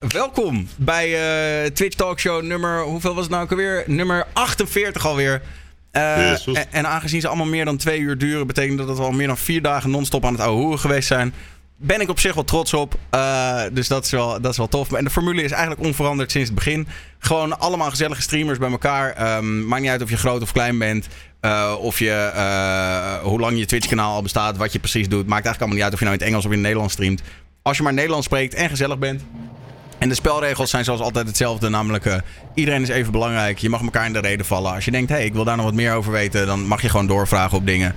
welkom bij Twitch Talkshow nummer, hoeveel was het nou ook alweer? Nummer 48 alweer. En aangezien ze allemaal meer dan 2 uur duren, betekent dat we al meer dan 4 dagen non-stop aan het ouwe hoeren geweest zijn. Ben ik op zich wel trots op. Dus dat is wel tof. En de formule is eigenlijk onveranderd sinds het begin. Gewoon allemaal gezellige streamers bij elkaar. Maakt niet uit of je groot of klein bent. Of je, hoe lang je Twitch-kanaal al bestaat. Wat je precies doet. Maakt eigenlijk allemaal niet uit of je nou in het Engels of in het Nederlands streamt. Als je maar Nederlands spreekt en gezellig bent. En de spelregels zijn zoals altijd hetzelfde. Namelijk, iedereen is even belangrijk. Je mag elkaar in de reden vallen. Als je denkt, ik wil daar nog wat meer over weten. Dan mag je gewoon doorvragen op dingen.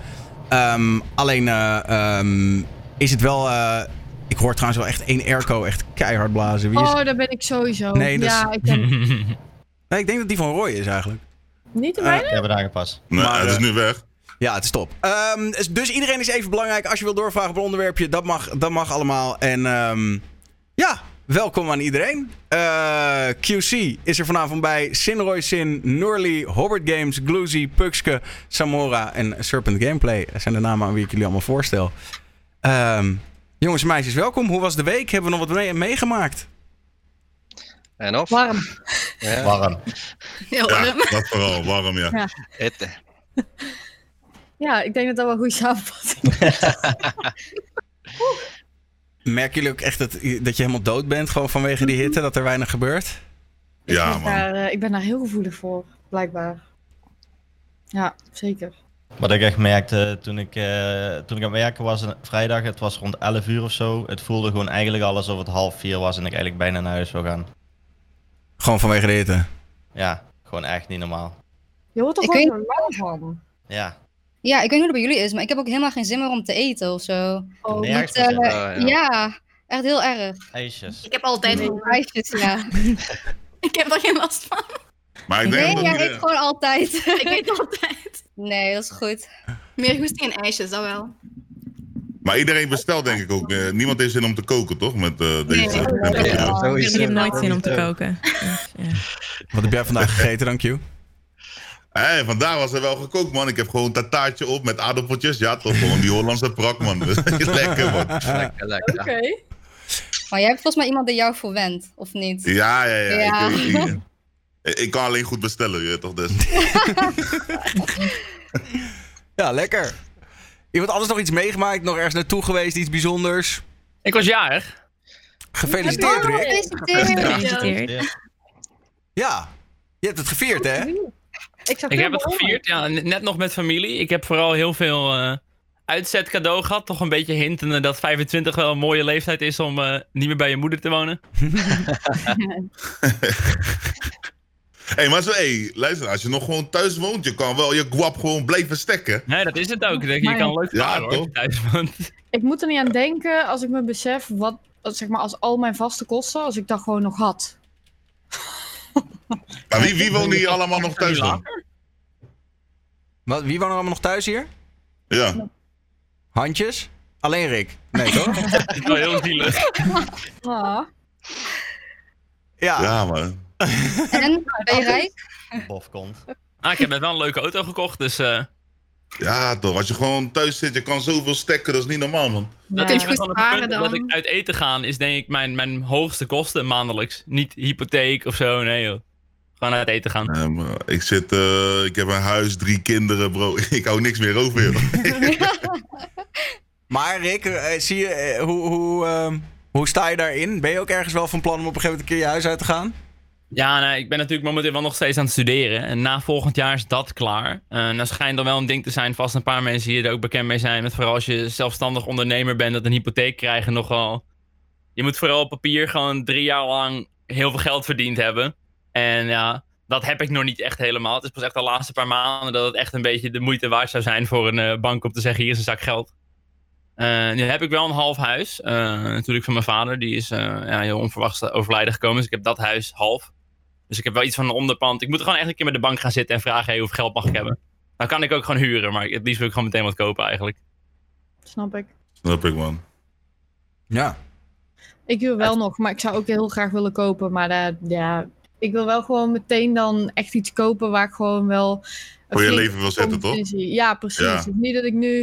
Alleen is het wel... ik hoor trouwens wel echt 1 airco echt keihard blazen. Wie is... Oh, daar ben ik sowieso. Nee, ik denk... Nee, ik denk dat die van Roy is eigenlijk. Niet de mijne? Die hebben daar gepast. Nee, Maar, het is nu weg. Ja, het is top. Dus iedereen is even belangrijk. Als je wilt doorvragen op een onderwerpje, dat mag allemaal. En welkom aan iedereen. QC is er vanavond bij. Sinroy Sin, Norley, Hobbit Games, Gloozy, Puxke, Samora en Serpent Gameplay. Dat zijn de namen aan wie ik jullie allemaal voorstel. Jongens en meisjes, welkom. Hoe was de week? Hebben we nog wat meegemaakt? En of? Warm. Ja. Warm. Heel warm. Ja, dat vooral. Warm, ja. Hitte. Ja, ik denk dat dat wel een goede samenvatting is. Merken jullie ook echt dat je helemaal dood bent? Gewoon vanwege die hitte, dat er weinig gebeurt? Ja, man. Ik ben daar heel gevoelig voor, blijkbaar. Ja, zeker. Wat ik echt merkte toen ik aan het werken was vrijdag, het was rond 11 uur of zo. Het voelde gewoon eigenlijk al alsof het 3:30 was en ik eigenlijk bijna naar huis zou gaan. Gewoon vanwege de hitte? Ja, gewoon echt niet normaal. Je hoort er Ik gewoon weet- zo lang van. Ja. Ja, ik weet niet hoe dat bij jullie is, maar ik heb ook helemaal geen zin meer om te eten of zo. Oh, Nergens Niet, meer zin. ja, echt heel erg. IJsjes. Ik heb altijd Ijsjes, ja. Ik heb er geen last van. Maar ik denk Nee, dat jij iedereen... eet gewoon altijd. Ik eet altijd. Nee, dat is goed. Meer goesting en ijsjes, dat wel. Maar iedereen bestelt denk ik ook. Niemand heeft zin om te koken, toch? Met deze temperatuur. Ik heb nooit zin om te koken. Dus, ja. Wat heb jij vandaag gegeten dan, Q? Hey, vandaag was er wel gekookt, man. Ik heb gewoon een tataartje op met aardappeltjes. Ja, toch? Gewoon die Hollandse prak, man. Lekker, man. Lekker. Oké. Maar jij hebt volgens mij iemand die jou verwendt, of niet? Ja. Ja. Ik kan alleen goed bestellen, je weet toch? Dus. Ja, lekker. Iemand anders nog iets meegemaakt? Nog ergens naartoe geweest? Iets bijzonders? Ik was jarig. Gefeliciteerd, Rick. Gefeliciteerd. Ja, je hebt het gevierd, hè? Ik heb het gevierd, ja, net nog met familie. Ik heb vooral heel veel uitzet cadeau gehad. Toch een beetje hintende dat 25 wel een mooie leeftijd is om niet meer bij je moeder te wonen. Maar luister, als je nog gewoon thuis woont, je kan wel je guap gewoon blijven stekken. Nee, dat is het ook. Je kan leuk sparen hoor, als je thuis woont. Ik moet er niet aan denken als ik me besef wat, zeg maar, als al mijn vaste kosten, als ik dat gewoon nog had. Maar wie woont hier allemaal nog thuis dan? Wie wonen er allemaal nog thuis hier? Ja. Handjes? Alleen Rick? Nee, toch? Dat is wel heel zielig. Ah. Ja, man. En, ben je rijk? Bofkont. Ik heb net wel een leuke auto gekocht, dus... Ja, toch. Als je gewoon thuis zit, je kan zoveel stekken, dat is niet normaal, man. Dat Kun is je goed wel het sparen punt dan? dat ik uit eten gaan is denk ik mijn hoogste kosten maandelijks. Niet hypotheek of zo, nee joh. Gewoon uit eten gaan. Maar ik heb een huis, 3 kinderen, bro. Ik hou niks meer over, joh. Maar Rick, zie je, hoe sta je daarin? Ben je ook ergens wel van plan om op een gegeven moment een keer je huis uit te gaan? Ja, nee, ik ben natuurlijk momenteel wel nog steeds aan het studeren. En na volgend jaar is dat klaar. Dan schijnt er wel een ding te zijn, vast een paar mensen hier er ook bekend mee zijn. Met vooral als je zelfstandig ondernemer bent, dat een hypotheek krijgen nogal... Je moet vooral op papier gewoon 3 jaar lang heel veel geld verdiend hebben. En ja, dat heb ik nog niet echt helemaal. Het is pas echt de laatste paar maanden dat het echt een beetje de moeite waard zou zijn voor een bank om te zeggen, hier is een zak geld. Nu heb ik wel een half huis. Natuurlijk van mijn vader. Die is heel onverwachts overlijden gekomen. Dus ik heb dat huis half. Dus ik heb wel iets van een onderpand. Ik moet gewoon echt een keer met de bank gaan zitten en vragen, hoeveel geld mag ik hebben? Dan kan ik ook gewoon huren. Maar het liefst wil ik gewoon meteen wat kopen eigenlijk. Snap ik. Snap ik, man. Ja. Ik wil wel nog, maar ik zou ook heel graag willen kopen. Maar ik wil wel gewoon meteen dan echt iets kopen waar ik gewoon wel... Voor je leven wil zetten, toch? Ja, precies. Ja. Dus niet dat ik nu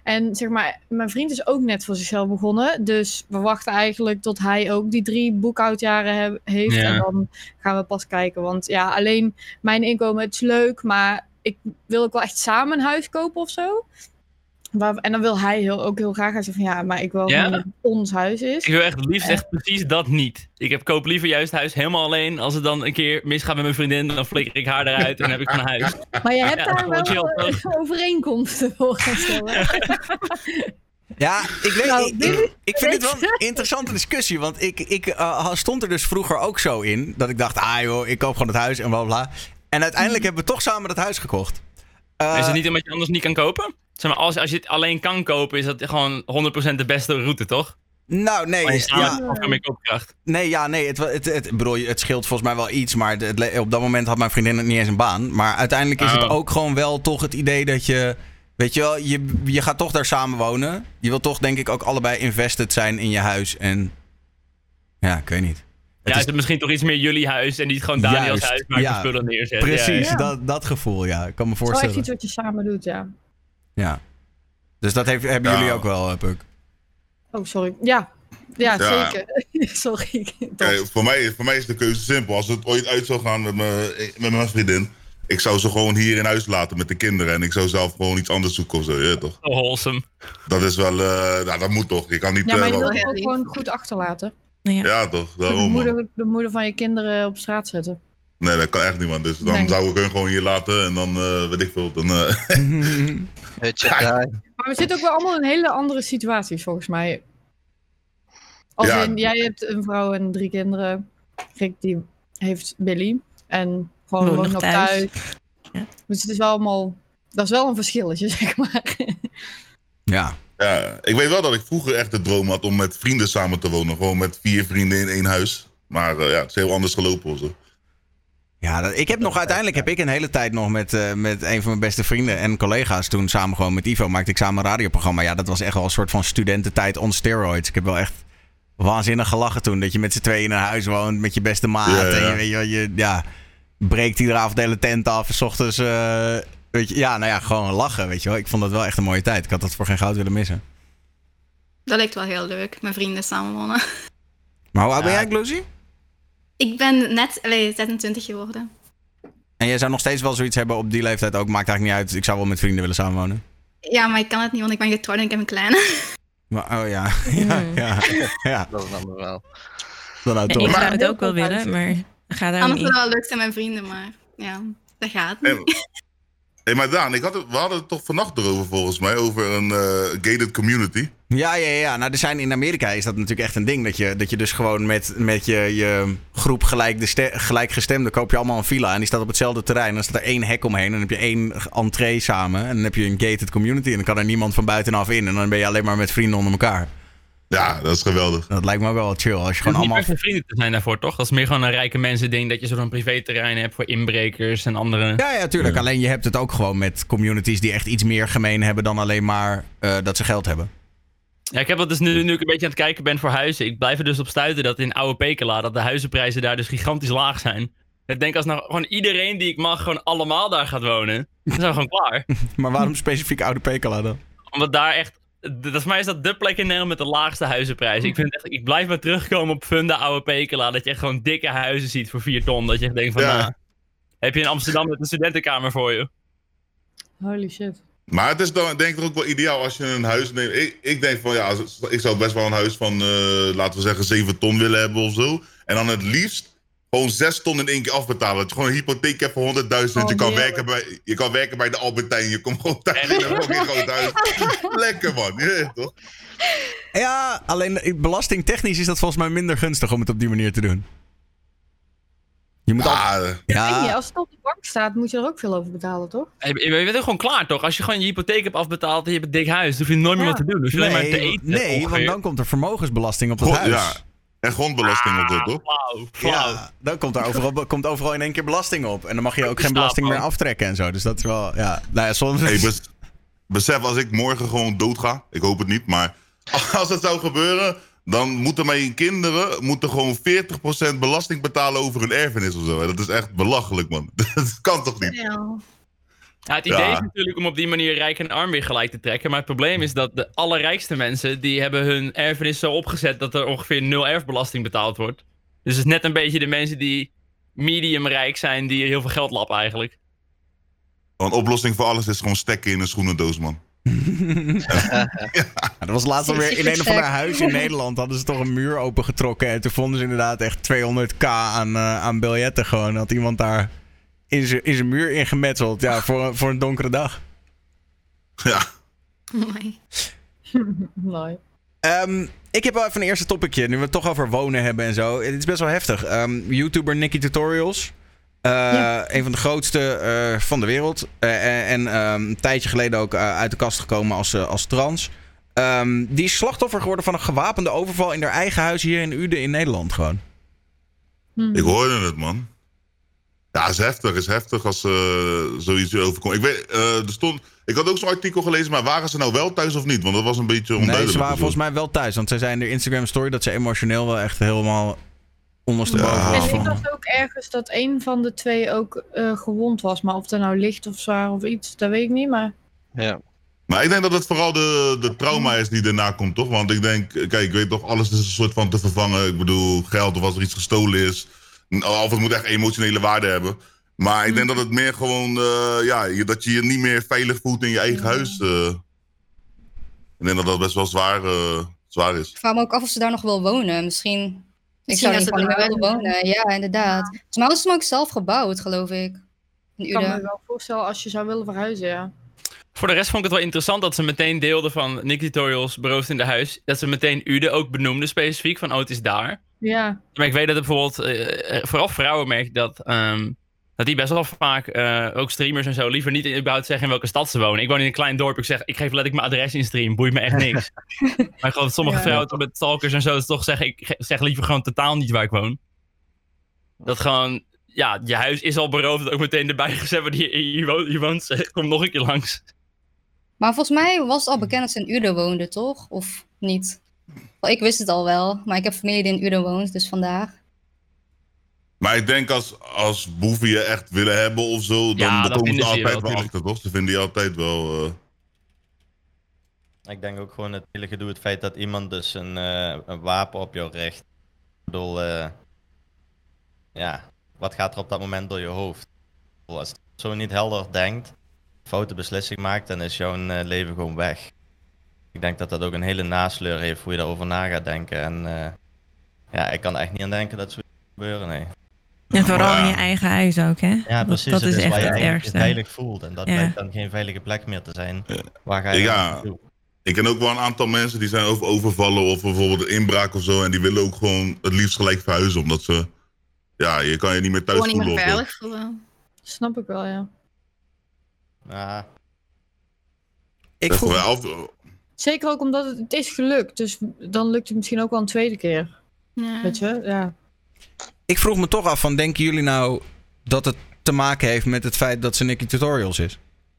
En zeg maar, mijn vriend is ook net voor zichzelf begonnen. Dus we wachten eigenlijk tot hij ook die 3 boekhoudjaren heeft. Ja. En dan gaan we pas kijken. Want ja, alleen mijn inkomen, het is leuk. Maar ik wil ook wel echt samen een huis kopen of zo. En dan wil hij ook heel graag. Hij zegt van ja, maar ik wil gewoon dat het ons huis is. Ik wil echt liefst echt precies dat niet. Ik koop liever juist huis helemaal alleen. Als het dan een keer misgaat met mijn vriendin, dan flikker ik haar eruit en dan heb ik een huis. Maar je hebt daar gewoon wel chill, overeenkomsten volgens mij. Ja, ik vind dit wel een interessante discussie. Want ik stond er dus vroeger ook zo in. Dat ik dacht, joh, ik koop gewoon het huis en bla bla. En uiteindelijk hebben we toch samen dat huis gekocht. Is het niet omdat je anders niet kan kopen? Zeg maar, als je het alleen kan kopen, is dat gewoon 100% de beste route, toch? Nou, nee. Of meer koopkracht. Nee, het scheelt volgens mij wel iets. Maar op dat moment had mijn vriendin niet eens een baan. Maar uiteindelijk is het ook gewoon wel toch het idee dat je... Weet je wel, je gaat toch daar samen wonen. Je wilt toch denk ik ook allebei invested zijn in je huis. En ja, ik weet niet. Is het misschien toch iets meer jullie huis en niet gewoon Daniels huis waar je spullen neerzet. Precies, dat gevoel, ja. Ik kan me voorstellen. Het is wel echt iets wat je samen doet, ja. Ja. Dus dat hebben jullie ook wel, Puk? Oh, sorry. Ja, zeker. Sorry. Kijk, voor mij is de keuze simpel. Als het ooit uit zou gaan met mijn vriendin... Ik zou ze gewoon hier in huis laten met de kinderen. En ik zou zelf gewoon iets anders zoeken of zo, ja, toch? Oh, wholesome. Dat is wel... dat moet toch. Je kan niet... Ja, maar je wil het ook gewoon goed achterlaten. Ja, toch? Daarom, de moeder van je kinderen op straat zetten. Nee, dat kan echt niet, man. Dus dan zou ik hun gewoon hier laten en dan weet ik veel. Dan, maar we zitten ook wel allemaal in hele andere situaties, volgens mij. Jij hebt een vrouw en 3 kinderen. Rick, die heeft Billy. En gewoon woont nog thuis. Ja. Dus het is wel allemaal... Dat is wel een verschilletje, zeg maar. Ja. Ja, ik weet wel dat ik vroeger echt de droom had om met vrienden samen te wonen. Gewoon met 4 vrienden in 1 huis. Maar het is heel anders gelopen of zo. Ja, uiteindelijk heb ik een hele tijd nog met een van mijn beste vrienden en collega's toen samen gewoon met Ivo maakte ik samen een radioprogramma. Ja, dat was echt wel een soort van studententijd on steroids. Ik heb wel echt waanzinnig gelachen toen. Dat je met z'n tweeën in een huis woont met je beste maat. Ja. En je breekt iedere avond de hele tent af. 's Ochtends, gewoon lachen, weet je wel. Ik vond dat wel echt een mooie tijd. Ik had dat voor geen goud willen missen. Dat lijkt wel heel leuk, met vrienden samenwonen. Maar hoe oud ben jij, Glozy? Ik ben net 26 geworden. En jij zou nog steeds wel zoiets hebben op die leeftijd ook? Maakt eigenlijk niet uit. Ik zou wel met vrienden willen samenwonen. Ja, maar ik kan het niet, want ik ben getrouwd en ik heb een kleine. Maar, oh ja. Ja. Dat is dan wel. Ik zou het ook wel willen, maar gaat daar anders niet. zou het wel leuk zijn met vrienden, maar ja, dat gaat niet. Hey, maar Daan, we hadden het toch vannacht erover volgens mij, over een gated community. Ja. Nou, in Amerika is dat natuurlijk echt een ding. Dat je dus gewoon met je groep gelijkgestemden koop je allemaal een villa. En die staat op hetzelfde terrein. Dan staat er 1 hek omheen. En dan heb je 1 entree samen. En dan heb je een gated community. En dan kan er niemand van buitenaf in. En dan ben je alleen maar met vrienden onder elkaar. Ja, dat is geweldig. Dat lijkt me ook wel chill. Als je gewoon allemaal... niet vrienden te zijn daarvoor, toch? Dat is meer gewoon een rijke mensen ding. Dat je zo'n privéterrein hebt voor inbrekers en andere... Ja, tuurlijk. Ja. Alleen je hebt het ook gewoon met communities die echt iets meer gemeen hebben dan alleen maar dat ze geld hebben. Ja, ik heb dat dus nu ik een beetje aan het kijken ben voor huizen. Ik blijf er dus op stuiten dat in Oude Pekela, dat de huizenprijzen daar dus gigantisch laag zijn. Ik denk als nou gewoon iedereen die ik mag gewoon allemaal daar gaat wonen, dan zijn we gewoon klaar. Maar waarom specifiek Oude Pekela dan? Omdat daar echt... Volgens mij is dat de plek in Nederland met de laagste huizenprijs. Ik blijf maar terugkomen op Funda Oude Pekela. Dat je echt gewoon dikke huizen ziet voor 4 ton. Dat je echt denkt van, heb je in Amsterdam met een studentenkamer voor je? Holy shit. Maar het is dan denk ik ook wel ideaal als je een huis neemt. Ik denk van ik zou best wel een huis van, laten we zeggen, 7 ton willen hebben of zo. En dan het liefst gewoon 6 ton in 1 keer afbetalen. Dat je gewoon een hypotheek hebt voor 100.000. Je kan werken bij de Albertijn. Je komt gewoon thuis in een groot huis. Lekker man, toch? Ja, alleen belastingtechnisch is dat volgens mij minder gunstig om het op die manier te doen. Je moet als het op de bank staat, moet je er ook veel over betalen, toch? Je bent ook gewoon klaar, toch? Als je gewoon je hypotheek hebt afbetaald en je hebt een dik huis, dan hoef je nooit meer wat te doen. Dus je alleen maar te eten. Nee, want dan komt er vermogensbelasting op het huis. Ja. En grondbelasting op dit, toch? Flauw. Ja, dan komt overal in 1 keer belasting op. En dan mag je ook geen belasting meer aftrekken en zo. Dus dat is wel, ja. Nou ja, soms... Besef, als ik morgen gewoon doodga, ik hoop het niet, maar als het zou gebeuren, dan moeten mijn kinderen gewoon 40% belasting betalen over hun erfenis of zo. Dat is echt belachelijk, man. Dat kan toch niet? Ja. Ja, het idee is natuurlijk om op die manier rijk en arm weer gelijk te trekken. Maar het probleem is dat de allerrijkste mensen... die hebben hun erfenis zo opgezet... dat er ongeveer 0 erfbelasting betaald wordt. Dus het is net een beetje de mensen die medium rijk zijn... die heel veel geld lappen eigenlijk. Een oplossing voor alles is gewoon stekken in een schoenendoos, man. Dat was laatst alweer in een of ander huis in Nederland. Hadden ze toch een muur opengetrokken. En toen vonden ze inderdaad echt 200k aan biljetten gewoon. Had iemand daar in zijn muur ingemetseld. Ja, voor een donkere dag. Ja. Mooi. Mooi. Ik heb wel even een eerste topicje. Nu we het toch over wonen hebben en zo. Het is best wel heftig. YouTuber Nikki Tutorials. Een van de grootste van de wereld. En een tijdje geleden ook uit de kast gekomen als trans. Die is slachtoffer geworden van een gewapende overval in haar eigen huis hier in Uden in Nederland gewoon. Ik hoorde het, man. Ja, is heftig als zoiets overkomt. Ik had ook zo'n artikel gelezen, maar waren ze nou wel thuis of niet? Want dat was een beetje onduidelijk. Nee, ze waren volgens mij wel thuis. Want zij zei in de Instagram story dat ze emotioneel wel echt helemaal ondersteboven was. En ik dacht ook ergens dat een van de twee ook gewond was. Maar of er nou licht of zwaar of iets, dat weet ik niet. Maar... Ja. Maar ik denk dat het vooral de trauma is die erna komt, toch? Want ik denk, kijk, ik weet toch, alles is een soort van te vervangen. Ik bedoel, geld of als er iets gestolen is. Of het moet echt emotionele waarde hebben. Maar ik denk dat het meer gewoon, dat je je niet meer veilig voelt in je eigen huis. Ik denk dat dat best wel zwaar is. Ik vraag me ook af of ze daar nog wil wonen. Misschien ik zou niet meer willen wonen. Ja, inderdaad. Volgens mij was het ook zelf gebouwd, geloof ik. Ik kan me wel voorstellen als je zou willen verhuizen, ja. Voor de rest vond ik het wel interessant dat ze meteen deelden van Nikki Tutorials Beroofd in de Huis. Dat ze meteen Uden ook benoemde specifiek, van het is daar. Ja. Maar ik weet dat er bijvoorbeeld, vooral vrouwen merk dat die best wel vaak, ook streamers en zo, liever niet überhaupt zeggen in welke stad ze wonen. Ik woon in een klein dorp, ik geef letterlijk mijn adres in stream, boeit me echt niks. Maar ik geloof dat sommige vrouwen met stalkers en zo toch zeggen, ik zeg liever gewoon totaal niet waar ik woon. Dat gewoon, ja, je huis is al beroofd, dat ook meteen erbij gezet, maar je woont, kom nog een keer langs. Maar volgens mij was het al bekend dat ze in Uden woonde, toch? Of niet? Ik wist het al wel, maar ik heb familie die in Uden woont, dus vandaar. Maar ik denk als boeven je echt willen hebben of zo, dan komen ze altijd wel achter, toch? Ze vinden die altijd wel... Ik denk ook gewoon het hele gedoe, het feit dat iemand dus een wapen op jou richt. Ik bedoel, wat gaat er op dat moment door je hoofd? Als je zo niet helder denkt, een foute beslissing maakt, dan is jouw leven gewoon weg. Ik denk dat dat ook een hele nasleur heeft hoe je daarover na gaat denken. En ik kan er echt niet aan denken dat zoiets gebeuren, nee. En vooral in je eigen huis ook, hè? Ja, precies. Dat is echt waar je het ergste. Je veilig voelt. En dat blijkt dan geen veilige plek meer te zijn. Ja. Waar ga je naartoe? Ik ken ook wel een aantal mensen die zijn overvallen of bijvoorbeeld een inbraak of zo. En die willen ook gewoon het liefst gelijk verhuizen. Omdat ze, je kan je niet meer thuis voelen. Gewoon niet meer veilig voelen. Snap ik wel, ja. Ja. Ik vroeg... Zeker ook omdat het is gelukt. Dus dan lukt het misschien ook wel een tweede keer. Ja. Weet je, ja. Ik vroeg me toch af van, denken jullie nou dat het te maken heeft met het feit dat ze Nikki Tutorials is?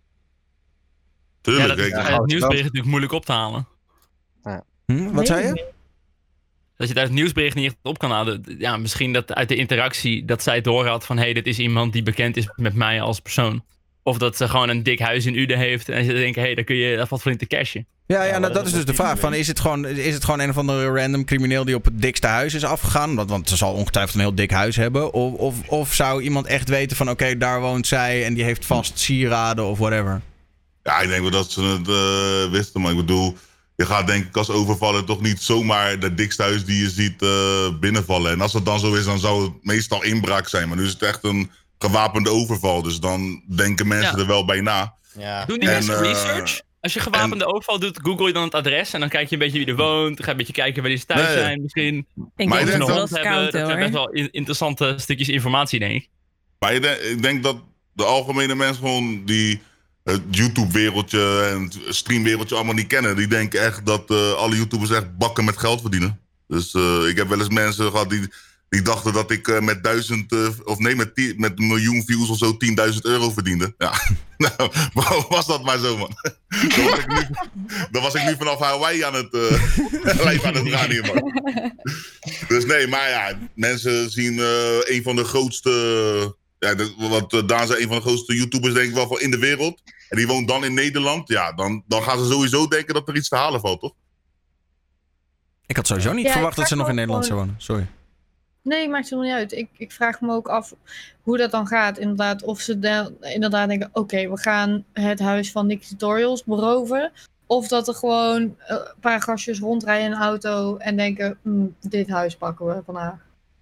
Tuurlijk. Het nieuwsbericht natuurlijk moeilijk op te halen. Ja. Wat zei je? Dat je het uit het nieuwsbericht niet echt op kan halen. Ja, misschien dat uit de interactie dat zij het door had van... dit is iemand die bekend is met mij als persoon. Of dat ze gewoon een dik huis in Uden heeft. En ze denken, daar valt flink te cashen. Ja, dat is dus de vraag. Van, is het gewoon een of andere random crimineel die op het dikste huis is afgegaan? Want ze zal ongetwijfeld een heel dik huis hebben. Of zou iemand echt weten van oké, daar woont zij en die heeft vast sieraden of whatever? Ja, ik denk wel dat ze het wisten. Maar ik bedoel, je gaat denk ik als overvaller toch niet zomaar het dikste huis die je ziet binnenvallen. En als dat dan zo is, dan zou het meestal inbraak zijn. Maar nu is het echt een gewapende overval. Dus dan denken mensen er wel bij na. Ja. Doen die mensen research? Als je gewapende overval doet, google je dan het adres en dan kijk je een beetje wie er woont. Ga je een beetje kijken waar die thuis zijn misschien. Ik denk dat dat zijn best wel interessante stukjes informatie, denk ik. Maar ik denk dat de algemene mensen gewoon die het YouTube-wereldje en het streamwereldje allemaal niet kennen. Die denken echt dat alle YouTubers echt bakken met geld verdienen. Dus ik heb wel eens mensen gehad die dachten dat ik met met een miljoen views of zo €10.000 verdiende. Ja, nou, was dat maar zo, man. Dan was ik nu vanaf Hawaii aan het live aan het gaan hier, man. Dus nee, maar ja, mensen zien een van de grootste Ja, want Daan is een van de grootste YouTubers denk ik wel van in de wereld. En die woont dan in Nederland. Ja, dan gaan ze sowieso denken dat er iets te halen valt, toch? Ik had sowieso niet verwacht dat ze nog in Nederland zou wonen. Sorry. Nee, maakt er niet uit. Ik vraag me ook af hoe dat dan gaat. Inderdaad, of ze inderdaad denken, oké, we gaan het huis van Nicky Tutorials beroven. Of dat er gewoon een paar gastjes rondrijden in een auto en denken, dit huis pakken we vandaag.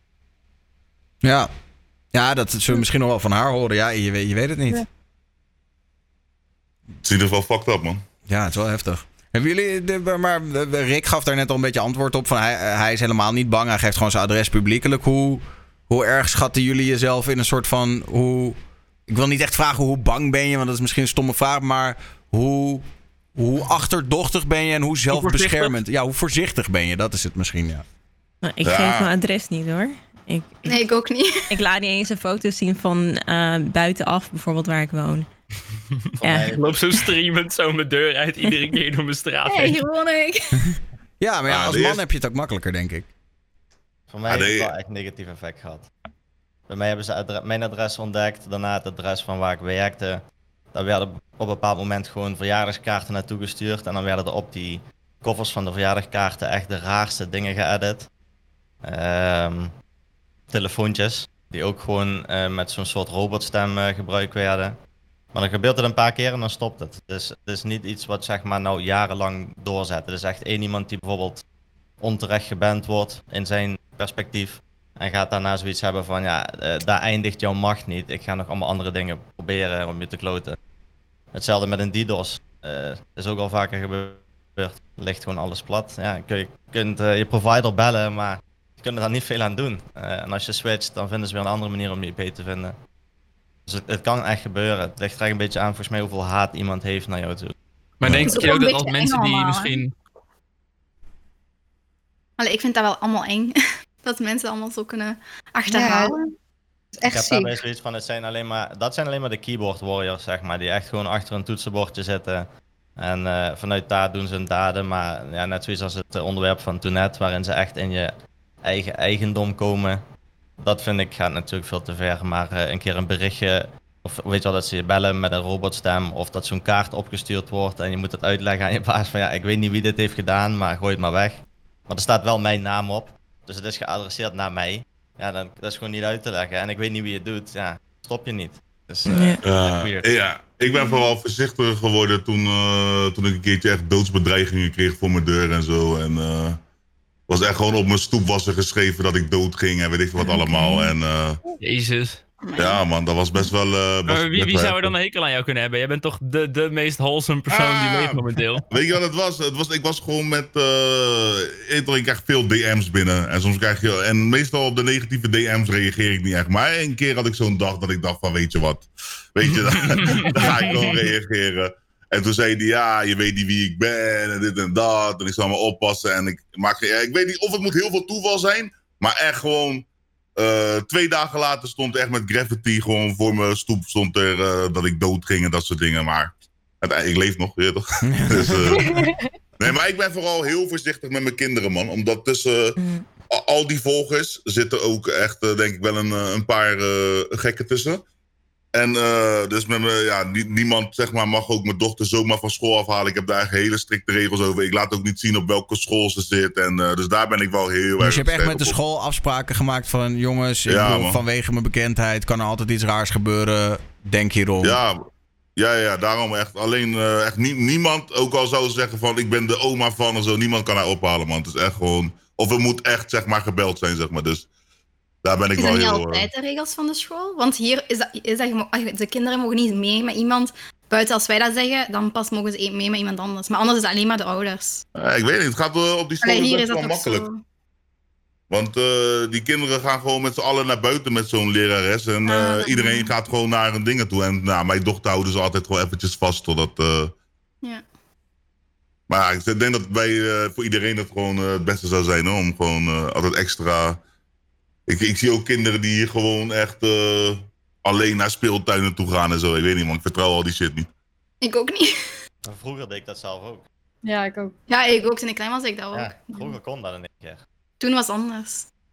Ja, dat zullen we misschien nog wel van haar horen. Ja, je weet het niet. Ja. Het is in ieder geval fucked up, man. Ja, het is wel heftig. Hebben jullie, maar Rick gaf daar net al een beetje antwoord op. Van hij is helemaal niet bang. Hij geeft gewoon zijn adres publiekelijk. Hoe erg schatten jullie jezelf in een soort van... Ik wil niet echt vragen hoe bang ben je, want dat is misschien een stomme vraag. Maar hoe achterdochtig ben je en hoe zelfbeschermend? Ja, hoe voorzichtig ben je? Dat is het misschien, ja. Nou, ik geef mijn adres niet, hoor. Nee, ik ook niet. Ik laat niet eens een foto zien van buitenaf, bijvoorbeeld waar ik woon. Ik loop zo streamend zo mijn deur uit iedere keer door mijn straat heen. Hier woon ik. Ja, maar als man heb je het ook makkelijker, denk ik. Voor mij heeft het wel echt negatief effect gehad. Bij mij hebben ze mijn adres ontdekt, daarna het adres van waar ik werkte. Daar werden op een bepaald moment gewoon verjaardagskaarten naartoe gestuurd. En dan werden er op die koffers van de verjaardagskaarten echt de raarste dingen geëdit. Telefoontjes, die ook gewoon met zo'n soort robotstem gebruikt werden. Maar dan gebeurt het een paar keer en dan stopt het. Dus het is niet iets wat zeg maar nou jarenlang doorzet. Het is echt één iemand die bijvoorbeeld onterecht geband wordt in zijn perspectief. En gaat daarna zoiets hebben van ja, daar eindigt jouw macht niet. Ik ga nog allemaal andere dingen proberen om je te kloten. Hetzelfde met een DDoS. Is ook al vaker gebeurd. Ligt gewoon alles plat. Ja, je kunt je provider bellen, maar je kunt er daar niet veel aan doen. En als je switcht, dan vinden ze weer een andere manier om je IP te vinden. Dus het kan echt gebeuren. Het ligt er een beetje aan volgens mij hoeveel haat iemand heeft naar jou toe. Maar denk je ook dat als mensen die misschien... Allee, ik vind dat wel allemaal eng. Dat mensen allemaal zo kunnen achterhalen. Ja, echt ik heb ziek. daarbij zoiets van, dat zijn alleen maar de keyboard warriors, zeg maar. Die echt gewoon achter een toetsenbordje zitten. En vanuit daar doen ze hun daden. Maar ja, net zoals als het onderwerp van toen net, waarin ze echt in je eigen eigendom komen. Dat vind ik gaat natuurlijk veel te ver. Maar een keer een berichtje, of weet je wel, dat ze je bellen met een robotstem. Of dat zo'n kaart opgestuurd wordt en je moet het uitleggen aan je baas van ja, ik weet niet wie dit heeft gedaan, maar gooi het maar weg. Maar er staat wel mijn naam op. Dus het is geadresseerd naar mij. Ja, dat is gewoon niet uit te leggen. En ik weet niet wie het doet. Ja, stop je niet. Dus, ja, ik ben vooral voorzichtiger geworden toen ik een keertje echt doodsbedreigingen kreeg voor mijn deur en zo. En was echt gewoon op mijn stoep was er geschreven dat ik dood ging en weet ik wat allemaal. En, Jezus. Ja man, dat was best wel... wie zou er dan een hekel aan jou kunnen hebben? Jij bent toch de meest wholesome persoon die leeft momenteel. Weet je wat het was? Ik was gewoon met... ik krijg veel DM's binnen. En soms krijg je... En meestal op de negatieve DM's reageer ik niet echt. Maar een keer had ik zo'n dag dat ik dacht van weet je wat? Weet je, dan ga ik gewoon reageren. En toen zei hij, ja, je weet niet wie ik ben en dit en dat. En ik zal me oppassen. En ik weet niet of het moet heel veel toeval zijn. Maar echt gewoon... 2 dagen later stond echt met graffiti gewoon voor mijn stoep stond er dat ik dood ging en dat soort dingen. Maar ik leef nog, weet je toch? Dus, nee, maar ik ben vooral heel voorzichtig met mijn kinderen, man. Omdat tussen al die volgers zitten ook echt, denk ik wel een paar gekken tussen. En dus met niemand zeg maar, mag ook mijn dochter zomaar van school afhalen. Ik heb daar echt hele strikte regels over. Ik laat ook niet zien op welke school ze zit. En, dus daar ben ik wel heel erg. Dus je hebt echt met de school afspraken gemaakt van jongens, vanwege mijn bekendheid kan er altijd iets raars gebeuren. Denk hierom. Ja, daarom echt. Alleen echt niemand, ook al zou ze zeggen van ik ben de oma van en zo, niemand kan haar ophalen, man. Het is echt gewoon. Of er moet echt zeg maar gebeld zijn, zeg maar. Dus. Daar ben ik wel heel... Is dat niet altijd de regels van de school? Want hier is dat de kinderen mogen niet mee met iemand. Buiten als wij dat zeggen, dan pas mogen ze mee met iemand anders. Maar anders is het alleen maar de ouders. Ik weet niet, het gaat op die school best wel makkelijk. Zo. Want die kinderen gaan gewoon met z'n allen naar buiten met zo'n lerares. En iedereen gaat gewoon naar hun dingen toe. En mijn dochter houden ze altijd gewoon eventjes vast totdat... Ja. Maar ik denk dat voor iedereen het gewoon het beste zou zijn, hoor, om gewoon altijd extra... Ik zie ook kinderen die hier gewoon echt alleen naar speeltuinen toe gaan en zo. Ik weet niet, man. Ik vertrouw al die shit niet. Ik ook niet. Vroeger deed ik dat zelf ook. Ja, ik ook. Ja, ik ook. Toen ik klein was, ik dat ook. Ja, vroeger kon dat in één keer. Toen was het anders.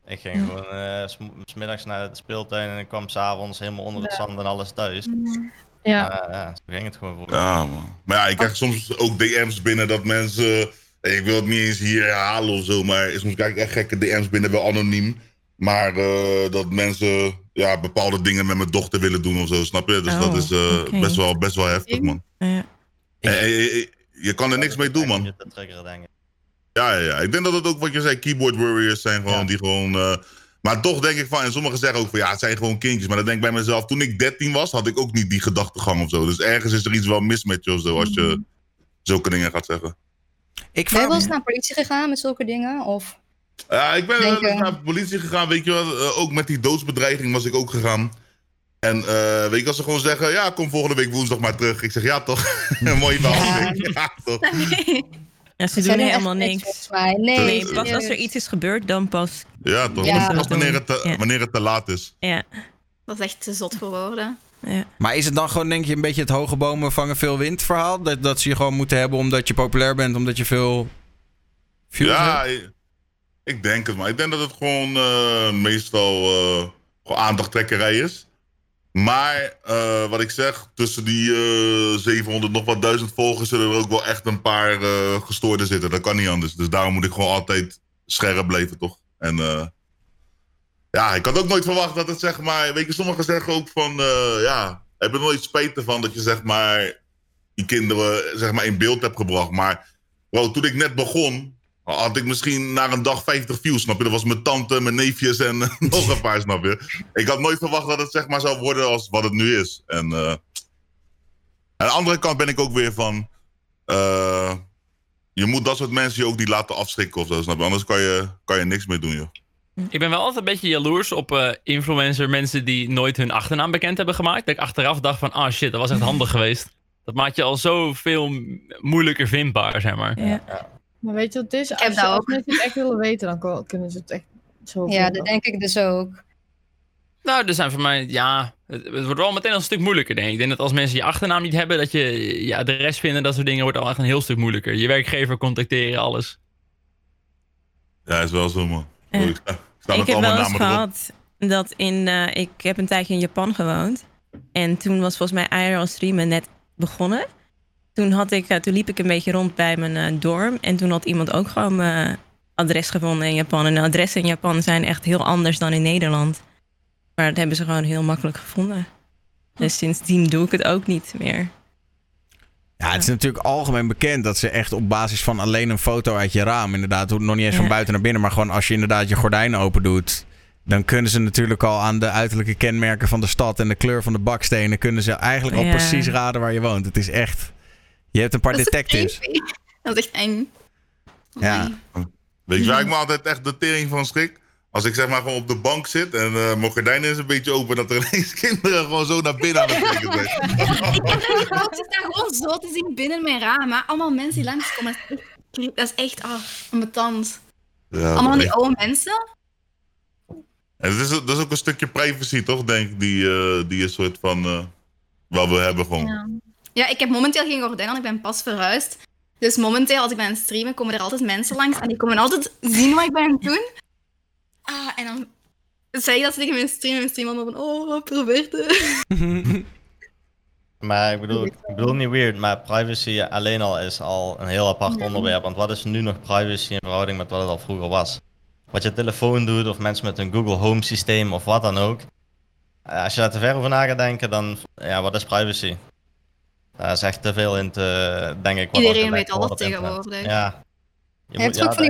Ik ging gewoon 's middags naar de speeltuin en ik kwam s'avonds helemaal onder het zand en alles thuis. Ja. Zo ging het gewoon voor. Ja, man. Maar ja, ik krijg soms ook DM's binnen dat mensen... Ik wil het niet eens hier herhalen of zo, maar soms krijg ik echt gekke DM's binnen, wel anoniem. Maar dat mensen bepaalde dingen met mijn dochter willen doen of zo, snap je? Dus dat is best wel heftig, man. Ja. Je kan er niks mee doen, man. Ja. Ik denk dat het ook wat je zei, keyboard warriors zijn gewoon die gewoon... maar toch denk ik van, en sommigen zeggen ook van het zijn gewoon kindjes. Maar dan denk ik bij mezelf, toen ik 13 was, had ik ook niet die gedachtegang of zo. Dus ergens is er iets wel mis met je of zo, als je zulke dingen gaat zeggen. Ben je wel eens naar de politie gegaan met zulke dingen? Of? Ja, ik ben wel eens naar de politie gegaan, weet je wel. Ook met die doodsbedreiging was ik ook gegaan. En weet je, als ze gewoon zeggen, kom volgende week woensdag maar terug. Ik zeg, ja toch? Mooi verhaal. Ja toch? Ja, ze doen helemaal niks. Nee, pas als er iets is gebeurd, dan pas. Ja, toch? Pas wanneer het te laat is. Ja. Dat is echt te zot voor woorden. Ja. Maar is het dan gewoon, denk je, een beetje het hoge bomen vangen veel wind verhaal? Dat ze je gewoon moeten hebben omdat je populair bent, omdat je veel views hebt? Ik denk het, maar ik denk dat het gewoon meestal gewoon aandachttrekkerij is. Maar wat ik zeg, tussen die 700 nog wat 1000 volgers zullen er ook wel echt een paar gestoorden zitten. Dat kan niet anders. Dus daarom moet ik gewoon altijd scherp blijven, toch? En ik had ook nooit verwacht dat het zeg maar... Weet je, sommigen zeggen ook van... heb je nooit spijt ervan dat je zeg maar... die kinderen zeg maar in beeld hebt gebracht. Maar bro, toen ik net begon... had ik misschien na een dag 50 views, snap je? Dat was mijn tante, mijn neefjes en nog een paar, snap je? Ik had nooit verwacht dat het zeg maar zou worden als wat het nu is. En aan de andere kant ben ik ook weer van... je moet dat soort mensen je ook niet laten afschrikken of zo, snap je? Anders kan je niks meer doen, joh. Ik ben wel altijd een beetje jaloers op influencer mensen die nooit hun achternaam bekend hebben gemaakt. Dat ik achteraf dacht van, shit, dat was echt handig geweest. Dat maakt je al zoveel moeilijker vindbaar, zeg maar. Ja. Maar weet je wat het is? Als mensen het echt willen weten, dan kunnen ze het echt zo. Ja, dat denk ik dus ook. Nou, er zijn voor mij, het wordt wel meteen een stuk moeilijker, denk ik. Ik denk dat als mensen je achternaam niet hebben, dat je je adres vinden, dat soort dingen, wordt al echt een heel stuk moeilijker. Je werkgever contacteren, alles. Ja, is wel zo, man. Ik heb wel eens gehad dat ik heb een tijdje in Japan gewoond. En toen was volgens mij IRL streamen net begonnen. Toen liep ik een beetje rond bij mijn dorm. En toen had iemand ook gewoon mijn adres gevonden in Japan. En de adressen in Japan zijn echt heel anders dan in Nederland. Maar dat hebben ze gewoon heel makkelijk gevonden. Dus sindsdien doe ik het ook niet meer. Ja, het is natuurlijk algemeen bekend dat ze echt op basis van alleen een foto uit je raam... inderdaad, nog niet eens van buiten naar binnen... maar gewoon als je inderdaad je gordijnen open doet... dan kunnen ze natuurlijk al aan de uiterlijke kenmerken van de stad... en de kleur van de bakstenen... kunnen ze eigenlijk al precies raden waar je woont. Het is echt... Je hebt een paar detectives. Dat is echt eng. Ja. Weet je waar ik me altijd echt de tering van schrik? Als ik zeg maar gewoon op de bank zit en mijn gordijnen is een beetje open... dat er ineens kinderen gewoon zo naar binnen aan het kijken zijn. Ik zit daar gewoon zo te zien binnen mijn raam. Hè. Allemaal mensen die langskomen. Dat is echt ambetant. Ja, allemaal die oude mensen. En dat is ook een stukje privacy, toch? Denk ik, die een soort van... wat we hebben gewoon. Ja, ik heb momenteel geen gordijn, want ik ben pas verhuisd. Dus momenteel, als ik ben aan het streamen, komen er altijd mensen langs. En die komen altijd zien wat ik ben aan het doen. En dan zeg je dat ze tegen mijn stream. En mijn stream dan van, probeer het. Maar ik bedoel niet weird, maar privacy alleen al is al een heel apart onderwerp. Want wat is nu nog privacy in verhouding met wat het al vroeger was? Wat je telefoon doet, of mensen met een Google Home systeem, of wat dan ook. Als je daar te ver over na gaat denken, dan, wat is privacy? Daar is echt te veel in te, denk ik. Iedereen weet alles tegenwoordig. Ja. Je hebt ook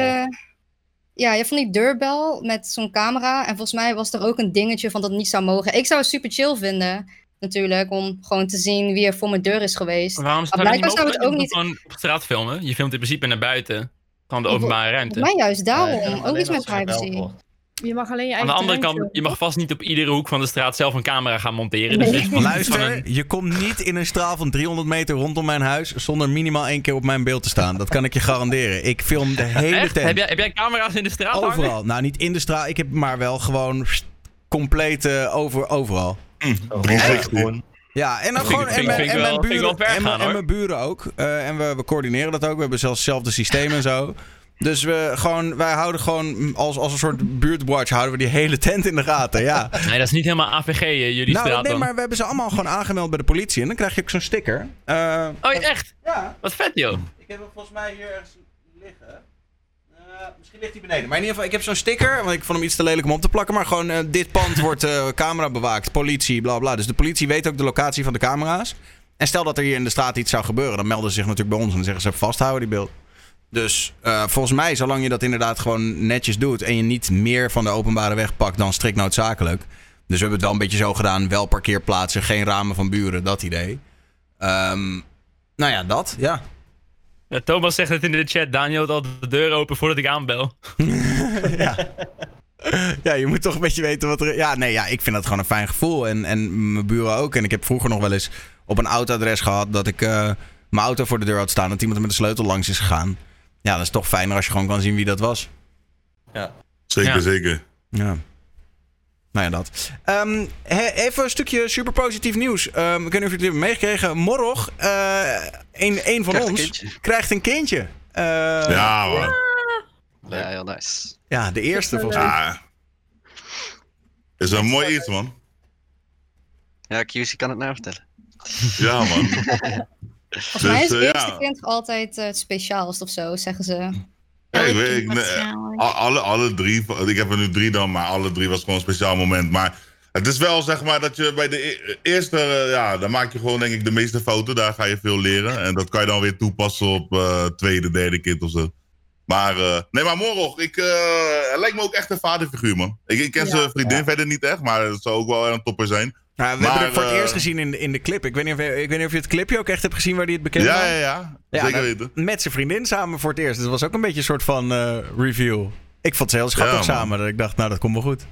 je hebt van die deurbel met zo'n camera. En volgens mij was er ook een dingetje van dat het niet zou mogen. Ik zou het super chill vinden, natuurlijk, om gewoon te zien wie er voor mijn deur is geweest. Waarom zou het ook niet gewoon op straat filmen? Je filmt in principe naar buiten. Gewoon de openbare ruimte. Maar juist daarom. Ook iets met privacy. Je mag alleen je eigen. Aan de andere kant, je mag vast niet op iedere hoek van de straat zelf een camera gaan monteren. Dus luister, je komt niet in een straal van 300 meter rondom mijn huis zonder minimaal 1 keer op mijn beeld te staan. Dat kan ik je garanderen. Ik film de hele tijd. Heb jij camera's in de straat? Overal. Hangen? Nou, niet in de straat. Ik heb maar wel gewoon compleet overal. Ja, en dan gewoon. En mijn buren ook. En we coördineren dat ook. We hebben zelfs hetzelfde systeem en zo. Dus wij houden gewoon als een soort buurtwatch houden we die hele tent in de gaten, ja. Nee, dat is niet helemaal AVG, jullie straat dan. Nee, maar we hebben ze allemaal gewoon aangemeld bij de politie. En dan krijg je ook zo'n sticker. Echt? Ja. Wat vet, joh. Ik heb hem volgens mij hier ergens liggen. Misschien ligt hij beneden. Maar in ieder geval, ik heb zo'n sticker. Want ik vond hem iets te lelijk om op te plakken. Maar gewoon, dit pand wordt camera bewaakt. Politie, bla bla. Dus de politie weet ook de locatie van de camera's. En stel dat er hier in de straat iets zou gebeuren. Dan melden ze zich natuurlijk bij ons. En dan zeggen ze vasthouden die beeld. Dus volgens mij, zolang je dat inderdaad gewoon netjes doet. En je niet meer van de openbare weg pakt dan strikt noodzakelijk. Dus we hebben het wel een beetje zo gedaan. Wel parkeerplaatsen, geen ramen van buren. Dat idee. Nou ja, dat. Ja. Ja, Thomas zegt het in de chat. Daniel had al de deur open voordat ik aanbel. Ja, je moet toch een beetje weten wat er... Ja, ik vind dat gewoon een fijn gevoel. En mijn buren ook. En ik heb vroeger nog wel eens op een oud adres gehad... dat ik mijn auto voor de deur had staan... dat iemand er met de sleutel langs is gegaan. Ja, dat is toch fijner als je gewoon kan zien wie dat was. Ja. Zeker. Ja. Nou ja, dat. Even een stukje super positief nieuws. Ik weet niet of jullie het hebben meegekregen. Morog, een van ons, krijgt een kindje. Ja, man. Ja, heel nice. Ja, de eerste volgens mij. Ja. Is een mooi iets, man. Ja, QC kan het nou vertellen. Ja, man. Volgens mij is het eerste kind altijd het speciaalst of zo, zeggen ze. Ja, ik weet, alle drie, ik heb er nu 3 dan, maar alle 3 was gewoon een speciaal moment. Maar het is wel zeg maar dat je bij de eerste, dan maak je gewoon denk ik de meeste fouten. Daar ga je veel leren en dat kan je dan weer toepassen op tweede, derde kind of zo. Maar, maar Morog, hij lijkt me ook echt een vaderfiguur, man. Ik ken zijn vriendin verder niet echt, maar het zou ook wel een topper zijn. Nou, we hebben het voor het eerst gezien in de clip. Ik weet niet of je het clipje ook echt hebt gezien waar hij het bekend was. Ja. Zeker weten. Met zijn vriendin samen voor het eerst. Dus het was ook een beetje een soort van reveal. Ik vond ze heel schattig samen. Dat ik dacht, nou dat komt wel goed.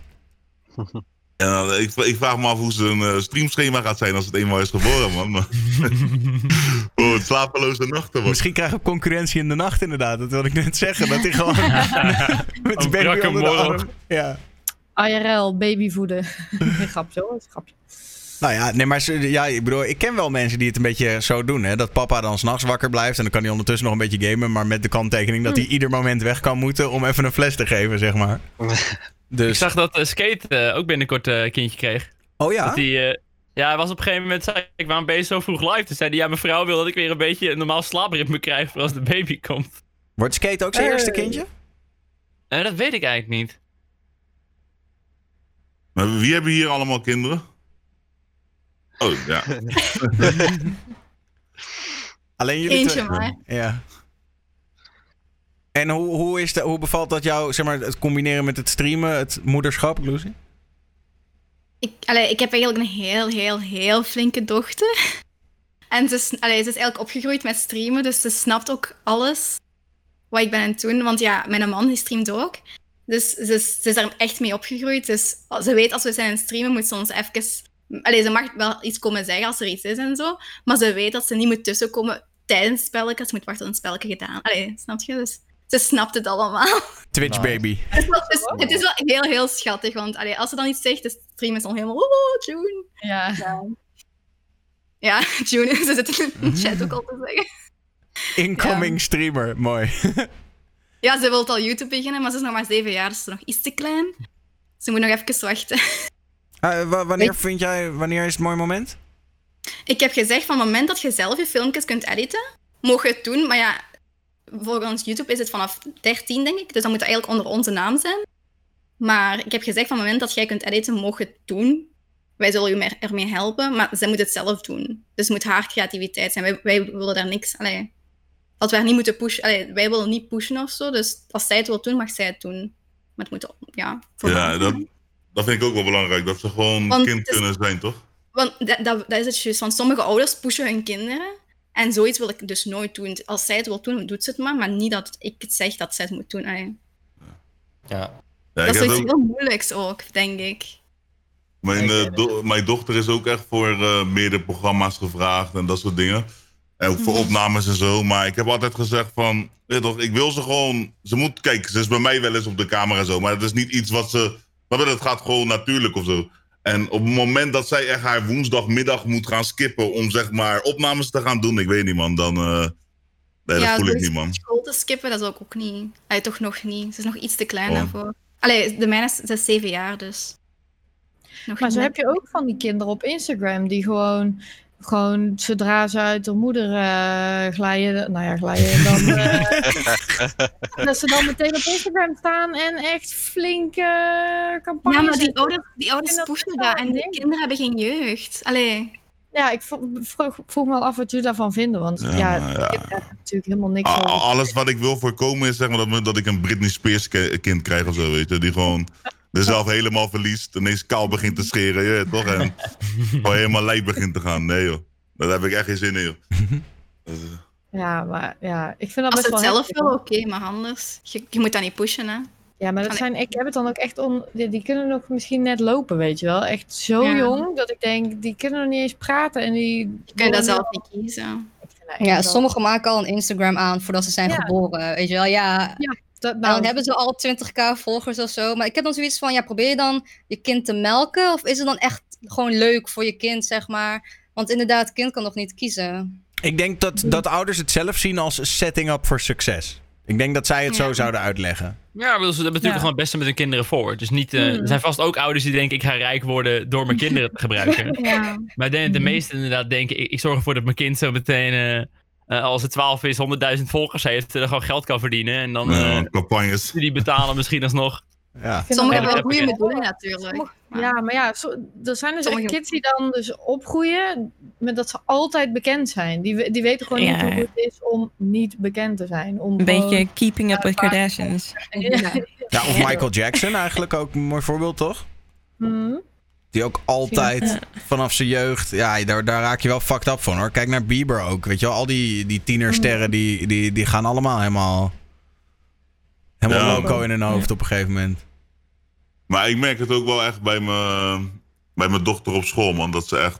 Ja, ik vraag me af hoe zijn streamschema gaat zijn als het eenmaal is geboren, man. Het slapeloze nachten wordt. Misschien krijgen we concurrentie in de nacht inderdaad. Dat wilde ik net zeggen. Dat hij gewoon met zijn baby onder de arm. Ja. IRL, babyvoeden. Grapje hoor, grapje. Nou ja, nee, maar ik bedoel, ik ken wel mensen die het een beetje zo doen. Hè? Dat papa dan 's nachts wakker blijft en dan kan hij ondertussen nog een beetje gamen. Maar met de kanttekening dat hij ieder moment weg kan moeten om even een fles te geven, zeg maar. Dus... Ik zag dat Skate ook binnenkort een kindje kreeg. Oh ja? Dat hij was op een gegeven moment, zei ik, waarom ben je zo vroeg live? Toen zei hij, ja, mijn vrouw wil dat ik weer een beetje een normaal slaapritme krijg voor als de baby komt. Wordt Skate ook zijn eerste kindje? Dat weet ik eigenlijk niet. Maar wie hebben hier allemaal kinderen? Oh, ja. Alleen jullie Eentje maar. Ja. En hoe bevalt dat jou, zeg maar, het combineren met het streamen, het moederschap, Lucy? Ik heb eigenlijk een heel flinke dochter. En ze is eigenlijk opgegroeid met streamen, dus ze snapt ook alles wat ik ben aan het doen. Want ja, mijn man die streamt ook. Dus ze is daar echt mee opgegroeid. Dus ze weet als we zijn aan het streamen, moet ze ons even... ze mag wel iets komen zeggen als er iets is en zo. Maar ze weet dat ze niet moet tussenkomen tijdens het spelletje. Ze moet wachten tot het spelletje gedaan. Snap je? Dus ze snapt het allemaal. Twitch baby. Het is wel heel schattig. Want als ze dan iets zegt, de stream is dan helemaal... Oh, June. Ja, June. Ze zit in de chat ook al te zeggen. Incoming streamer. Mooi. Ja, ze wil al YouTube beginnen, maar ze is nog maar 7 jaar. Dus ze is nog iets te klein. Ze moet nog even wachten. Wanneer is het mooi moment? Ik heb gezegd, van het moment dat je zelf je filmpjes kunt editen, mogen je het doen. Maar ja, volgens YouTube is het vanaf 13, denk ik. Dus dan moet het eigenlijk onder onze naam zijn. Maar ik heb gezegd, van het moment dat jij kunt editen, mogen je het doen. Wij zullen je ermee helpen, maar zij moet het zelf doen. Dus het moet haar creativiteit zijn. Wij willen daar niks... dat wij haar niet moeten pushen. Wij willen niet pushen of zo. Dus als zij het wil doen, mag zij het doen. Maar het moet... Ja, dat vind ik ook wel belangrijk. Dat ze gewoon kind kunnen zijn, toch? Want dat is het juist. Want sommige ouders pushen hun kinderen. En zoiets wil ik dus nooit doen. Als zij het wil doen, doet ze het maar. Maar niet dat ik het zeg dat zij het moet doen. Ja. Dat is iets heel moeilijks ook, denk ik. Mijn dochter is ook echt voor meerdere programma's gevraagd en dat soort dingen. En ook voor opnames en zo. Maar ik heb altijd gezegd van... ik wil ze gewoon... Kijk, ze is bij mij wel eens op de camera en zo. Maar het is niet iets wat ze... Het gaat gewoon natuurlijk of zo. En op het moment dat zij echt haar woensdagmiddag moet gaan skippen... om zeg maar opnames te gaan doen... Ik weet niet man, dan Nee, dat voel ik niet, man. School te skippen, dat is ook niet. Toch nog niet. Ze is nog iets te klein daarvoor. Allee, de mijne is 7 jaar, dus... Maar zo heb je ook van die kinderen op Instagram die gewoon zodra ze uit de moeder glijden, dan dat ze dan meteen op Instagram staan en echt flinke campagnes. Ja, maar die ouders pushen dat en die kinderen hebben geen jeugd. Allee. Ja, ik vroeg me al af wat jullie daarvan vinden, want ik heb natuurlijk helemaal niks over. Alles wat ik wil voorkomen is zeg maar dat ik een Britney Spears kind krijg of zo, weet je. Die gewoon zelf helemaal verliest, ineens kaal begint te scheren, ja, toch? En gewoon helemaal lijp begint te gaan. Nee joh, daar heb ik echt geen zin in, joh. Ja, maar ja, ik vind dat best wel als het zelf wil, oké, maar anders. Je moet dat niet pushen, hè. Ja, maar ik heb het dan ook echt die kunnen nog misschien net lopen, weet je wel. Echt zo jong, dat ik denk, die kunnen nog niet eens praten en die... Je kunt dat zelf niet kiezen. Ja, sommigen maken al een Instagram aan voordat ze zijn geboren, weet je wel. Ja, dan hebben ze al 20.000 volgers of zo. Maar ik heb dan zoiets van, probeer je dan je kind te melken? Of is het dan echt gewoon leuk voor je kind, zeg maar? Want inderdaad, het kind kan nog niet kiezen. Ik denk dat ouders het zelf zien als setting up for success. Ik denk dat zij het zo zouden uitleggen. Ja, ze hebben natuurlijk gewoon het beste met hun kinderen voor. Dus niet, er zijn vast ook ouders die denken, ik ga rijk worden door mijn kinderen te gebruiken. Maar ik denk dat de meesten inderdaad denken, ik zorg ervoor dat mijn kind zo meteen, als het 12 is, 100.000 volgers heeft, er gewoon geld kan verdienen. En dan campagnes. Die betalen misschien alsnog. Ja. Sommigen hebben wel goede bedoelingen natuurlijk. Maar er zijn dus echt kids die dan dus opgroeien met dat ze altijd bekend zijn. Die weten gewoon niet hoe het is om niet bekend te zijn. Om een beetje keeping up with Kardashians. Ja, of Michael Jackson eigenlijk ook een mooi voorbeeld, toch? Die ook altijd vanaf zijn jeugd... Ja, daar raak je wel fucked up van, hoor. Kijk naar Bieber ook, weet je wel. Al die tienersterren, die gaan allemaal helemaal loco in hun hoofd op een gegeven moment. Maar ik merk het ook wel echt bij mijn dochter op school, man. Dat ze echt...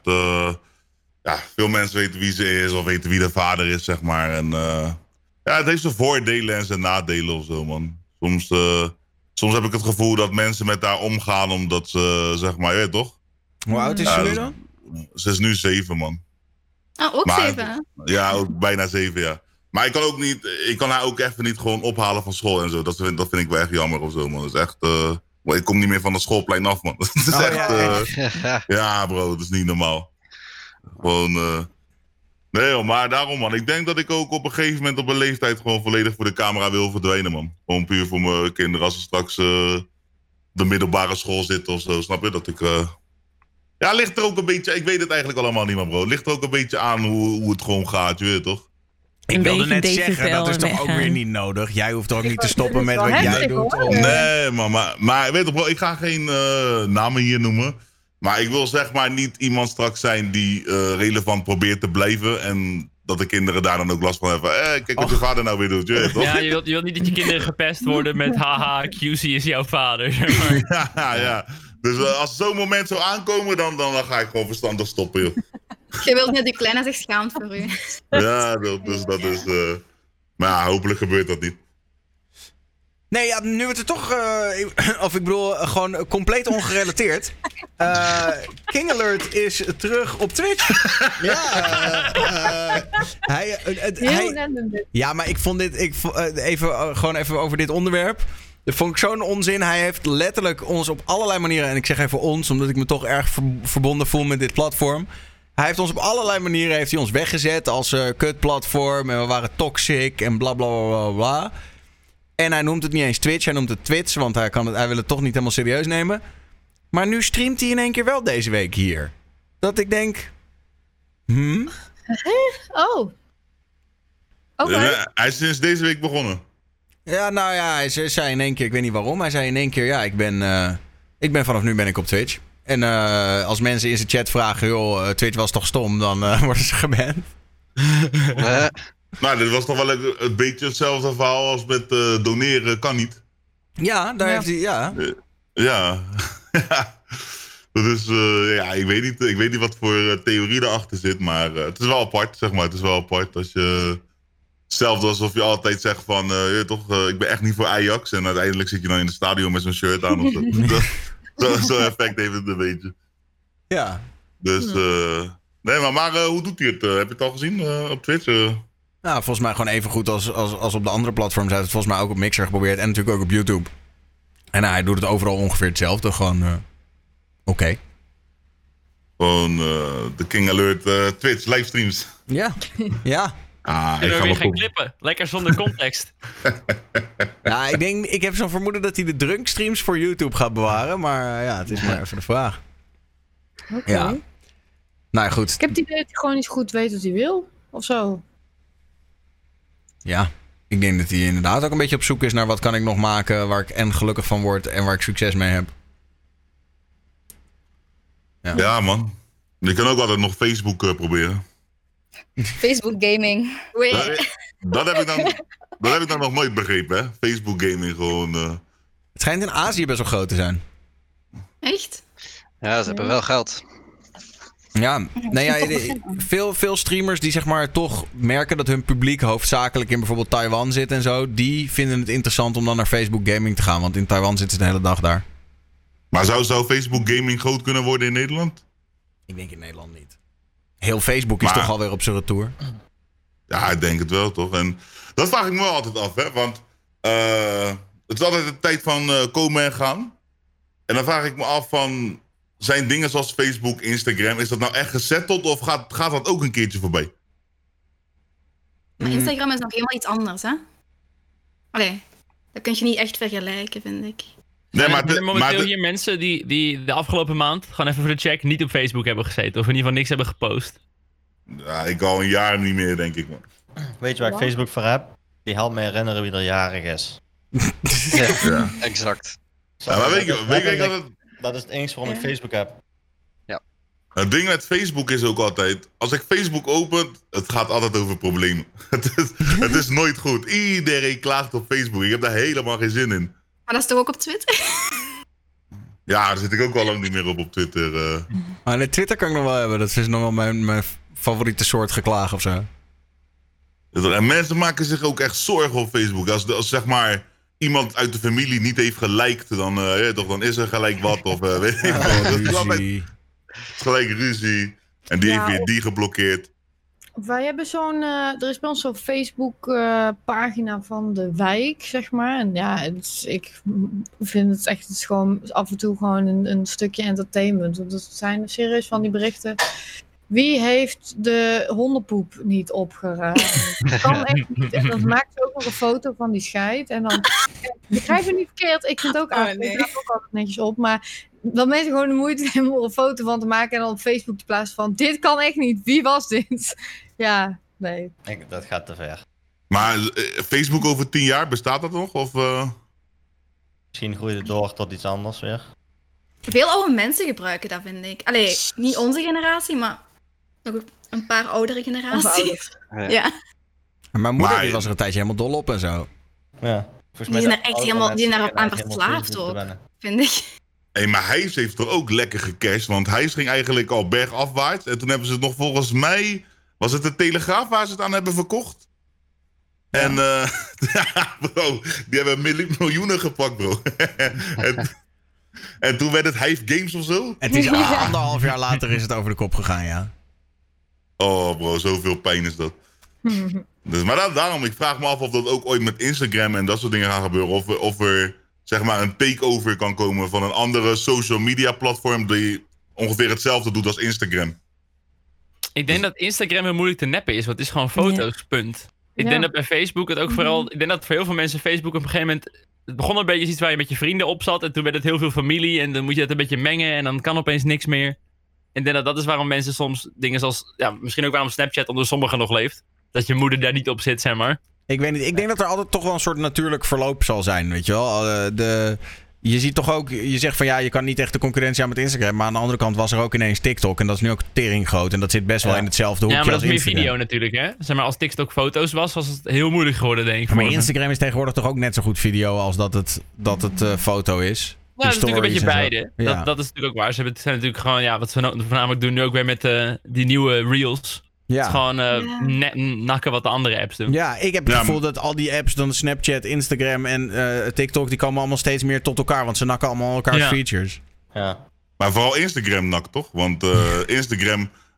veel mensen weten wie ze is of weten wie de vader is, zeg maar. En het heeft zijn voordelen en zijn nadelen of zo, man. Soms heb ik het gevoel dat mensen met haar omgaan omdat ze, zeg maar, je weet toch? Hoe oud is ze nu dan? Ze is nu 7, man. Oh, ook 7? Ja, ook bijna 7, ja. Maar ik kan haar ook even niet gewoon ophalen van school en zo. Dat vind ik wel echt jammer of zo, man. Dat is echt... ik kom niet meer van het schoolplein af, man. Dat is echt... ja, bro, dat is niet normaal. Gewoon... Nee, joh, maar daarom, man. Ik denk dat ik ook op een gegeven moment op een leeftijd gewoon volledig voor de camera wil verdwijnen, man. Gewoon puur voor mijn kinderen. Als ze straks op de middelbare school zitten of zo, snap je? Dat ik... ligt er ook een beetje... Ik weet het eigenlijk allemaal niet, man, bro. Ligt er ook een beetje aan hoe het gewoon gaat, je weet toch? Ik wilde net zeggen, dat is toch ook weer niet nodig? Jij hoeft toch ook niet te stoppen met wat jij doet? Nee, maar weet je, bro, ik ga geen namen hier noemen. Maar ik wil zeg maar niet iemand straks zijn die relevant probeert te blijven. En dat de kinderen daar dan ook last van hebben. Kijk wat je vader nou weer doet. Je weet toch? Ja, je wilt niet dat je kinderen gepest worden met haha, QC is jouw vader. Zeg maar. Ja. Dus als zo'n moment zou aankomen, dan ga ik gewoon verstandig stoppen, joh. Je wilt niet die kleine zich schaamt voor u. Ja, dus dat is... Maar ja, hopelijk gebeurt dat niet. Nee, ja, nu het er toch... of ik bedoel, gewoon compleet ongerelateerd. King Alert is terug op Twitch. Ja, maar ik vond dit... even over dit onderwerp. Dat vond ik zo'n onzin. Hij heeft letterlijk ons op allerlei manieren... En ik zeg even ons, omdat ik me toch erg verbonden voel met dit platform... Hij heeft ons op allerlei manieren ons weggezet als kutplatform. En we waren toxic en bla bla bla bla. En hij noemt het niet eens Twitch, hij noemt het Twitch. Want hij wil het toch niet helemaal serieus nemen. Maar nu streamt hij in één keer wel deze week hier. Dat ik denk... Oh. Okay. Hij is sinds deze week begonnen. Ja, nou ja, hij zei in één keer... Ik weet niet waarom. Hij zei in één keer... Ja, ik ben vanaf nu op Twitch. En als mensen in zijn chat vragen... joh, Twitch was toch stom, dan worden ze geband. Nou, dit was toch wel een beetje hetzelfde verhaal als met doneren kan niet. Ja, daar heeft hij... Ja. Ja. Dat is... ik weet niet wat voor theorie erachter zit. Maar het is wel apart, zeg maar. Het is wel apart als je... Hetzelfde alsof je altijd zegt van... ik ben echt niet voor Ajax. En uiteindelijk zit je dan in het stadion met zo'n shirt aan of zo. Zo'n effect heeft het een beetje. Ja. Dus, nee, maar hoe doet hij het? Heb je het al gezien op Twitch? Nou, volgens mij gewoon even goed als op de andere platforms. Hij heeft het volgens mij ook op Mixer geprobeerd. En natuurlijk ook op YouTube. En hij doet het overal ongeveer hetzelfde. Gewoon oké. Gewoon de King Alert Twitch livestreams. Ja. Kunnen we weer geen klippen. Lekker zonder context. Ja, ik heb zo'n vermoeden dat hij de drunk streams voor YouTube gaat bewaren. Maar het is maar even de vraag. Oké. Ja. Nou ja, goed. Ik heb het idee dat hij gewoon niet zo goed weet wat hij wil. Of zo. Ja, ik denk dat hij inderdaad ook een beetje op zoek is naar wat kan ik nog maken waar ik en gelukkig van word en waar ik succes mee heb. Ja man. Je kan ook altijd nog Facebook proberen. Facebook gaming. Dat heb ik dan nog nooit begrepen, hè? Facebook gaming gewoon. Het schijnt in Azië best wel groot te zijn. Echt? Ja, ze hebben wel geld. Ja, veel streamers die zeg maar toch merken dat hun publiek hoofdzakelijk in bijvoorbeeld Taiwan zit en zo, die vinden het interessant om dan naar Facebook gaming te gaan, want in Taiwan zitten ze de hele dag daar. Maar zou Facebook gaming groot kunnen worden in Nederland? Ik denk in Nederland niet. Heel Facebook is toch alweer op zijn retour. Ja, ik denk het wel, toch? En dat vraag ik me wel altijd af, hè? Want het is altijd een tijd van komen en gaan. En dan vraag ik me af van, zijn dingen zoals Facebook, Instagram, is dat nou echt gezetteld of gaat dat ook een keertje voorbij? Maar Instagram is nog helemaal iets anders, hè? Allee, dat kun je niet echt vergelijken, vind ik. Nee, maar er momenteel hier mensen die de afgelopen maand, gewoon even voor de check, niet op Facebook hebben gezeten. Of in ieder geval niks hebben gepost. Ja, ik al een jaar niet meer, denk ik, man. Weet je waar ik Facebook voor heb? Die helpt me herinneren wie er jarig is. Ja, exact. Ja, maar weet je dat is het enige waarom ik Facebook heb. Ja. Het ding met Facebook is ook altijd, als ik Facebook open, het gaat altijd over problemen. Het is nooit goed. Iedereen klaagt op Facebook. Ik heb daar helemaal geen zin in. Maar dat is toch ook op Twitter? Ja, daar zit ik ook al lang niet meer op Twitter. Maar nee, Twitter kan ik nog wel hebben. Dat is nog wel mijn favoriete soort geklaag of zo. En mensen maken zich ook echt zorgen op Facebook. Als zeg maar iemand uit de familie niet heeft geliked, dan is er gelijk wat. Of weet ik wel. Dat is altijd gelijk ruzie. En die heeft weer die geblokkeerd. Wij hebben er is bij ons zo'n Facebook pagina van de wijk, zeg maar. En ja, ik vind het echt, het is gewoon af en toe gewoon een stukje entertainment. Want het zijn serieus van die berichten. Wie heeft de hondenpoep niet opgeruimd? Dat kan echt niet. En dan maakt ze ook nog een foto van die scheid. En dan, begrijp me niet verkeerd, ik vind het ook aardig. Ik raak ook altijd netjes op, maar dan mensen gewoon de moeite nemen om er een foto van te maken en dan op Facebook te plaatsen van, dit kan echt niet, wie was dit? Ja, nee. Dat gaat te ver. Maar Facebook over 10 jaar, bestaat dat nog? Of, Misschien groeit het door tot iets anders weer. Veel oude mensen gebruiken dat, vind ik. Allee, niet onze generatie, maar nog een paar oudere generaties. Ja. Mijn moeder die was er een tijdje helemaal dol op en zo. Ja. Die zijn er echt helemaal aan verslaafd ook, vind ik. Hey, maar Hijs heeft er ook lekker gecashed, want Hijs ging eigenlijk al bergafwaarts. En toen hebben ze het nog volgens mij, was het de Telegraaf waar ze het aan hebben verkocht? Ja. En ja, bro, die hebben miljoenen gepakt, bro. en toen werd het Hive Games of zo. Het is 1,5 jaar later is het over de kop gegaan, ja. Oh bro, zoveel pijn is dat. Dus, maar daarom, ik vraag me af of dat ook ooit met Instagram en dat soort dingen gaat gebeuren. Of er zeg maar een takeover kan komen van een andere social media platform die ongeveer hetzelfde doet als Instagram. Ik denk dat Instagram heel moeilijk te neppen is, want het is gewoon foto's, punt. Ik denk dat bij Facebook het ook vooral, ik denk dat voor heel veel mensen Facebook op een gegeven moment, het begon een beetje iets waar je met je vrienden op zat en toen werd het heel veel familie en dan moet je het een beetje mengen en dan kan opeens niks meer. Ik denk dat dat is waarom mensen soms dingen zoals, ja, misschien ook waarom Snapchat onder sommigen nog leeft. Dat je moeder daar niet op zit, zeg maar. Ik weet niet, ik denk dat er altijd toch wel een soort natuurlijk verloop zal zijn, weet je wel. Je ziet toch ook, je zegt van ja, je kan niet echt de concurrentie aan met Instagram. Maar aan de andere kant was er ook ineens TikTok. En dat is nu ook tering groot. En dat zit best wel in hetzelfde hoekje als Instagram. Ja, maar dat is meer Instagram. video natuurlijk, hè. Zeg maar, als TikTok foto's was het heel moeilijk geworden, denk ik. Maar Instagram is tegenwoordig toch ook net zo goed video als dat het foto is. Ja, dat is natuurlijk een beetje beide. Ja. Dat is natuurlijk ook waar. Ze zijn natuurlijk gewoon, ja, wat ze voornamelijk doen nu ook weer met die nieuwe Reels. Ja. Het is gewoon nakken wat de andere apps doen. Ja, ik heb het gevoel dat al die apps, dan Snapchat, Instagram en TikTok, die komen allemaal steeds meer tot elkaar. Want ze nakken allemaal elkaars features. Ja. Maar vooral Instagram nakt, toch? Want Instagram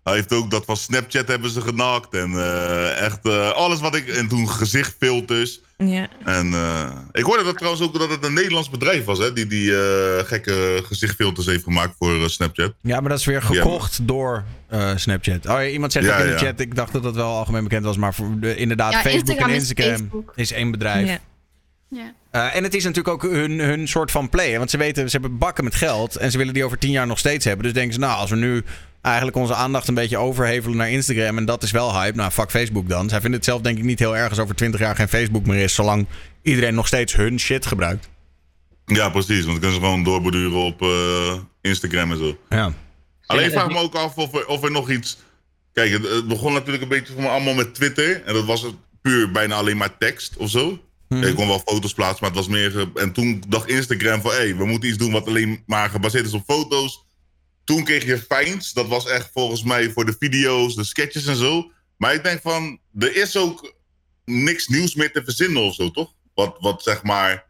Hij heeft ook dat van Snapchat hebben ze genakt. En echt alles wat ik... En toen gezichtfilters. Ja. En ik hoorde dat trouwens ook dat het een Nederlands bedrijf was, hè? Die gekke gezichtfilters heeft gemaakt voor Snapchat. Ja, maar dat is weer gekocht door Snapchat. Oh, iemand zegt ook in de chat, ik dacht dat dat wel algemeen bekend was. Maar voor inderdaad, Facebook en Instagram is één bedrijf. Ja. Ja. En het is natuurlijk ook hun soort van play. Hè? Want ze weten, ze hebben bakken met geld. En ze willen die over 10 jaar nog steeds hebben. Dus denken ze, nou, als we nu eigenlijk onze aandacht een beetje overhevelen naar Instagram. En dat is wel hype. Nou, fuck Facebook dan. Zij vinden het zelf denk ik niet heel erg als over 20 jaar geen Facebook meer is. Zolang iedereen nog steeds hun shit gebruikt. Ja, precies. Want dan kunnen ze gewoon doorborduren op Instagram en zo. Ja. Alleen vraag me ook af of er nog iets... Kijk, het begon natuurlijk een beetje voor me allemaal met Twitter. En dat was puur bijna alleen maar tekst of zo. Je kon wel foto's plaatsen, maar het was meer... En toen dacht Instagram van... we moeten iets doen wat alleen maar gebaseerd is op foto's. Toen kreeg je Vines. Dat was echt volgens mij voor de video's, de sketches en zo. Maar ik denk van... Er is ook niks nieuws meer te verzinnen of zo, toch? Wat zeg maar...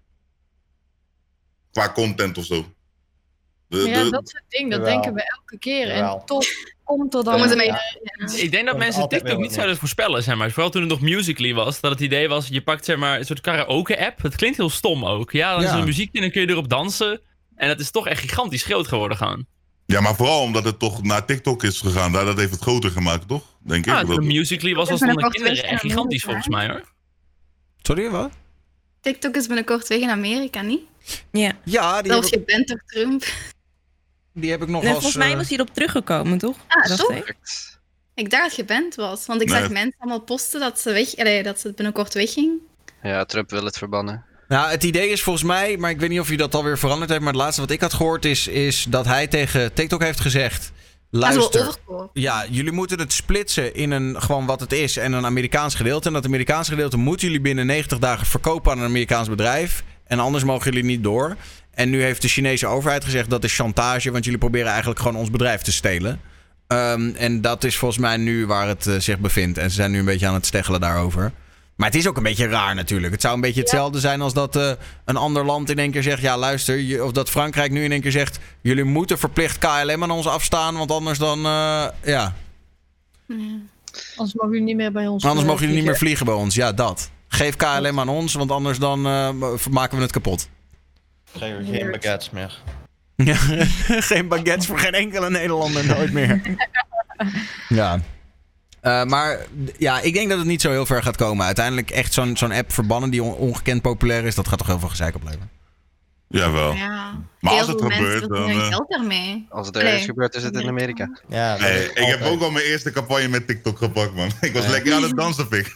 Qua content of zo. Dat soort dingen, dat denken we elke keer. En toch komt er dan... Ik denk dat mensen TikTok niet zouden voorspellen, zeg maar. Vooral toen het nog Musical.ly was. Dat het idee was, je pakt zeg maar een soort karaoke-app. Het klinkt heel stom ook. Ja, dan is er muziek in en kun je erop dansen. En dat is toch echt gigantisch groot geworden gaan. Ja, maar vooral omdat het toch naar TikTok is gegaan. Dat heeft het groter gemaakt, toch? Denk ik. De Musical.ly was als onder kinderen echt gigantisch volgens mij, hoor. Sorry, wat? TikTok is binnenkort weg in Amerika, niet? Ja. Zelfs je bent toch Trump? Die heb ik nog volgens mij was hij erop teruggekomen, toch? Toch? Ik dacht dat je bent was. Want ik zag mensen allemaal posten dat ze het binnenkort wegging. Ja, Trump wil het verbannen. Nou, het idee is volgens mij, maar ik weet niet of je dat alweer veranderd heeft. Maar het laatste wat ik had gehoord is dat hij tegen TikTok heeft gezegd... Luister, jullie moeten het splitsen in een gewoon wat het is en een Amerikaans gedeelte. En dat Amerikaanse gedeelte moeten jullie binnen 90 dagen verkopen aan een Amerikaans bedrijf. En anders mogen jullie niet door. En nu heeft de Chinese overheid gezegd dat is chantage, want jullie proberen eigenlijk gewoon ons bedrijf te stelen. En dat is volgens mij nu waar het zich bevindt. En ze zijn nu een beetje aan het steggelen daarover. Maar het is ook een beetje raar natuurlijk. Het zou een beetje hetzelfde zijn als dat een ander land in één keer zegt... Ja, luister, of dat Frankrijk nu in één keer zegt... Jullie moeten verplicht KLM aan ons afstaan, want anders dan, Anders mogen jullie niet meer bij ons Anders mogen jullie niet meer vliegen bij ons, ja, dat. Geef KLM aan ons, want anders dan maken we het kapot. Krijgen we geen baguettes meer. Ja, geen baguettes voor geen enkele Nederlander, nooit meer. Ja. Maar ja, ik denk dat het niet zo heel ver gaat komen. Uiteindelijk echt zo'n app verbannen die ongekend populair is... dat gaat toch heel veel gezeik opleveren. Jawel. Ja. Maar als het gebeurt, dan... geld daarmee. Als het ergens gebeurt, is het in Amerika. Ja, ik heb ook al mijn eerste campagne met TikTok gepakt, man. Ik was lekker aan het dansen, pik.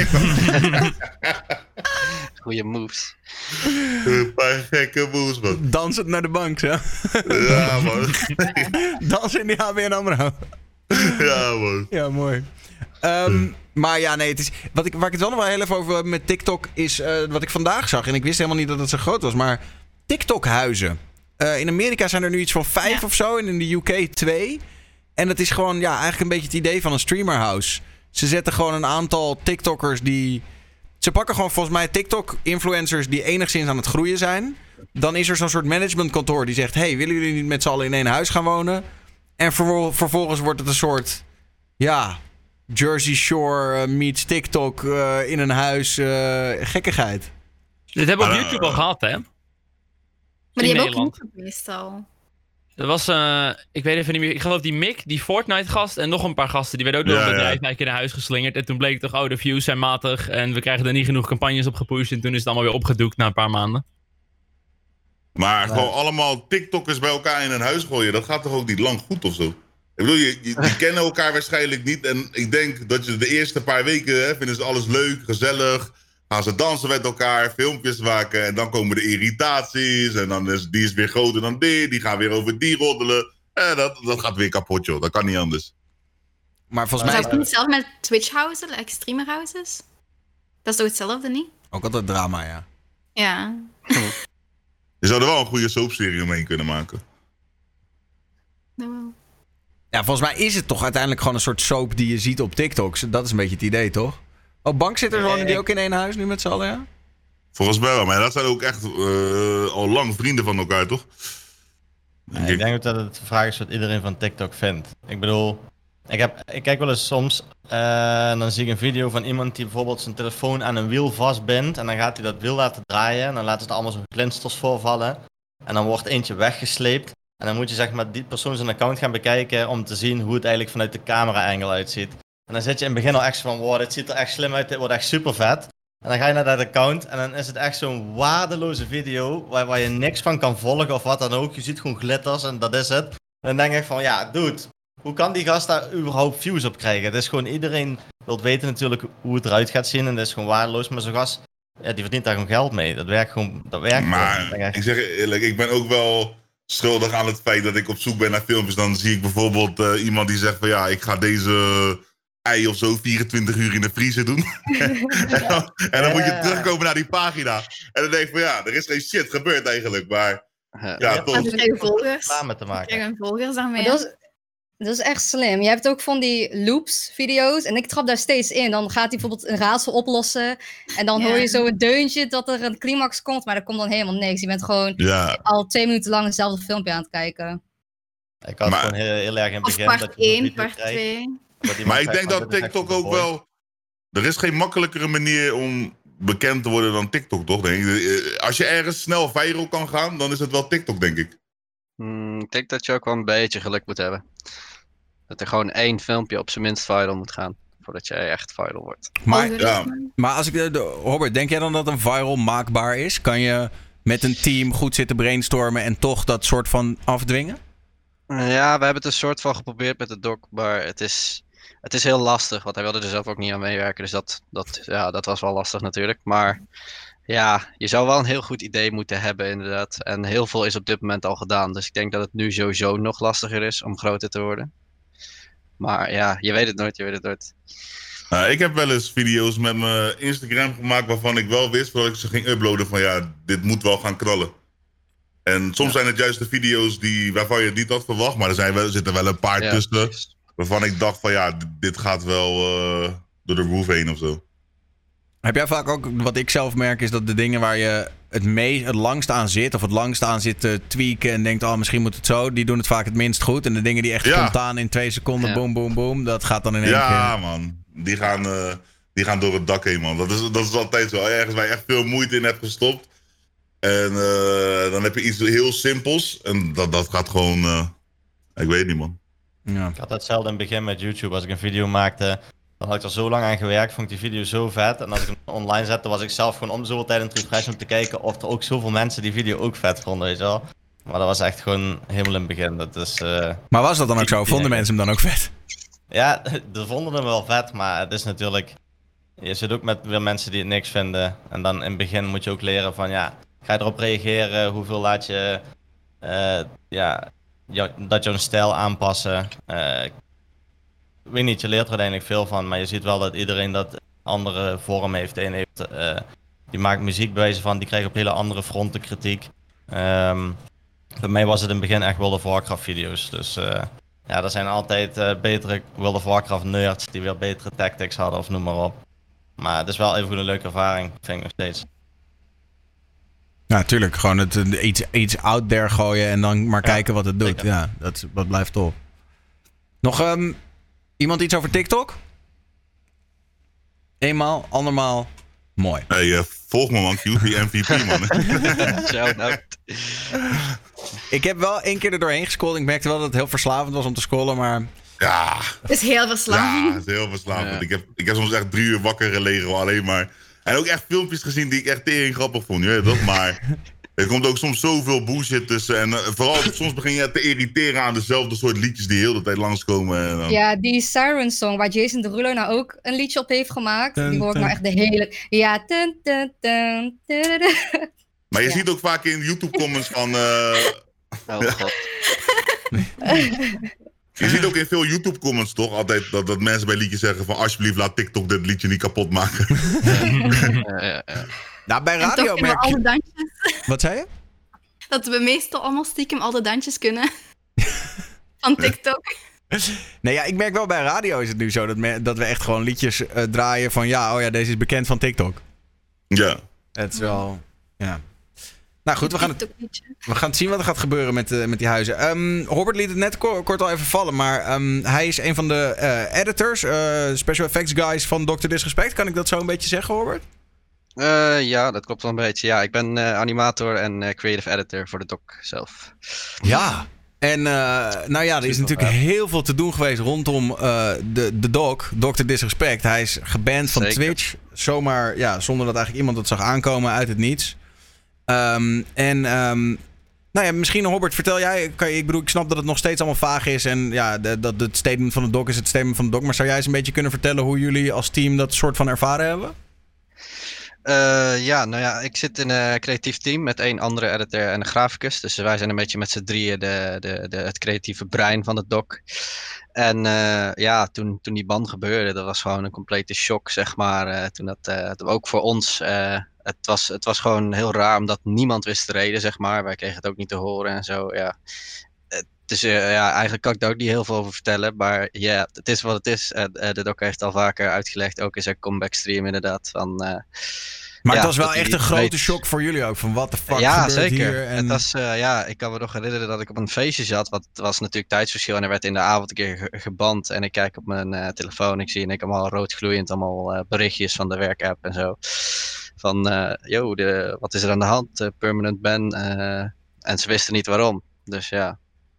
Goeie moves. Een paar gekke moves, man. Dansend naar de bank, zo. Ja, man. Dansen in die ABN AMRO. Ja, man. Ja, mooi. Maar ja, nee, het is, waar ik het wel nog wel heel even over heb met TikTok is wat ik vandaag zag. En ik wist helemaal niet dat het zo groot was. Maar TikTok-huizen. In Amerika zijn er nu iets van 5 of zo. En in de UK 2. En dat is gewoon eigenlijk een beetje het idee van een streamerhouse. Ze zetten gewoon een aantal TikTokkers die... Ze pakken gewoon volgens mij TikTok-influencers die enigszins aan het groeien zijn. Dan is er zo'n soort managementkantoor die zegt... Hey, willen jullie niet met z'n allen in één huis gaan wonen? En vervolgens wordt het een soort... Jersey Shore meets TikTok in een huis. Gekkigheid. Dit hebben we op YouTube al gehad, hè? Maar die hebben ook YouTube meestal. Dat was, ik weet even niet meer. Ik geloof die Mick, die Fortnite-gast en nog een paar gasten. Die werden ook door een bedrijf naar huis geslingerd. En toen bleek toch, de views zijn matig. En we krijgen er niet genoeg campagnes op gepusht. En toen is het allemaal weer opgedoekt na een paar maanden. Maar gewoon allemaal TikTokkers bij elkaar in een huis gooien. Dat gaat toch ook niet lang goed of zo? Ik bedoel, die kennen elkaar waarschijnlijk niet. En ik denk dat je de eerste paar weken vinden ze alles leuk, gezellig. Gaan ze dansen met elkaar, filmpjes maken. En dan komen de irritaties. En dan is die weer groter dan die gaan weer over die roddelen. En dat gaat weer kapot, joh. Dat kan niet anders. Maar volgens mij... Zou het niet hetzelfde met Twitch-houses, like streamer-houses? Dat is toch hetzelfde, niet? Ook altijd drama, ja. Ja. Je zou er wel een goede soapserie omheen kunnen maken. Ja, volgens mij is het toch uiteindelijk gewoon een soort soap die je ziet op TikTok. Dat is een beetje het idee, toch? Oh, bankzitters wonen die ook in één huis nu met z'n allen, ja? Volgens mij wel, maar dat zijn ook echt al lang vrienden van elkaar, toch? Ja, ik denk ook dat het de vraag is wat iedereen van TikTok vindt. Ik bedoel, Ik kijk wel eens soms, dan zie ik een video van iemand die bijvoorbeeld zijn telefoon aan een wiel vastbindt. En dan gaat hij dat wiel laten draaien. En dan laten ze er allemaal zo'n glinsters voorvallen. En dan wordt eentje weggesleept. En dan moet je zeg maar die persoon zijn account gaan bekijken om te zien hoe het eigenlijk vanuit de camera-angle uitziet. En dan zit je in het begin al echt van, wow, dit ziet er echt slim uit, dit wordt echt super vet. En dan ga je naar dat account en dan is het echt zo'n waardeloze video waar je niks van kan volgen of wat dan ook. Je ziet gewoon glitters en dat is het. En dan denk ik van, ja, dude, hoe kan die gast daar überhaupt views op krijgen? Het is gewoon, iedereen wil weten natuurlijk hoe het eruit gaat zien en dat is gewoon waardeloos. Maar zo'n gast, ja, die verdient daar gewoon geld mee. Dat werkt gewoon, Maar ik zeg eerlijk, ik ben ook wel schuldig aan het feit dat ik op zoek ben naar filmpjes. Dan zie ik bijvoorbeeld iemand die zegt van, ja, ik ga deze ei of zo 24 uur in de vriezer doen. en dan moet je terugkomen naar die pagina. En dan denk ik van, ja, er is geen shit gebeurd eigenlijk. Maar ja, toch. Dan krijg je volgers. Te maken. Krijg je volgers daarmee. Dat is echt slim. Je hebt ook van die loops-video's. En ik trap daar steeds in. Dan gaat hij bijvoorbeeld een raadsel oplossen. En dan hoor je zo een deuntje dat er een climax komt. Maar er komt dan helemaal niks. Je bent gewoon al 2 minuten lang hetzelfde filmpje aan het kijken. Ik had gewoon heel erg in het begin. Of part 1, part 2. Maar ik denk dat TikTok ook wel... Er is geen makkelijkere manier om bekend te worden dan TikTok, toch? Denk ik. Als je ergens snel viral kan gaan, dan is het wel TikTok, denk ik. Ik denk dat je ook wel een beetje geluk moet hebben. Dat er gewoon 1 filmpje op zijn minst viral moet gaan. Voordat jij echt viral wordt. Maar als ik... Robert, denk jij dan dat een viral maakbaar is? Kan je met een team goed zitten brainstormen en toch dat soort van afdwingen? Ja, we hebben het een soort van geprobeerd met de doc. Maar het is heel lastig. Want hij wilde er zelf ook niet aan meewerken. Dus dat was wel lastig natuurlijk. Maar ja, je zou wel een heel goed idee moeten hebben inderdaad. En heel veel is op dit moment al gedaan. Dus ik denk dat het nu sowieso nog lastiger is om groter te worden. Maar ja, je weet het nooit. Ik heb wel eens video's met mijn Instagram gemaakt waarvan ik wel wist, voordat ik ze ging uploaden, van ja, dit moet wel gaan knallen. En soms zijn het juist de video's waarvan je het niet had verwacht, maar er zitten wel een paar tussen waarvan ik dacht van ja, dit gaat wel door de roof heen of zo. Heb jij vaak ook, wat ik zelf merk, is dat de dingen waar je het langst aan zit, of het langst aan zit te tweaken en denkt, oh, misschien moet het zo, die doen het vaak het minst goed. En de dingen die echt spontaan in 2 seconden, boom, boom, boom, dat gaat dan in één keer. Ja, man. Die gaan door het dak heen, man. Dat is altijd zo. Ergens waar je echt veel moeite in hebt gestopt. En dan heb je iets heel simpels. En dat gaat gewoon... ik weet niet, man. Ja. Ik had hetzelfde in het begin met YouTube. Als ik een video maakte, dan had ik er zo lang aan gewerkt. Vond ik die video zo vet. En als ik hem online zette, was ik zelf gewoon om de zoveel tijd aan het refreshen om te kijken of er ook zoveel mensen die video ook vet vonden, weet je wel. Maar dat was echt gewoon helemaal in het begin. Dat is, maar was dat dan ook zo? Vonden mensen hem dan ook vet? Ja, ze vonden hem wel vet, maar het is natuurlijk... Je zit ook met weer mensen die het niks vinden. En dan in het begin moet je ook leren van, ja, ga je erop reageren? Hoeveel laat je, dat jouw stijl aanpassen? Ik weet niet, je leert er uiteindelijk veel van, maar je ziet wel dat iedereen dat andere vorm heeft. De een heeft, die maakt muziek bij wijze van, die krijgt op hele andere fronten kritiek. Bij mij was het in het begin echt World of Warcraft video's, dus... ja, er zijn altijd betere World of Warcraft nerds die weer betere tactics hadden of noem maar op. Maar het is wel even een leuke ervaring, vind ik nog steeds. Ja, tuurlijk. Gewoon iets out there gooien en dan maar kijken wat het doet. Zeker. Ja, dat blijft top. Nog iemand iets over TikTok? Eenmaal, andermaal. Mooi. Hey, volg me man, QB MVP man. Shout-out. Ik heb wel 1 keer er doorheen gescrolld. Ik merkte wel dat het heel verslavend was om te scrollen, maar... Ja. Het is heel verslavend. Ja, het is heel verslavend. Ja. Ik heb soms echt 3 uur wakker gelegen alleen maar. En ook echt filmpjes gezien die ik echt tering grappig vond. Je weet toch? Maar er komt ook soms zoveel bullshit tussen. En vooral soms begin je te irriteren aan dezelfde soort liedjes die heel de tijd langskomen. En dan... Ja, die Siren Song waar Jason Derulo nou ook een liedje op heeft gemaakt. Die hoor ik nou echt de hele... Ja, Maar je ziet ook vaak in YouTube comments van... Oh god. Je ziet ook in veel YouTube comments toch altijd dat mensen bij liedjes zeggen van alsjeblieft laat TikTok dit liedje niet kapot maken. Ja. Nou, bij radio merk je... Alle dansjes. Wat zei je? Dat we meestal allemaal stiekem al de dansjes kunnen. Van TikTok. Nee, ja, ik merk wel bij radio is het nu zo dat we echt gewoon liedjes draaien van ja, oh ja, deze is bekend van TikTok. Ja. Het is wel... Ja. Nou goed, we gaan zien wat er gaat gebeuren met die huizen. Robert liet het net kort al even vallen, maar hij is een van de editors, special effects guys van Dr. Disrespect. Kan ik dat zo een beetje zeggen, Robert? Ja, dat klopt wel een beetje. Ja, ik ben animator en creative editor voor de doc zelf. Ja, en er is natuurlijk heel veel te doen geweest rondom de doc, Dr. Disrespect. Hij is geband van Twitch, zomaar, zonder dat eigenlijk iemand het zag aankomen uit het niets. Misschien Robert, vertel jij, ik snap dat het nog steeds allemaal vaag is en dat het statement van de doc is het statement van de doc, maar zou jij eens een beetje kunnen vertellen hoe jullie als team dat soort van ervaren hebben? Ik zit in een creatief team met 1 andere editor en een graficus. Dus wij zijn een beetje met z'n drieën het creatieve brein van de doc. En toen die ban gebeurde, dat was gewoon een complete shock, zeg maar. Toen dat ook voor ons, het was gewoon heel raar, omdat niemand wist de reden, zeg maar. Wij kregen het ook niet te horen en zo, ja. Dus eigenlijk kan ik daar ook niet heel veel over vertellen. Maar het is wat het is. De doc heeft al vaker uitgelegd, ook in zijn comeback stream inderdaad. Maar het was wel echt een grote shock voor jullie ook. Van what the fuck gebeurt zeker. Hier? Het was, ik kan me nog herinneren dat ik op een feestje zat. Want het was natuurlijk tijdsverschil en er werd in de avond een keer geband. En ik kijk op mijn telefoon. Ik zie en ik allemaal rood gloeiend. Allemaal berichtjes van de werkapp en zo. Van, wat is er aan de hand? Permanent ban. En ze wisten niet waarom. Dus ja.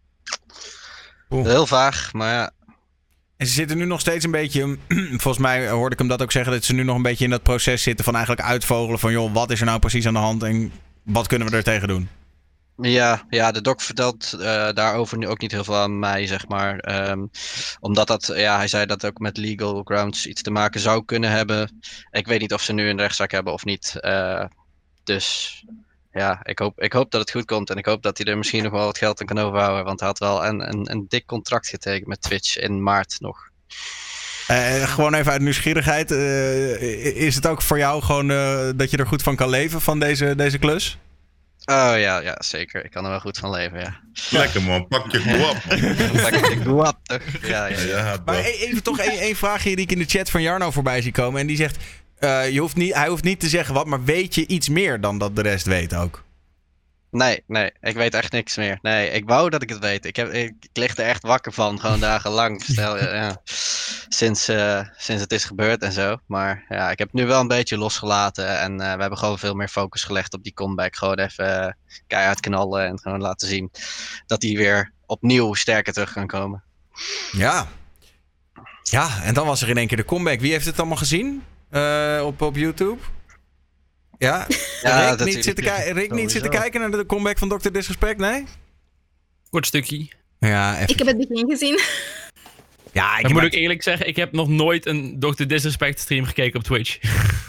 Heel vaag, maar ja. En ze zitten nu nog steeds een beetje, volgens mij hoorde ik hem dat ook zeggen, dat ze nu nog een beetje in dat proces zitten van eigenlijk uitvogelen van joh, wat is er nou precies aan de hand en wat kunnen we er tegen doen? Ja, de doc vertelt daarover nu ook niet heel veel aan mij, zeg maar. Omdat hij zei dat het ook met legal grounds iets te maken zou kunnen hebben. Ik weet niet of ze nu een rechtszaak hebben of niet. Dus ja, ik hoop dat het goed komt en ik hoop dat hij er misschien nog wel wat geld aan kan overhouden. Want hij had wel een dik contract getekend met Twitch in maart nog. Gewoon even uit nieuwsgierigheid. Is het ook voor jou gewoon dat je er goed van kan leven van deze klus? Oh ja, zeker. Ik kan er wel goed van leven, ja. Lekker man, pak je guap. Pak je guap, toch? Ja. Maar even toch één vraagje die ik in de chat van Jarno voorbij zie komen. En die zegt, hij hoeft niet te zeggen wat, maar weet je iets meer dan dat de rest weet ook? Nee, ik weet echt niks meer. Nee, ik wou dat ik het weet. Ik lig er echt wakker van, gewoon dagenlang. Sinds het is gebeurd en zo. Maar ja, ik heb het nu wel een beetje losgelaten. En we hebben gewoon veel meer focus gelegd op die comeback. Gewoon even keihard knallen en gewoon laten zien dat hij weer opnieuw sterker terug kan komen. Ja, en dan was er in één keer de comeback. Wie heeft het allemaal gezien op YouTube? Ja, Rick niet zitten kijken naar de comeback van Dr. Disrespect, nee? Kort stukje. Ja, ik heb het begin gezien. Ja, dan moet ik eerlijk zeggen, ik heb nog nooit een Dr. Disrespect stream gekeken op Twitch.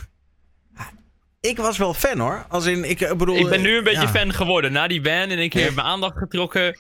Ik was wel fan hoor. Als in, ik ben nu een beetje fan geworden. Na die ban in één keer mijn aandacht getrokken.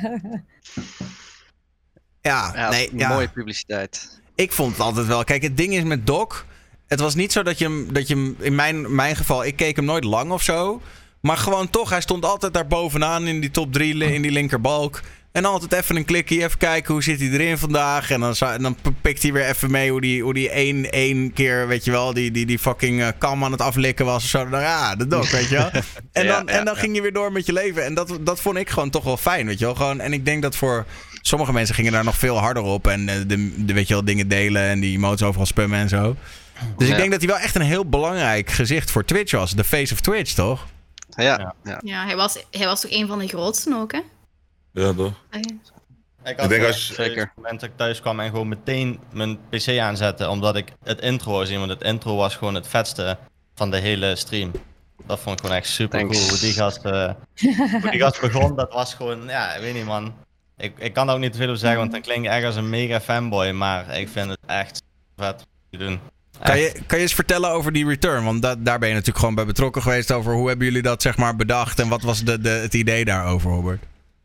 Mooie publiciteit. Ik vond het altijd wel. Kijk, het ding is met Doc. Het was niet zo dat je hem in mijn geval, ik keek hem nooit lang of zo. Maar gewoon toch, hij stond altijd daar bovenaan in die top 3, in die linkerbalk. En altijd even een klikje, even kijken hoe zit hij erin vandaag. En dan pikt hij weer even mee hoe die één keer, weet je wel, die fucking kam aan het aflikken was of zo. De Doc, weet je wel. En dan ging je weer door met je leven. En dat vond ik gewoon toch wel fijn, weet je wel. Gewoon, en ik denk dat voor sommige mensen gingen daar nog veel harder op. En de weet je wel, dingen delen en die emotes overal spammen en zo. Dus ik denk dat hij wel echt een heel belangrijk gezicht voor Twitch was. De face of Twitch, toch? Ja, hij was toch een van de grootsten ook, hè? Ja, toch? Ik denk als zeker. Op het moment dat ik thuis kwam en gewoon meteen mijn PC aanzette, omdat ik het intro wou zien, want het intro was gewoon het vetste van de hele stream. Dat vond ik gewoon echt super cool. Hoe die gast begon, dat was gewoon, ik weet niet man. Ik kan daar ook niet te veel over zeggen, want dan klink ik echt als een mega fanboy, maar ik vind het echt vet te doen. Kan je eens vertellen over die return? Want daar ben je natuurlijk gewoon bij betrokken geweest over hoe hebben jullie dat zeg maar bedacht en wat was het idee daarover, Robert?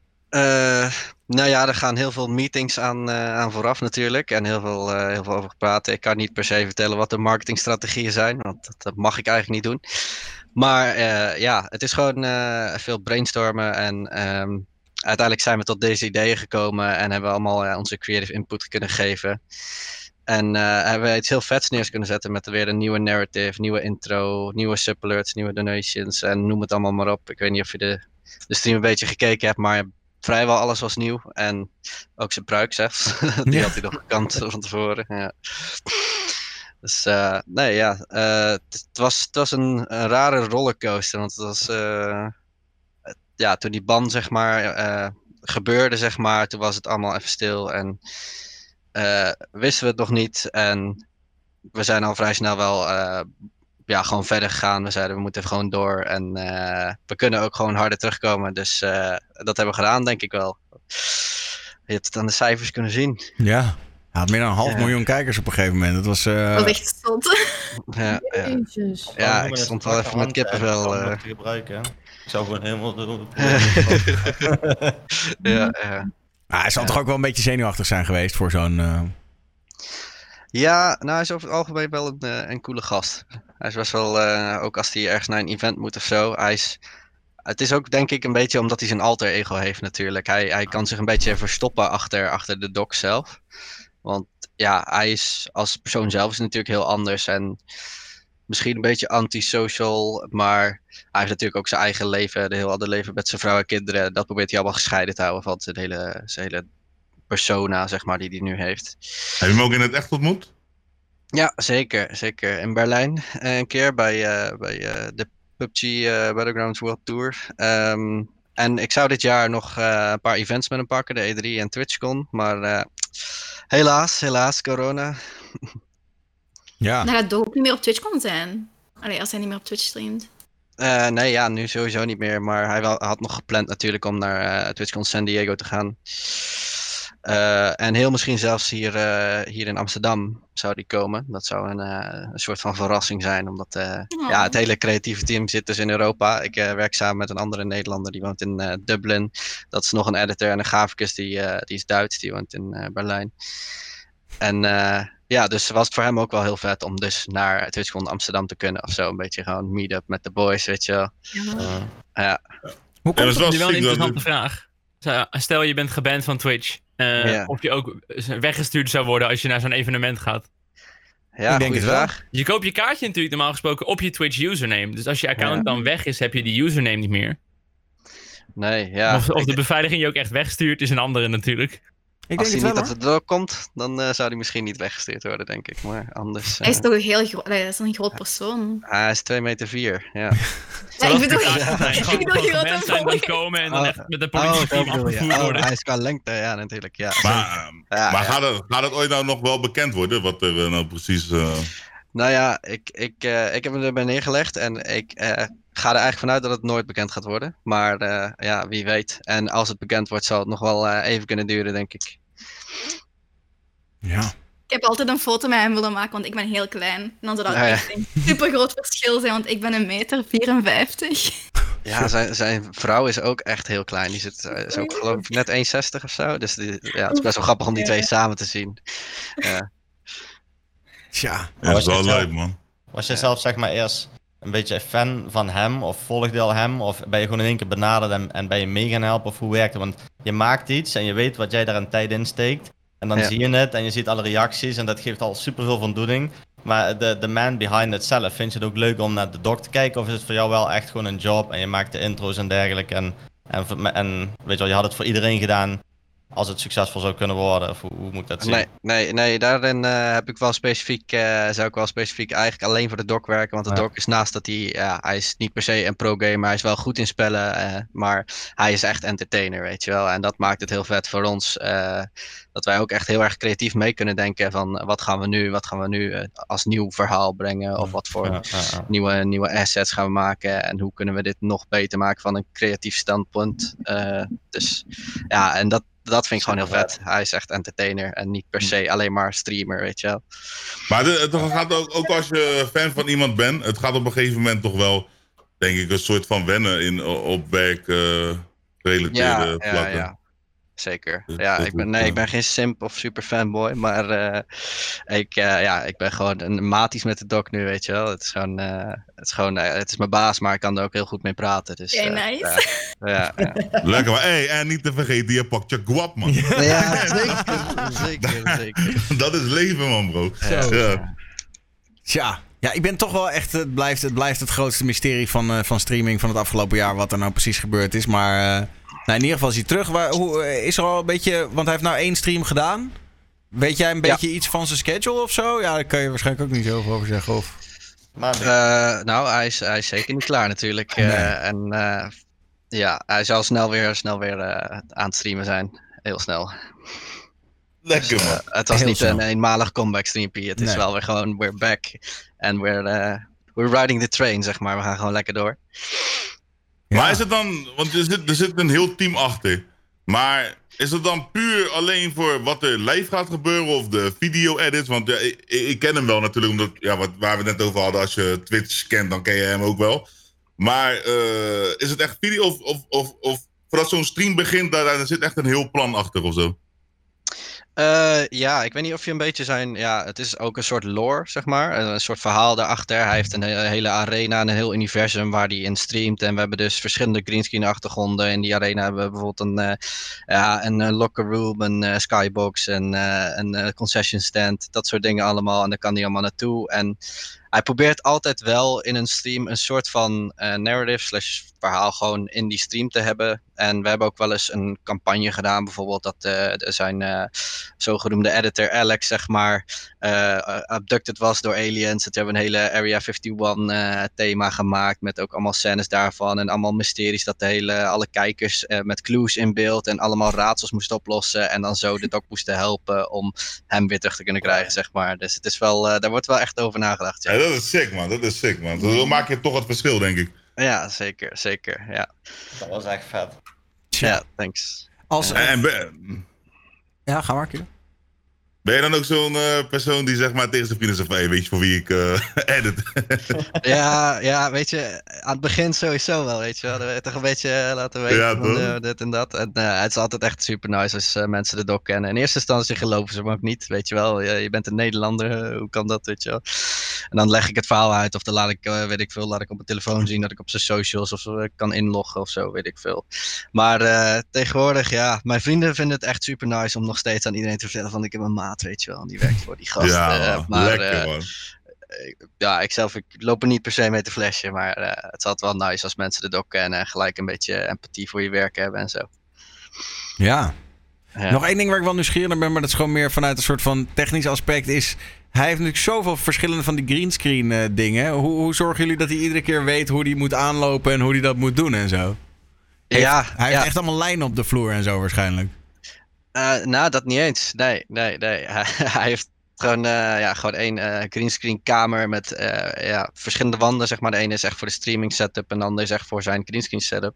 Er gaan heel veel meetings aan vooraf natuurlijk en heel veel over gepraat. Ik kan niet per se vertellen wat de marketingstrategieën zijn, want dat mag ik eigenlijk niet doen. Maar het is gewoon veel brainstormen en uiteindelijk zijn we tot deze ideeën gekomen en hebben we allemaal onze creative input kunnen geven. En hebben we iets heel vets neer kunnen zetten met weer een nieuwe narrative, nieuwe intro, nieuwe subalerts, nieuwe donations en noem het allemaal maar op. Ik weet niet of je de stream een beetje gekeken hebt, maar vrijwel alles was nieuw. En ook zijn pruik zelfs. Die had hij nog gekant van tevoren. Ja. Dus het was een rare rollercoaster. Want het was toen die ban zeg maar gebeurde zeg maar, toen was het allemaal even stil en wisten we het nog niet. En we zijn al vrij snel wel gewoon verder gegaan. We zeiden we moeten even gewoon door en we kunnen ook gewoon harder terugkomen. Dus dat hebben we gedaan, denk ik wel. Je hebt het aan de cijfers kunnen zien. Ja, hij had meer dan 500.000 kijkers op een gegeven moment. Dat was echt zot. Ja, ik stond wel even met kippenvel. Gebruiken. Ik zou gewoon helemaal hij zal toch ook wel een beetje zenuwachtig zijn geweest voor zo'n... Ja, nou hij is over het algemeen wel een coole gast. Hij is best wel, ook als hij ergens naar een event moet of zo. Het is ook denk ik een beetje omdat hij zijn alter ego heeft natuurlijk. Hij kan zich een beetje verstoppen achter de doc zelf. Want ja, hij is als persoon zelf is natuurlijk heel anders en misschien een beetje antisocial, maar hij heeft natuurlijk ook zijn eigen leven, een heel ander leven met zijn vrouw en kinderen. Dat probeert hij allemaal gescheiden te houden van zijn hele persona, zeg maar, die hij nu heeft. Heb je hem ook in het echt ontmoet? Ja, zeker. In Berlijn een keer bij de PUBG Battlegrounds World Tour. En ik zou dit jaar nog een paar events met hem pakken, de E3 en TwitchCon, maar helaas, corona. Ja. Nou, dat ook niet meer op TwitchCon zijn. Allee, als hij niet meer op Twitch streamt. Nee, nu sowieso niet meer. Maar hij had nog gepland natuurlijk om naar TwitchCon San Diego te gaan. En heel misschien zelfs hier in Amsterdam zou die komen. Dat zou een soort van verrassing zijn. Omdat het hele creatieve team zit dus in Europa. Ik werk samen met een andere Nederlander. Die woont in Dublin. Dat is nog een editor. En een graficus die is Duits. Die woont in Berlijn. En dus was het voor hem ook wel heel vet om dus naar TwitchCon Amsterdam te kunnen. Of zo, een beetje gewoon meet-up met de boys, weet je wel. Ja. Hoe komt dat? Nu wel een interessante vraag. Stel je bent geband van Twitch. Of je ook weggestuurd zou worden als je naar zo'n evenement gaat. Ja, goede vraag. Je koopt je kaartje natuurlijk normaal gesproken op je Twitch username. Dus als je account dan weg is, heb je die username niet meer. Nee, ja. Of de beveiliging je ook echt wegstuurt, is een andere natuurlijk. Als hij niet dat het doorkomt, dan zou hij misschien niet weggestuurd worden, denk ik. Maar anders... Hij is toch een heel groot... Hij is een groot persoon. Hij is 2,4 meter, ja. Ja, ik bedoel grote zijn dan komen en dan echt met de politie afgevoerd worden. Hij is qua lengte, ja, natuurlijk. Ja. Maar gaat het ooit nou nog wel bekend worden, wat er nou precies... Nou ja, ik heb hem erbij neergelegd en ik ga er eigenlijk vanuit dat het nooit bekend gaat worden. Maar wie weet. En als het bekend wordt, zal het nog wel even kunnen duren, denk ik. Ja. Ik heb altijd een foto met hem willen maken, want ik ben heel klein. En dan zou dat echt een super groot verschil zijn, want ik ben 1,54 meter. Ja, zijn vrouw is ook echt heel klein. Die is ook geloof ik net 1,60 of zo. Dus het is best wel grappig om die twee samen te zien. Tja, dat is wel leuk, man. Was je zelf zeg maar eerst een beetje fan van hem of volgde je al hem? Of ben je gewoon in één keer benaderd en ben je mee gaan helpen? Of hoe werkt het? Want je maakt iets en je weet wat jij daar een tijd in steekt. En dan zie je het en je ziet alle reacties en dat geeft al superveel voldoening. Maar de man behind it zelf, vind je het ook leuk om naar de doc te kijken? Of is het voor jou wel echt gewoon een job en je maakt de intro's en dergelijke? En weet je wel, je had het voor iedereen gedaan als het succesvol zou kunnen worden? Of hoe moet ik dat zien? Nee, daarin heb ik wel specifiek, zou ik wel specifiek eigenlijk alleen voor de doc werken. Want de doc is naast dat hij is niet per se een pro-gamer, hij is wel goed in spellen. Maar hij is echt entertainer, weet je wel. En dat maakt het heel vet voor ons. Dat wij ook echt heel erg creatief mee kunnen denken van wat gaan we nu als nieuw verhaal brengen. Of wat voor nieuwe assets gaan we maken. En hoe kunnen we dit nog beter maken van een creatief standpunt. Dus ja, en dat vind ik gewoon heel vet. Hij is echt entertainer en niet per se alleen maar streamer, weet je wel. Maar het gaat ook als je fan van iemand bent, het gaat op een gegeven moment toch wel, denk ik, een soort van wennen op werk gerelateerde vlakken. Ja. zeker. Ja, ik ben geen simp of super fanboy, maar ik ben gewoon een matisch met de doc nu, weet je wel. Het is mijn baas, maar ik kan er ook heel goed mee praten. Dus, nice. Ja. Lekker, maar en niet te vergeten, je pakt je guap, man. Ja, zeker. Dat is leven, man, bro. Tja. Ja, ik ben toch wel echt... Het blijft het grootste mysterie van streaming van het afgelopen jaar... wat er nou precies gebeurd is. Maar in ieder geval is hij terug. Is er al een beetje... Want hij heeft nou 1 stream gedaan. Weet jij een beetje iets van zijn schedule of zo? Ja, daar kan je waarschijnlijk ook niet zoveel over zeggen. Of... Nou, hij is zeker niet klaar natuurlijk. Hij zal snel weer aan het streamen zijn. Heel snel. Lekker, man. Het was niet een eenmalig comeback streampie. Het is wel weer gewoon, we're back. En we're riding the train, zeg maar. We gaan gewoon lekker door. Ja. Maar is het dan... Want er zit een heel team achter. Maar is het dan puur alleen voor wat er live gaat gebeuren? Of de video-edits? Want ik ken hem wel natuurlijk. Omdat, waar we het net over hadden. Als je Twitch kent, dan ken je hem ook wel. Maar is het echt video? Of voordat zo'n stream begint, daar zit echt een heel plan achter of zo? Ik weet niet of je een beetje zijn... Ja, het is ook een soort lore, zeg maar. Een soort verhaal daarachter. Hij heeft een hele arena en een heel universum waar hij in streamt. En we hebben dus verschillende greenscreen achtergronden. In die arena hebben we bijvoorbeeld een locker room, een skybox, een concession stand. Dat soort dingen allemaal. En daar kan hij allemaal naartoe. En hij probeert altijd wel in een stream een soort van narrative / verhaal gewoon in die stream te hebben. En we hebben ook wel eens een campagne gedaan. Bijvoorbeeld dat zijn zogenoemde editor Alex, zeg maar, abducted was door aliens. Dat hebben we een hele Area 51 thema gemaakt. Met ook allemaal scènes daarvan. En allemaal mysteries dat alle kijkers met clues in beeld. En allemaal raadsels moesten oplossen. En dan zo de doc moesten helpen om hem weer terug te kunnen krijgen, zeg maar. Dus het is wel, daar wordt wel echt over nagedacht. Ja, dat is sick, man. Zo maak je toch het verschil, denk ik. Ja, zeker, ja. Dat was echt vet. Ja, thanks. Ja, ga maar, Kilo. Ben je dan ook zo'n persoon die zeg maar tegen zijn vrienden zegt van... Hey, weet je voor wie ik edit? Ja, weet je, aan het begin sowieso wel, weet je wel. Dan wil je toch een beetje laten weten van dit en dat. En het is altijd echt super nice als mensen de doc kennen. In eerste instantie geloven ze me ook niet, weet je wel. Je bent een Nederlander, hoe kan dat, weet je wel. En dan leg ik het verhaal uit of dan laat ik op mijn telefoon zien dat ik op zijn socials of kan inloggen of zo, weet ik veel. Maar tegenwoordig, ja, mijn vrienden vinden het echt super nice om nog steeds aan iedereen te vertellen van ik heb een maat, weet je wel, die werkt voor die gast. Maar lekker, man. Ik loop er niet per se mee te flashen, maar het is altijd wel nice als mensen de doc kennen en gelijk een beetje empathie voor je werk hebben en zo. Ja. Nog één ding waar ik wel nieuwsgierig naar ben, maar dat is gewoon meer vanuit een soort van technisch aspect is... Hij heeft natuurlijk zoveel verschillende van die greenscreen dingen. Hoe zorgen jullie dat hij iedere keer weet hoe hij moet aanlopen en hoe hij dat moet doen en zo? Hij heeft echt allemaal lijnen op de vloer en zo waarschijnlijk. Nou, dat niet eens. Nee. Hij heeft gewoon één greenscreen kamer met verschillende wanden, zeg maar. De ene is echt voor de streaming setup en de andere is echt voor zijn greenscreen setup.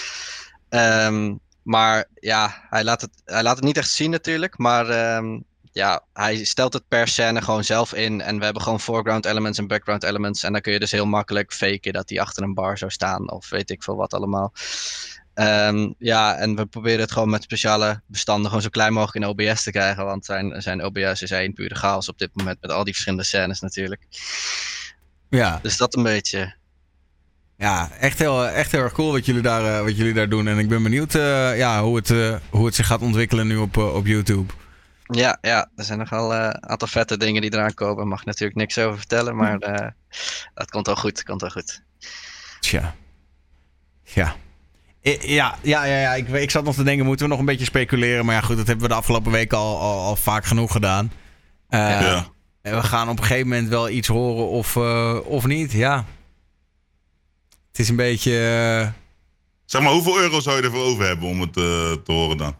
Maar ja, hij laat het niet echt zien natuurlijk, maar hij stelt het per scène gewoon zelf in. En we hebben gewoon foreground elements en background elements. En dan kun je dus heel makkelijk faken dat hij achter een bar zou staan. Of weet ik veel wat allemaal. En we proberen het gewoon met speciale bestanden gewoon zo klein mogelijk in OBS te krijgen. Want zijn OBS is één pure chaos op dit moment met al die verschillende scènes natuurlijk. Ja. Dus dat een beetje. Ja, echt heel erg cool wat jullie daar doen. En ik ben benieuwd hoe het zich gaat ontwikkelen nu op YouTube. Ja, er zijn nogal een aantal vette dingen die eraan komen. Daar mag ik natuurlijk niks over vertellen, maar dat komt wel goed. Tja. Ja. Ja. Ik zat nog te denken, moeten we nog een beetje speculeren? Maar ja, goed, dat hebben we de afgelopen weken al vaak genoeg gedaan. En we gaan op een gegeven moment wel iets horen of niet, ja. Het is een beetje... Zeg maar, hoeveel euro zou je ervoor over hebben om het te horen dan?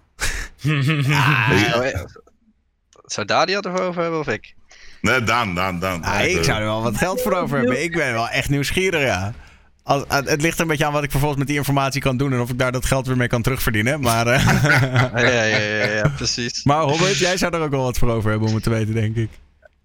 Zou Dario ervoor over hebben of ik? Nee, Daan. Ik zou er wel wat geld voor over hebben. Ik ben wel echt nieuwsgierig, ja. Het ligt er een beetje aan wat ik vervolgens met die informatie kan doen en of ik daar dat geld weer mee kan terugverdienen. Maar, ja, precies. Maar Hobbit, jij zou er ook wel wat voor over hebben om het te weten, denk ik.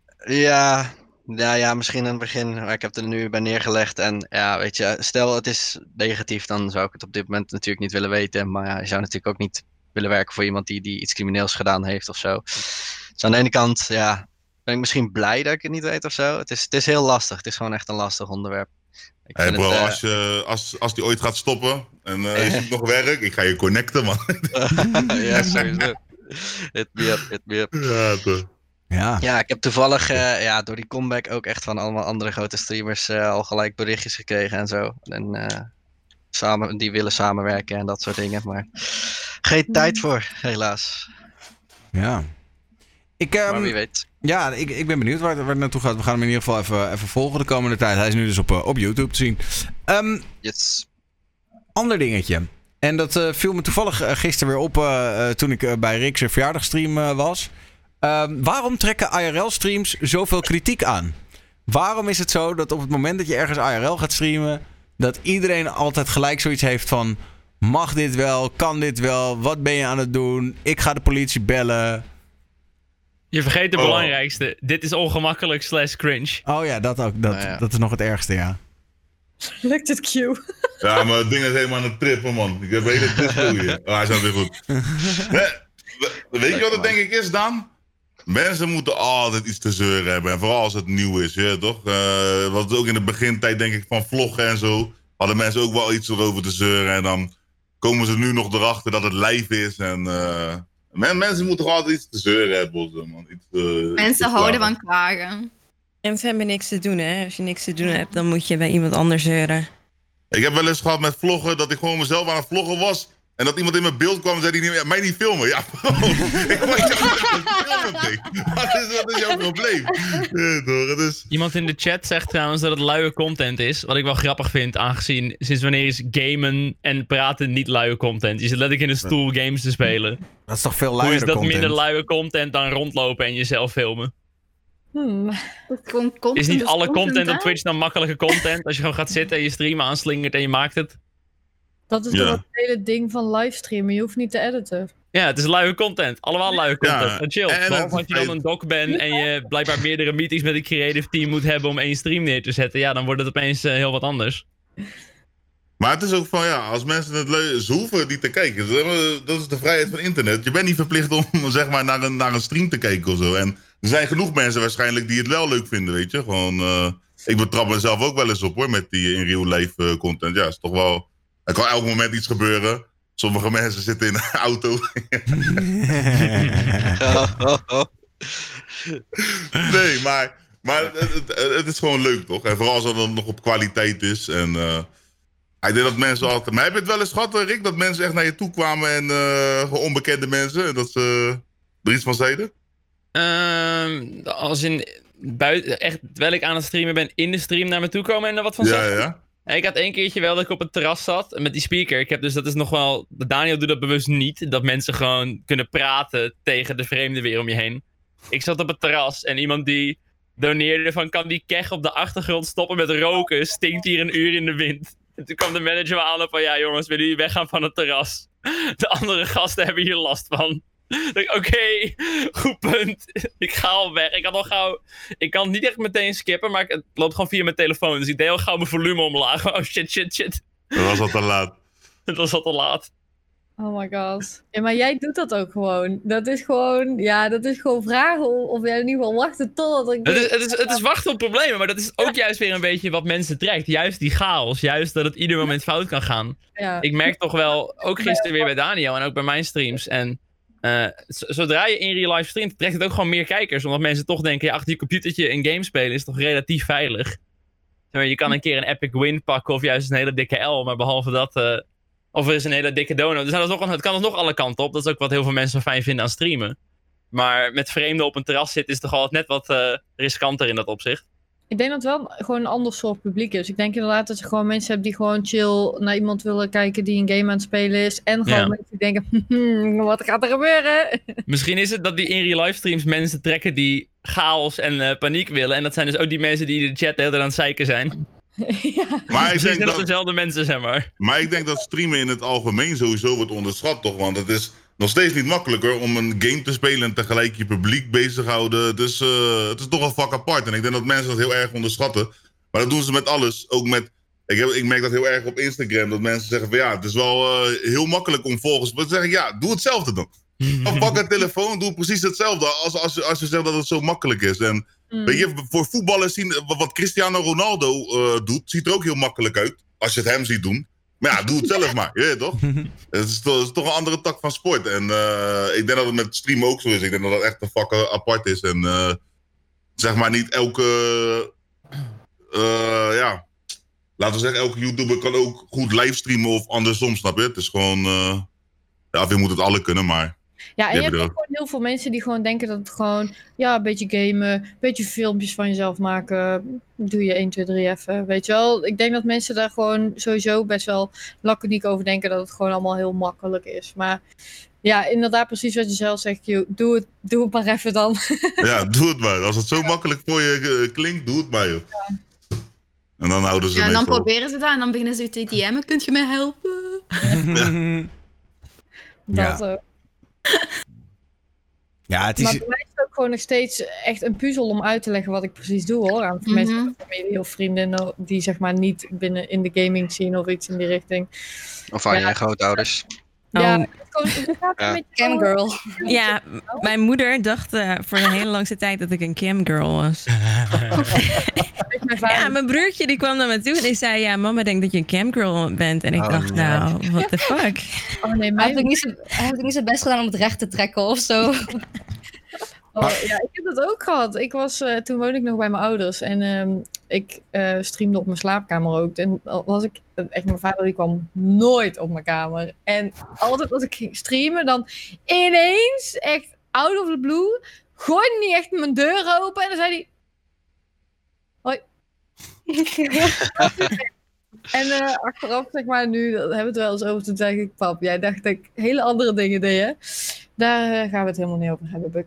Ja, misschien in het begin. Maar ik heb er nu bij neergelegd. En ja, weet je, stel het is negatief, dan zou ik het op dit moment natuurlijk niet willen weten. Maar ja, je zou natuurlijk ook niet willen werken voor iemand die iets crimineels gedaan heeft of zo. Dus aan de ene kant, ja, ben ik misschien blij dat ik het niet weet of zo. Het is heel lastig. Het is gewoon echt een lastig onderwerp. Hey bro, als die ooit gaat stoppen en je ziet nog werk, ik ga je connecten, man. Ja, sowieso. Hit me up. Ja, toch. Ja, ik heb toevallig door die comeback ook echt van allemaal andere grote streamers al gelijk berichtjes gekregen en zo. En die willen samenwerken en dat soort dingen, maar geen tijd voor, helaas. Ja. Maar wie weet. Ja, ik ben benieuwd waar het naartoe gaat. We gaan hem in ieder geval even volgen de komende tijd. Hij is nu dus op YouTube te zien. Yes. Ander dingetje. En dat viel me toevallig gisteren weer op toen ik bij Rick's verjaardagstream was. Waarom trekken IRL-streams zoveel kritiek aan? Waarom is het zo dat op het moment dat je ergens IRL gaat streamen, dat iedereen altijd gelijk zoiets heeft van, mag dit wel, kan dit wel, wat ben je aan het doen, ik ga de politie bellen. Je vergeet de belangrijkste. Dit is ongemakkelijk / cringe. Oh ja, dat ook. Dat is nog het ergste, ja. Lukt het, Q? Ja, maar het ding is helemaal aan het trippen, man. Ik heb een hele trip hier. Hij is weer goed. Weet je wat het denk ik is, Daan? Mensen moeten altijd iets te zeuren hebben. En vooral als het nieuw is, toch? Wat ook in de begintijd, denk ik, van vloggen en zo, hadden mensen ook wel iets erover te zeuren. En dan komen ze nu nog erachter dat het live is. En mensen moeten gewoon altijd iets te zeuren hebben. Man. Mensen houden van klagen. En ze hebben niks te doen, hè? Als je niks te doen hebt, dan moet je bij iemand anders zeuren. Ik heb wel eens gehad met vloggen dat ik gewoon mezelf aan het vloggen was. En dat iemand in mijn beeld kwam en zei die mij niet filmen. Ja, bro. Ik word jou filmen. Wat is jouw probleem? Iemand in de chat zegt trouwens dat het luie content is. Wat ik wel grappig vind, aangezien sinds wanneer is gamen en praten niet luie content. Je zit letterlijk in een stoel games te spelen. Dat is toch veel luier content? Hoe is dat minder luie content dan rondlopen en jezelf filmen? Is niet alle content op Twitch dan makkelijke content? Als je gewoon gaat zitten en je stream aanslingert en je maakt het. Dat is toch het hele ding van livestreamen. Je hoeft niet te editen. Ja, het is luie content. Allemaal luie content. En chill. Behalve als je dan een doc bent en je blijkbaar meerdere meetings met een creative team moet hebben om één stream neer te zetten. Ja, dan wordt het opeens heel wat anders. Maar het is ook van, als mensen het leuk... Ze hoeven niet te kijken. Dat is de vrijheid van internet. Je bent niet verplicht om zeg maar naar een stream te kijken of zo. En er zijn genoeg mensen waarschijnlijk die het wel leuk vinden, weet je. Gewoon, ik betrap mezelf ook wel eens op, hoor, met die in real life content. Ja, is toch wel... Er kan elk moment iets gebeuren. Sommige mensen zitten in een auto. Nee, maar het is gewoon leuk, toch? En vooral als het dan nog op kwaliteit is. En ik denk dat mensen altijd... Maar heb je het wel eens gehad, Rick, dat mensen echt naar je toe kwamen en onbekende mensen, en dat ze er iets van zeiden? Als in buiten, echt, terwijl ik aan het streamen ben, in de stream naar me toe komen en er wat van zeggen? Ja. Ik had één keertje wel dat ik op het terras zat met die speaker. Ik heb dus, dat is nog wel... Daniel doet dat bewust niet. Dat mensen gewoon kunnen praten tegen de vreemden weer om je heen. Ik zat op het terras en iemand die doneerde van... Kan die keg op de achtergrond stoppen met roken? Stinkt hier een uur in de wind. En toen kwam de manager me aan van... Ja jongens, willen jullie weggaan van het terras? De andere gasten hebben hier last van. Oké, goed punt. Ik ga al weg. Ik kan het niet echt meteen skippen, maar het loopt gewoon via mijn telefoon. Dus ik deed heel gauw mijn volume omlaag. Oh shit. Dat was al te laat. Het was al te laat. Oh my god. Ja, maar jij doet dat ook gewoon. Dat is gewoon vragen of jij in ieder geval wachten totdat het is wachten op problemen, maar dat is ook juist weer een beetje wat mensen trekt. Juist die chaos. Juist dat het ieder moment fout kan gaan. Ja. Ik merk toch wel, ook gisteren weer bij Daniel en ook bij mijn streams. En zodra je in real life streamt, trekt het ook gewoon meer kijkers. Omdat mensen toch denken, achter je computertje een game spelen is toch relatief veilig. Je kan een keer een epic win pakken of juist een hele dikke L. Maar behalve dat, of er is een hele dikke donut. Dus het kan nog alle kanten op. Dat is ook wat heel veel mensen fijn vinden aan streamen. Maar met vreemden op een terras zitten is toch altijd net wat riskanter in dat opzicht. Ik denk dat het wel gewoon een ander soort publiek is. Ik denk inderdaad dat je gewoon mensen hebt die gewoon chill naar iemand willen kijken die een game aan het spelen is. En gewoon mensen die denken, wat gaat er gebeuren? Misschien is het dat die in real life streams mensen trekken die chaos en paniek willen. En dat zijn dus ook die mensen die in de chat de hele tijd aan het zeiken zijn. Ja. Maar ik denk dat dezelfde mensen, zeg maar. Maar ik denk dat streamen in het algemeen sowieso wordt onderschat, toch? Want het is nog steeds niet makkelijker om een game te spelen en tegelijk je publiek bezighouden. Dus het is toch een vak apart. En ik denk dat mensen dat heel erg onderschatten. Maar dat doen ze met alles. Ook met Ik merk dat heel erg op Instagram. Dat mensen zeggen van ja, het is wel heel makkelijk om volgers... Maar dan zeg ik, doe hetzelfde dan. Of pak een telefoon, doe precies hetzelfde. Als je zegt dat het zo makkelijk is. En weet je, voor voetballers zien... Wat Cristiano Ronaldo doet, ziet er ook heel makkelijk uit. Als je het hem ziet doen. Maar ja, doe het zelf maar. Je weet toch? Het is toch een andere tak van sport. En ik denk dat het met streamen ook zo is. Ik denk dat dat echt een vak apart is. En zeg maar niet elke... laten we zeggen, elke YouTuber kan ook goed livestreamen of andersom, snap je? Het is gewoon... je moet het alle kunnen, maar... Ja, en je hebt ook gewoon heel veel mensen die gewoon denken dat het gewoon... Ja, een beetje gamen, een beetje filmpjes van jezelf maken. Doe je 1, 2, 3 even, weet je wel. Ik denk dat mensen daar gewoon sowieso best wel laconiek over denken... dat het gewoon allemaal heel makkelijk is. Maar ja, inderdaad precies wat je zelf zegt. Doe het maar even dan. Ja, doe het maar. Als het zo makkelijk voor je klinkt, doe het maar, joh. Ja. En dan houden ze en dan proberen ze dat en dan beginnen ze te DM'en. Kunt je mij helpen? Dat ook. Ja, het is... Maar bij mij is het ook gewoon nog steeds echt een puzzel om uit te leggen wat ik precies doe, hoor. Aan mensen, familie of vrienden die zeg maar niet binnen in de gaming scene of iets in die richting. Of aan je grootouders. Ja, gewoon camgirl. Ja, mijn moeder dacht voor een hele lange tijd dat ik een camgirl was. Ja, mijn broertje die kwam naar me toe en die zei... Ja, mama denkt dat je een camgirl bent. En ik dacht, nou, what the fuck? Oh nee, hij heeft niet zijn best gedaan om het recht te trekken of zo. Ja, ik heb dat ook gehad. Toen woonde ik nog bij mijn ouders. En ik streamde op mijn slaapkamer ook. En was ik... Echt, mijn vader die kwam nooit op mijn kamer. En altijd als ik ging streamen, dan ineens, echt out of the blue, gooide hij echt mijn deur open. En dan zei hij... Hoi. En achteraf, zeg maar, nu hebben we het wel eens over. Toen zei ik, pap, jij dacht dat ik hele andere dingen deed, hè? Daar gaan we het helemaal niet over hebben,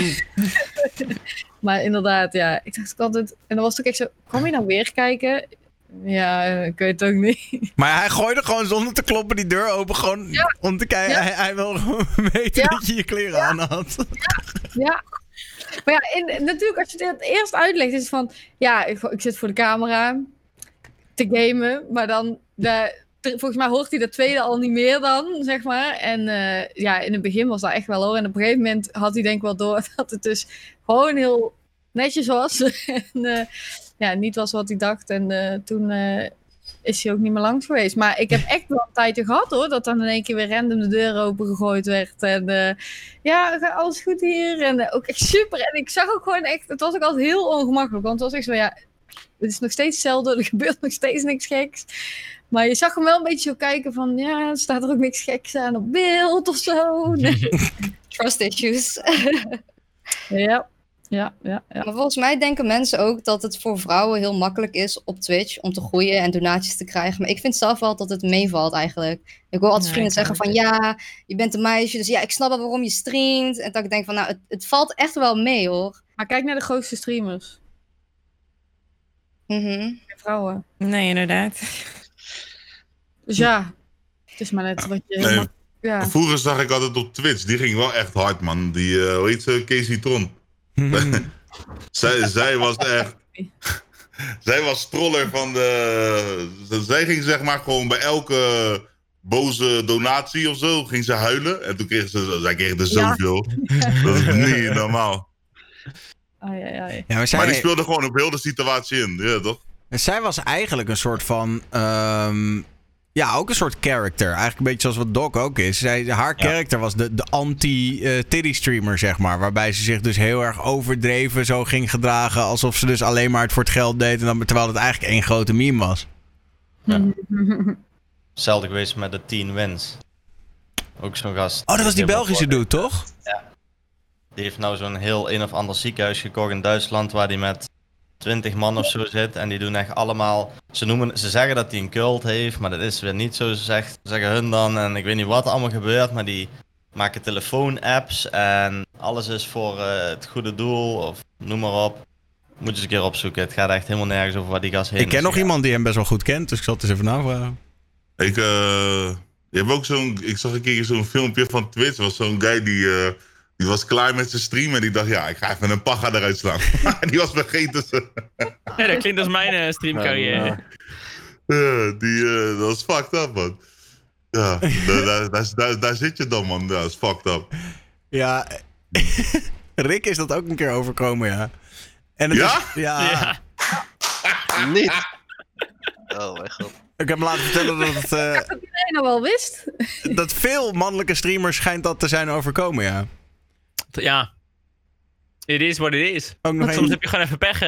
Maar inderdaad, ja, ik dacht altijd... En dan was het ook echt zo, kom je nou weer kijken? Ja, ik weet het ook niet. Maar hij gooide gewoon zonder te kloppen die deur open, gewoon om te kijken. Ja. Hij wil gewoon weten dat je je kleren aan had. Ja. Maar ja, natuurlijk, als je het eerst uitlegt, is het van... Ja, ik zit voor de camera te gamen, maar dan... Volgens mij hoort hij de tweede al niet meer dan, zeg maar. En in het begin was dat echt wel, hoor. En op een gegeven moment had hij denk ik wel door dat het dus gewoon heel netjes was. En niet was wat hij dacht. En toen is hij ook niet meer langs geweest. Maar ik heb echt wel een tijdje gehad, hoor. Dat dan in één keer weer random de deur opengegooid werd. En alles goed hier. En ook echt super. En ik zag ook gewoon echt... Het was ook altijd heel ongemakkelijk. Want het was echt zo, het is nog steeds hetzelfde. Er gebeurt nog steeds niks geks. Maar je zag hem wel een beetje zo kijken van... Ja, staat er ook niks geks aan op beeld of zo? Nee. Trust issues. Ja. Maar volgens mij denken mensen ook dat het voor vrouwen heel makkelijk is op Twitch om te groeien en donaties te krijgen. Maar ik vind zelf wel dat het meevalt eigenlijk. Ik hoor altijd vrienden zeggen van ja, je bent een meisje, dus ja, ik snap wel waarom je streamt. En dat ik denk van nou, het valt echt wel mee, hoor. Maar kijk naar de grootste streamers. Vrouwen. Nee, inderdaad. Dus ja, het is maar net wat je... Ja. Vroeger zag ik altijd op Twitch, die ging wel echt hard, man. Die, hoe heet ze? Casey Tron. zij was echt... zij was troller van de... Zij ging zeg maar gewoon bij elke boze donatie of zo, ging ze huilen. En toen kreeg zij kreeg er zoveel. Dat is niet normaal. Ai. Ja, maar die speelde gewoon op heel de situatie in, ja toch? En zij was eigenlijk een soort van... ook een soort character. Eigenlijk een beetje zoals wat Doc ook is. Haar character was de anti-titty streamer, zeg maar. Waarbij ze zich dus heel erg overdreven zo ging gedragen. Alsof ze dus alleen maar het voor het geld deed. En dan, terwijl het eigenlijk één grote meme was. Ja. Hetzelfde geweest met de 10 Wins. Ook zo'n gast. Oh, dat was die Belgische dude, toch? Ja. Die heeft nou zo'n heel een of ander ziekenhuis gekocht in Duitsland. Waar die met 20 man of zo zit en die doen echt allemaal... Ze zeggen dat hij een cult heeft, maar dat is weer niet zo, zeggen hun dan. En ik weet niet wat er allemaal gebeurt, maar die maken telefoon-apps en alles is voor het goede doel of noem maar op. Moet je eens een keer opzoeken. Het gaat echt helemaal nergens over waar die gast heen is. Ik ken nog iemand die hem best wel goed kent, dus ik zal het eens even navragen. Je hebt ook ik zag een keer zo'n filmpje van Twitch, was zo'n guy die was klaar met zijn stream en die dacht, ik ga even een paga eruit slaan. Die was vergeten. Ja, dat klinkt als mijn streamcarrière. Dat is fucked up, man. Ja, daar zit je dan, man. Dat is fucked up. Ja, Rick is dat ook een keer overkomen, ja. En het ja? Is, ja. Niet. Oh mijn god. Ik heb me laten vertellen dat het... dat iedereen al wel wist. Dat veel mannelijke streamers schijnt dat te zijn overkomen, ja. Ja. It is what it is. Soms heb je gewoon even pech.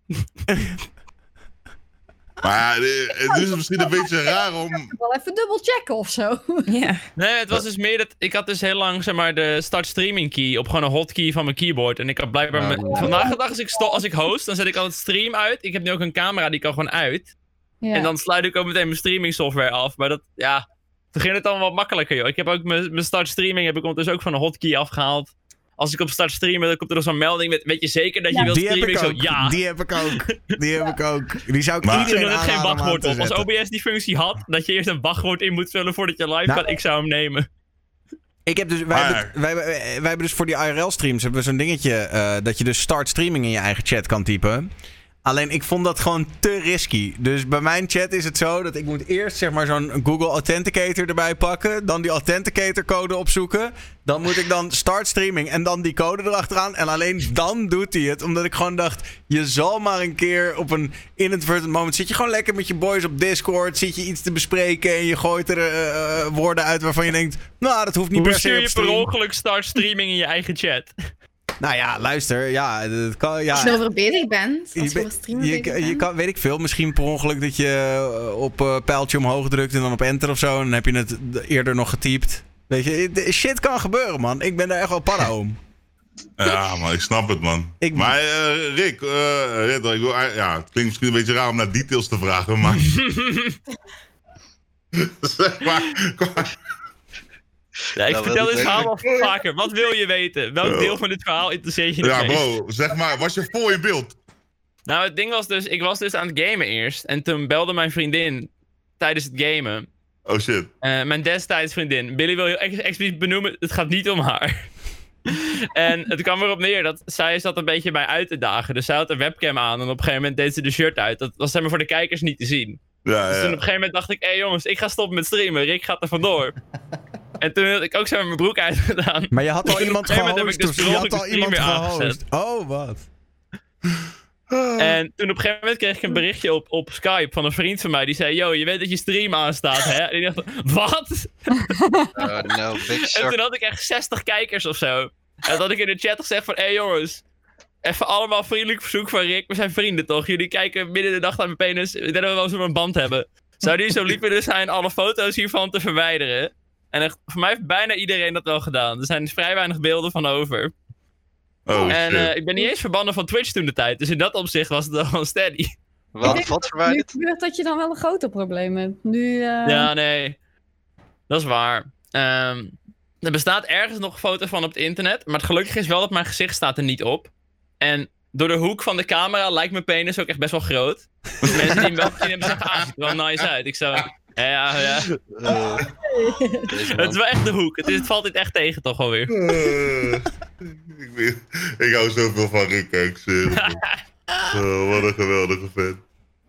Maar het is misschien een beetje raar om... Wel even dubbel checken of zo. Ja. Nee, het was dus meer dat... Ik had dus heel lang, zeg maar, de start streaming key op gewoon een hotkey van mijn keyboard. En ik had blijkbaar... Vandaag de dag, als ik host, dan zet ik altijd stream uit. Ik heb nu ook een camera, die kan gewoon uit. Ja. En dan sluit ik ook meteen mijn streaming software af. Maar dat, ja... Toen ging het dan wat makkelijker, joh. Ik heb ook mijn start streaming heb ik ondertussen ook van een hotkey afgehaald. Als ik op start streamen, dan komt er nog zo'n melding met... Weet je zeker dat je wilt streamen? Zo, ja. Die heb ik ook. Die zou ik maar iedereen er geen wachtwoord op. Als OBS die functie had, dat je eerst een wachtwoord in moet vullen voordat je live gaat, ik zou hem nemen. Ik heb dus, wij hebben dus voor die IRL-streams hebben we zo'n dingetje dat je dus start streaming in je eigen chat kan typen. Alleen ik vond dat gewoon te risky. Dus bij mijn chat is het zo dat ik moet eerst zeg maar zo'n Google Authenticator erbij pakken. Dan die Authenticator code opzoeken. Dan moet ik dan start streaming en dan die code erachteraan. En alleen dan doet hij het. Omdat ik gewoon dacht, je zal maar een keer op een inadvertent moment... Zit je gewoon lekker met je boys op Discord. Zit je iets te bespreken en je gooit er woorden uit waarvan je denkt... Nou, dat hoeft niet per se op stream. Hoe stuur je per ongeluk start streaming in je eigen chat? Nou ja, luister, ja, dat kan, ja. Als je erover bezig bent, als je over streamen bezig bent. Je kan, weet ik veel, misschien per ongeluk dat je op pijltje omhoog drukt en dan op enter of zo. En dan heb je het eerder nog getypt. Weet je, shit kan gebeuren, man. Ik ben daar echt wel para om. Ja, maar ik snap het, man. Maar Rick, het klinkt misschien een beetje raar om naar details te vragen, maar... zeg maar... Ja, ik vertel dit verhaal al vaker. Wat wil je weten? Welk deel van dit verhaal interesseert je het meest? Bro, zeg maar, was je voor je beeld? Nou, het ding was dus, ik was dus aan het gamen eerst. En toen belde mijn vriendin tijdens het gamen. Oh shit. Mijn destijds vriendin. Billy wil heel expliciet benoemen, het gaat niet om haar. En het kwam erop neer dat zij zat een beetje bij uit te dagen. Dus zij had een webcam aan en op een gegeven moment deed ze de shirt uit. Dat was zeg maar voor de kijkers niet te zien. Ja, dus toen op een gegeven moment dacht ik, hé jongens, ik ga stoppen met streamen. Rick gaat er vandoor. En toen had ik ook zo met mijn broek uitgedaan. Maar je had al iemand gehost. Dus je had al iemand gehost. Oh, wat? En toen op een gegeven moment kreeg ik een berichtje op Skype van een vriend van mij. Die zei, yo, je weet dat je stream aanstaat, hè? En ik dacht, wat? No, big shock. En toen had ik echt 60 kijkers of zo. En toen had ik in de chat gezegd van, hé jongens, even allemaal vriendelijk verzoek van Rick. We zijn vrienden toch? Jullie kijken midden de dag naar mijn penis. Ik denk dat we wel zo'n band hebben. Zou die zo lief willen zijn alle foto's hiervan te verwijderen? En echt, voor mij heeft bijna iedereen dat wel gedaan. Er zijn vrij weinig beelden van over. Oh, en ik ben niet eens verbannen van Twitch toen de tijd. Dus in dat opzicht was het wel steady. Wat verwijderd? Nu gebeurt dat je dan wel een groter probleem hebt. Nu, Ja, nee. Dat is waar. Er bestaat ergens nog een foto van op het internet. Maar het gelukkige is wel dat mijn gezicht staat er niet op. En door de hoek van de camera lijkt mijn penis ook echt best wel groot. Dus mensen die hem wel gezien hebben zeggen, ziet er wel nice uit. Ik zou... Ja. Het is wel echt de hoek. Het valt dit echt tegen toch alweer. Ik hou zoveel van Rick, ik zweer. Wat een geweldige fan.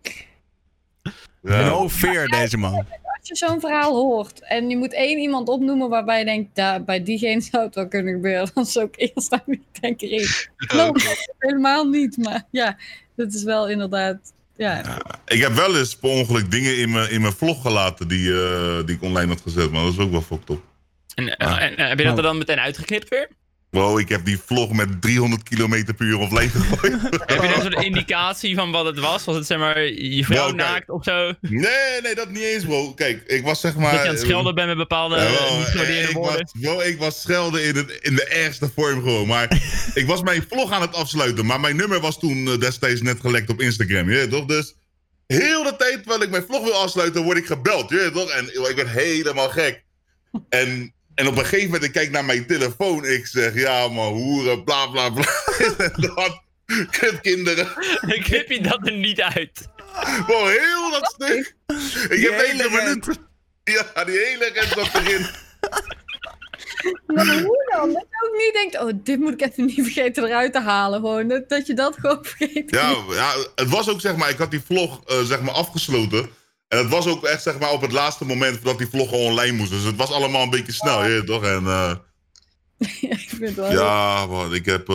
Ja. No fear, deze man. Als je zo'n verhaal hoort en je moet één iemand opnoemen waarbij je denkt, bij diegene zou het wel kunnen gebeuren, dan zou ik eerst aan wie denken, Rick. Helemaal niet, maar ja, dat is wel inderdaad... Ja. Ik heb wel eens per ongeluk dingen in mijn vlog gelaten die ik online had gezet, maar dat is ook wel fucked up. En heb je dat er dan meteen uitgeknipt weer? Wow, ik heb die vlog met 300 km/h offline gegooid. Heb je dan zo'n indicatie van wat het was? Was het zeg maar je vrouw naakt of zo? Nee, dat niet eens, bro. Kijk, ik was zeg maar... Dat je aan het schelden bent met bepaalde woorden. Ik was schelden in de ergste vorm gewoon. Maar ik was mijn vlog aan het afsluiten. Maar mijn nummer was toen destijds net gelekt op Instagram. Je weet toch? Dus heel de tijd terwijl ik mijn vlog wil afsluiten, word ik gebeld. Je weet toch? En ik werd helemaal gek. En op een gegeven moment, ik kijk naar mijn telefoon. Ik zeg, ja man, hoeren, bla bla bla. Kinderen. Dan knip je dat er niet uit. Wow, heel dat stuk. Ik heb hele minuut. Ja, die hele rent zat erin. Maar hoe dan? Dat je ook niet denkt, oh, dit moet ik even niet vergeten eruit te halen. Gewoon, dat je dat gewoon vergeet. Ja, het was ook zeg maar, ik had die vlog zeg maar afgesloten. En het was ook echt zeg maar op het laatste moment dat die vlog online moest. Dus het was allemaal een beetje snel, je toch? En, ik vind het wel ja, man, ik heb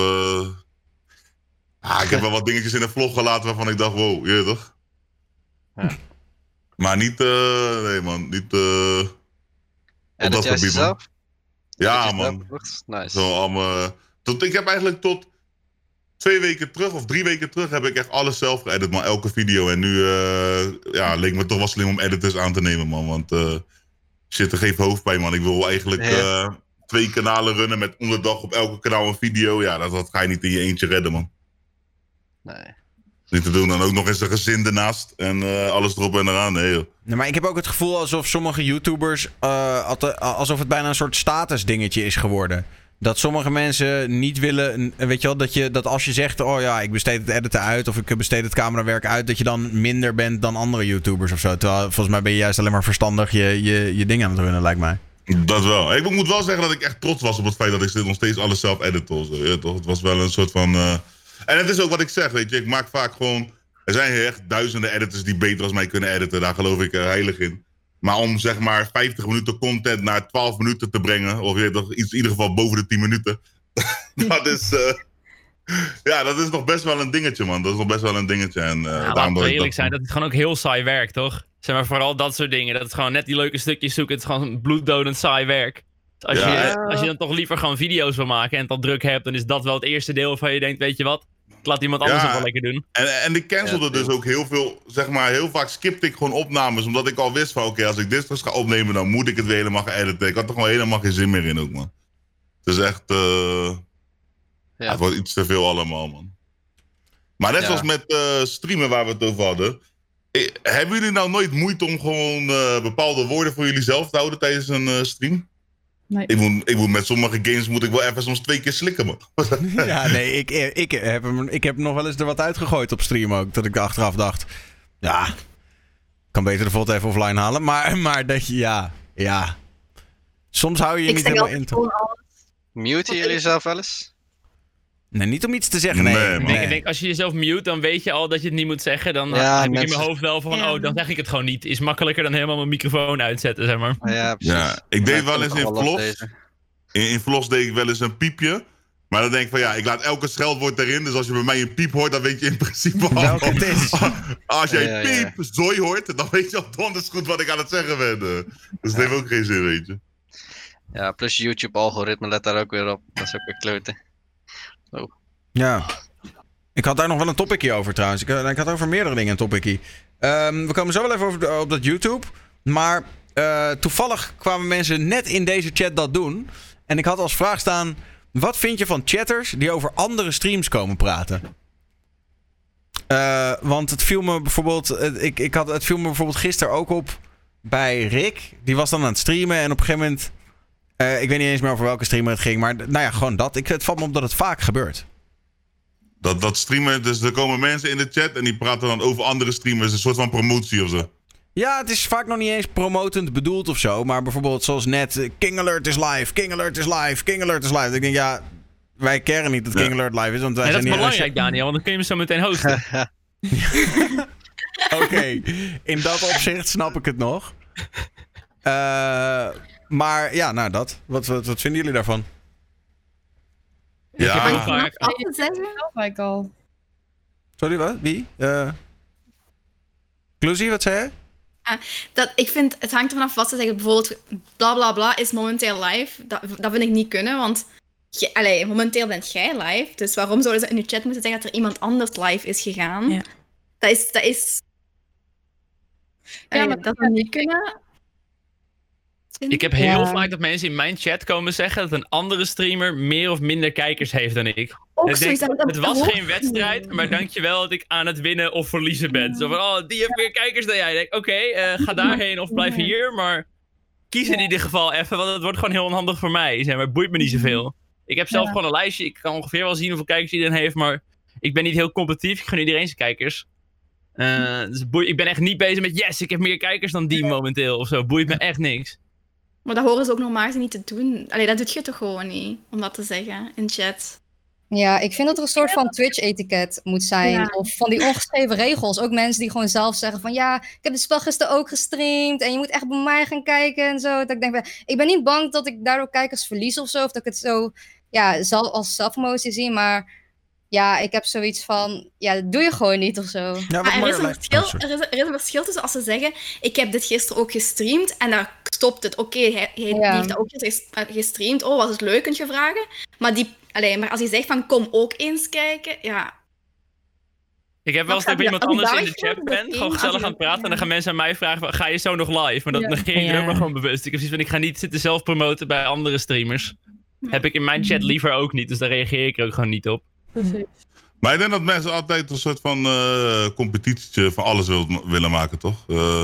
wel wat dingetjes in de vlog gelaten waarvan ik dacht, wow, je toch? Ja. Maar niet, nee man, niet op dat gebied, man. Ja, man. Nice. Zo, ik heb eigenlijk tot 2 weken terug of 3 weken terug heb ik echt alles zelf geëdit, man. Elke video. En nu leek me toch wel slim om editors aan te nemen, man. Want shit, er geeft hoofdpijn, man. Ik wil eigenlijk 2 kanalen runnen met om de dag op elke kanaal een video. Ja, dat ga je niet in je eentje redden, man. Nee. Niet te doen. Dan ook nog eens een gezin ernaast. En alles erop en eraan. Nee, joh. Nee, maar ik heb ook het gevoel alsof sommige YouTubers alsof het bijna een soort status dingetje is geworden. Dat sommige mensen niet willen, weet je wel, dat als je zegt, oh ja, ik besteed het editen uit of ik besteed het camerawerk uit, dat je dan minder bent dan andere YouTubers of zo. Terwijl volgens mij ben je juist alleen maar verstandig je ding aan het runnen, lijkt mij. Dat wel. Ik moet wel zeggen dat ik echt trots was op het feit dat ik nog steeds alles zelf edit. Ja, toch? Het was wel een soort van... En het is ook wat ik zeg, weet je. Ik maak vaak gewoon... Er zijn echt duizenden editors die beter als mij kunnen editen. Daar geloof ik heilig in. Maar om zeg maar 50 minuten content naar 12 minuten te brengen, of je toch iets in ieder geval boven de 10 minuten, dat is nog best wel een dingetje, man. Dat is nog best wel een dingetje. En, laten we eerlijk zijn, dat is gewoon ook heel saai werk, toch? Zeg maar vooral dat soort dingen. Dat is gewoon net die leuke stukjes zoeken. Het is gewoon bloeddodend saai werk. Dus als je dan toch liever gewoon video's wil maken en het al druk hebt, dan is dat wel het eerste deel waarvan je denkt, weet je wat? Laat iemand anders het wel lekker doen. En ik cancelde dus ook heel veel, zeg maar, heel vaak skipte ik gewoon opnames. Omdat ik al wist van, oké, als ik dit straks ga opnemen, dan moet ik het weer helemaal gaan editen. Ik had er gewoon helemaal geen zin meer in ook, man. Het is echt, het wordt iets te veel allemaal, man. Maar net zoals met streamen waar we het over hadden. Hebben jullie nou nooit moeite om gewoon bepaalde woorden voor jullie zelf te houden tijdens een stream? Nee. Ik moet met sommige games moet ik wel even soms 2 keer slikken, man. Ja, nee, ik heb nog wel eens er wat uitgegooid op stream ook. Dat ik achteraf dacht, ja, kan beter de foto even offline halen. Maar dat je, ja. Soms hou je niet helemaal in. Mute je jezelf wel eens? Nee, niet om iets te zeggen, nee. Ik denk, als je jezelf mute, dan weet je al dat je het niet moet zeggen. Dan heb ik in mijn hoofd wel van, dan zeg ik het gewoon niet. Is makkelijker dan helemaal mijn microfoon uitzetten, zeg maar. Ja, precies. Ja, ik deed wel eens in vlogs. In vlogs deed ik wel eens een piepje. Maar dan denk ik van, ik laat elke scheldwoord erin. Dus als je bij mij een piep hoort, dan weet je in principe al. Welke het is. Als jij piep, zooi hoort, dan weet je al donders goed wat ik aan het zeggen ben. Dus het heeft ook geen zin, weet je. Ja, plus YouTube-algoritme let daar ook weer op. Dat is ook weer kloten. Oh. Ja. Ik had daar nog wel een topicje over trouwens. Ik had over meerdere dingen een topicje. We komen zo wel even over op dat YouTube. Maar toevallig kwamen mensen net in deze chat dat doen. En ik had als vraag staan, wat vind je van chatters die over andere streams komen praten? Want het viel me bijvoorbeeld... Het viel me bijvoorbeeld gisteren ook op bij Rick. Die was dan aan het streamen en op een gegeven moment... ik weet niet eens meer over welke streamer het ging. Maar nou ja, gewoon dat. Het valt me op dat het vaak gebeurt. Dat streamen, dus er komen mensen in de chat en die praten dan over andere streamers. Een soort van promotie of zo. Ja, het is vaak nog niet eens promotend bedoeld of zo. Maar bijvoorbeeld zoals net, King Alert is live, King Alert is live, King Alert is live. Ik denk, ja, wij keren niet dat King Alert live is. Want wij zijn dat is belangrijk, Daniel, want dan kun je me zo meteen hosten. Oké, in dat opzicht snap ik het nog. Maar ja, nou dat. Wat vinden jullie daarvan? Ja. Ik heb heel vaak... Ik al. Sorry, wat? Wie? Clusie, wat zei je? Ik vind, het hangt er vanaf wat ze zeggen. Bijvoorbeeld, bla bla bla is momenteel live. Dat vind ik niet kunnen, want momenteel bent jij live. Dus waarom zouden ze in je chat moeten zeggen dat er iemand anders live is gegaan? Ja. Dat is... maar dat we niet kunnen... Ik heb heel vaak dat mensen in mijn chat komen zeggen dat een andere streamer meer of minder kijkers heeft dan ik. Het was geen wedstrijd, maar dankjewel dat ik aan het winnen of verliezen ben. Zo van, die heeft meer kijkers dan jij. Oké, ga daarheen of blijf hier, maar kies in ieder geval even, want het wordt gewoon heel onhandig voor mij. Zeg maar, het boeit me niet zoveel. Ik heb zelf gewoon een lijstje, ik kan ongeveer wel zien hoeveel kijkers iedereen heeft, maar ik ben niet heel competitief. Ik gun iedereen zijn kijkers. Dus ik ben echt niet bezig met, yes, ik heb meer kijkers dan die momenteel of zo. Boeit me echt niks. Maar dat horen ze ook normaal niet te doen. Dat doe je toch gewoon niet, om dat te zeggen in chat. Ja, ik vind dat er een soort van Twitch-etiket moet zijn. Ja. Of van die ongeschreven regels. Ook mensen die gewoon zelf zeggen van... ja, ik heb de spel gisteren ook gestreamd... en je moet echt bij mij gaan kijken en zo. Dat ik denk, ik ben niet bang dat ik daardoor kijkers verlies of zo... of dat ik het zo als zelfpromotie zie, maar... ja, ik heb zoiets van... ja, dat doe je gewoon niet of zo. Ja, maar er is een verschil tussen als ze zeggen... ik heb dit gisteren ook gestreamd en daar stopt het. Oké, hij heeft dat ook gestreamd. Oh, was het leuk, kunt je vragen. Maar als hij zegt van kom ook eens kijken, ja... Ik heb wel eens dat iemand anders in de chat ben, gewoon gezellig aan het praten... en dan gaan mensen aan mij vragen, ga je zo nog live? Maar dat negeer ik ook maar gewoon bewust. Ik heb zoiets van, ik ga niet zitten zelf promoten bij andere streamers. Heb ik in mijn chat liever ook niet, dus daar reageer ik er ook gewoon niet op. Precies. Maar ik denk dat mensen altijd een soort van competitietje van alles willen maken, toch?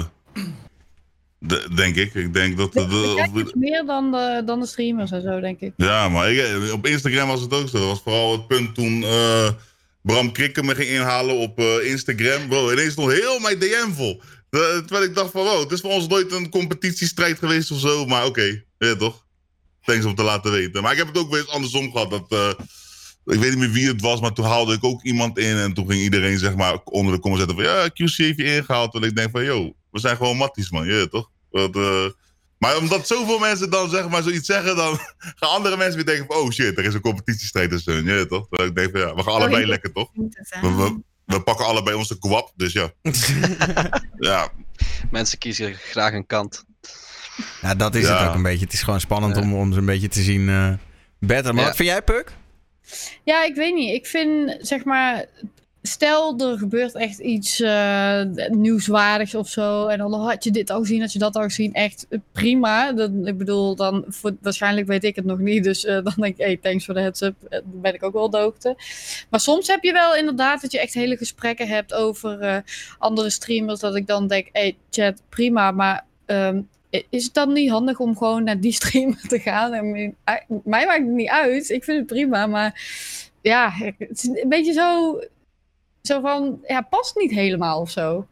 Denk ik. Ik denk dat... iets meer dan de streamers en zo, denk ik. Ja, maar op Instagram was het ook zo. Dat was vooral het punt toen Bram Krikke me ging inhalen op Instagram. Bro, ineens stond heel mijn DM vol. Terwijl ik dacht van, wow, het is voor ons nooit een competitiestrijd geweest of zo. Maar oké, ja toch? Thanks om te laten weten. Maar ik heb het ook weer eens andersom gehad. Dat, ik weet niet meer wie het was, maar toen haalde ik ook iemand in. En toen ging iedereen zeg maar onder de comments zetten van... ja, QC heeft je ingehaald. En ik denk van, yo, we zijn gewoon matties, man. Ja, toch? Maar omdat zoveel mensen dan zeg maar zoiets zeggen... dan gaan andere mensen weer denken van... oh shit, er is een competitiestrijd en zo. Ja, toch? Dan ik denk van, ja, we gaan allebei lekker, toch? We pakken allebei onze kwap, dus ja. Ja. Mensen kiezen graag een kant. Ja, dat is het ook een beetje. Het is gewoon spannend om ze een beetje te zien better. Maar wat vind jij, Puk? Ja, ik weet niet. Ik vind, zeg maar... stel, er gebeurt echt iets nieuwswaardigs of zo... en dan had je dit al gezien, had je dat al gezien. Echt prima. Ik bedoel, dan waarschijnlijk weet ik het nog niet. Dus dan denk ik, hey, thanks voor de heads-up. Dan ben ik ook wel op de hoogte. Maar soms heb je wel inderdaad dat je echt hele gesprekken hebt... over andere streamers. Dat ik dan denk, hey, chat, prima, maar... is het dan niet handig om gewoon naar die streamer te gaan? Mij maakt het niet uit. Ik vind het prima, maar ja, het is een beetje zo van, ja, past niet helemaal of zo.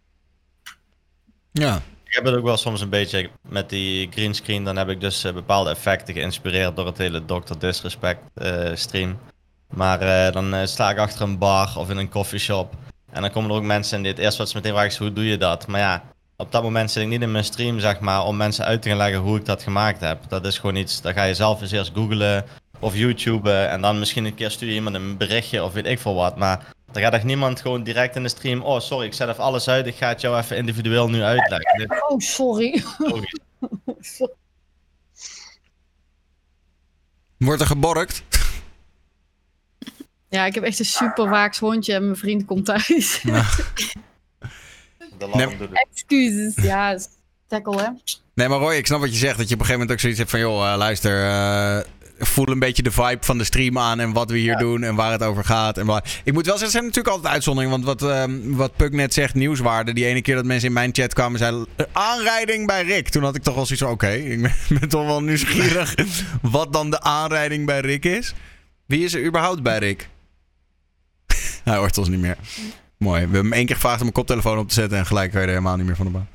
Ja. Ik heb het ook wel soms een beetje met die greenscreen. Dan heb ik dus bepaalde effecten geïnspireerd door het hele Dr. Disrespect stream. Maar dan sta ik achter een bar of in een coffeeshop. En dan komen er ook mensen in die het eerst wat ze meteen vragen is, hoe doe je dat? Maar ja, op dat moment zit ik niet in mijn stream, zeg maar, om mensen uit te gaan leggen hoe ik dat gemaakt heb. Dat is gewoon iets, daar ga je zelf eens eerst googlen of YouTuben en dan misschien een keer stuur je iemand een berichtje of weet ik veel wat. Maar er gaat echt niemand gewoon direct in de stream, oh sorry, ik zet even alles uit, ik ga het jou even individueel nu uitleggen. Oh, sorry. Wordt er geborkt? Ja, ik heb echt een super waaks hondje en mijn vriend komt thuis. Ja. Excuses, ja, tackle hè. Nee, maar Roy, ik snap wat je zegt. Dat je op een gegeven moment ook zoiets hebt van... joh, luister, voel een beetje de vibe van de stream aan... en wat we hier doen en waar het over gaat. En ik moet wel zeggen, er zijn natuurlijk altijd uitzonderingen. Want wat Puk net zegt, nieuwswaarde. Die ene keer dat mensen in mijn chat kwamen zei... aanrijding bij Rick. Toen had ik toch wel zoiets van... oké, ik ben toch wel nieuwsgierig... wat dan de aanrijding bij Rick is. Wie is er überhaupt bij Rick? Hij hoort ons niet meer. Mooi. We hebben hem 1 keer gevraagd om een koptelefoon op te zetten... en gelijk kan je er helemaal niet meer van de baan.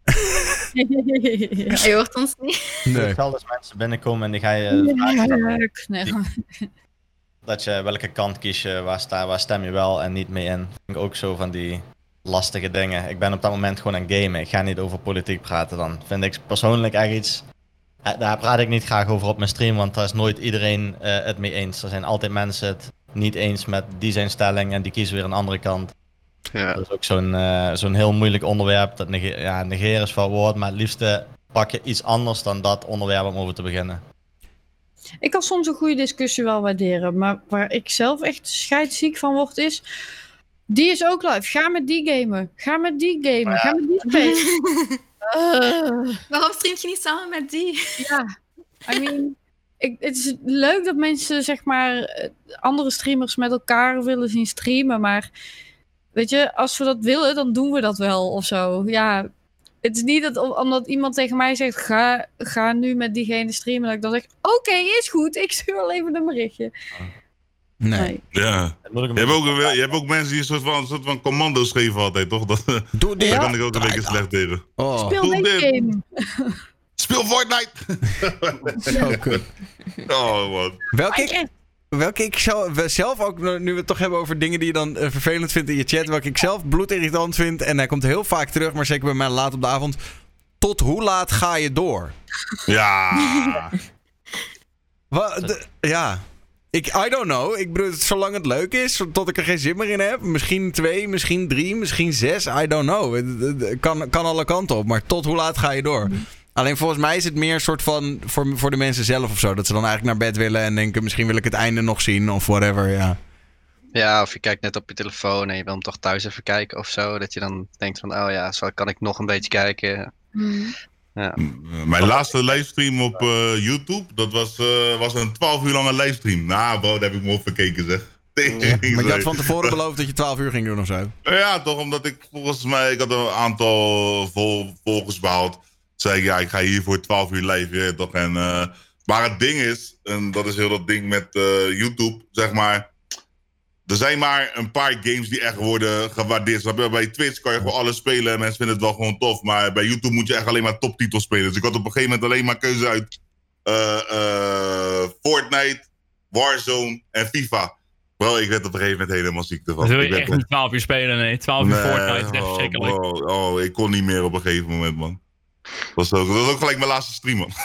Je hoort ons niet. Nee. Het als mensen binnenkomen en die ga je vragen... dat je welke kant kies je, waar stem je wel en niet mee in. Ik denk ook zo van die lastige dingen. Ik ben op dat moment gewoon aan het gamen. Ik ga niet over politiek praten dan. Vind ik persoonlijk echt iets... Daar praat ik niet graag over op mijn stream... want daar is nooit iedereen het mee eens. Er zijn altijd mensen het niet eens met die zijn stelling... en die kiezen weer een andere kant. Ja. Dat is ook zo'n heel moeilijk onderwerp. Dat negeren is van woord, maar het liefste pak je iets anders dan dat onderwerp om over te beginnen. Ik kan soms een goede discussie wel waarderen, maar waar ik zelf echt scheidsziek van word is... die is ook live, ga met die gamen, ga met die gamen, ga met die space. Waarom streamt je niet samen met die? Ja, I mean... Het is leuk dat mensen, zeg maar, andere streamers met elkaar willen zien streamen, maar... weet je, als we dat willen, dan doen we dat wel of zo. Ja, het is niet dat omdat iemand tegen mij zegt... ga nu met diegene streamen, dat ik dan zeg... oké, is goed, ik stuur wel even een berichtje. Nee. Ja. Je hebt ook mensen die een soort van commando's geven altijd, toch? Doe dit. Daar kan ik ook een beetje slecht tegen. Oh. Speel deze game. Speel Fortnite! Zo kut. Oh, man. welke ik zelf ook, nu we het toch hebben over dingen die je dan vervelend vindt in je chat, welke ik zelf bloedirritant vind, en hij komt heel vaak terug, maar zeker bij mij laat op de avond. Tot hoe laat ga je door? Ja. Ja. I don't know. Ik bedoel, zolang het leuk is, tot ik er geen zin meer in heb. Misschien 2, misschien 3, misschien 6. I don't know. Het kan alle kanten op. Maar tot hoe laat ga je door? Alleen volgens mij is het meer een soort van voor de mensen zelf of zo. Dat ze dan eigenlijk naar bed willen en denken, misschien wil ik het einde nog zien of whatever, ja. Ja, of je kijkt net op je telefoon en je wil hem toch thuis even kijken of zo. Dat je dan denkt van, oh ja, zo kan ik nog een beetje kijken. Ja. Mijn laatste livestream op YouTube, dat was een 12 uur lange livestream. Nou bro, daar heb ik me op verkeken zeg. Maar je had van tevoren beloofd dat je 12 uur ging doen of zo? Ja, toch, omdat ik had een aantal volgers behaald. Zei ik, ja, ik ga hier voor 12 uur live, toch. En, maar het ding is, en dat is heel dat ding met YouTube, zeg maar. Er zijn maar een paar games die echt worden gewaardeerd. Bij Twitch kan je gewoon alles spelen en mensen vinden het wel gewoon tof. Maar bij YouTube moet je echt alleen maar toptitels spelen. Dus ik had op een gegeven moment alleen maar keuze uit Fortnite, Warzone en FIFA. Bro, ik werd op een gegeven moment helemaal ziek ervan. Dat wil je echt niet 12 uur spelen, nee. 12 uur Fortnite is echt verschrikkelijk. Ik kon niet meer op een gegeven moment, man. Dat was ook gelijk mijn laatste stream, man.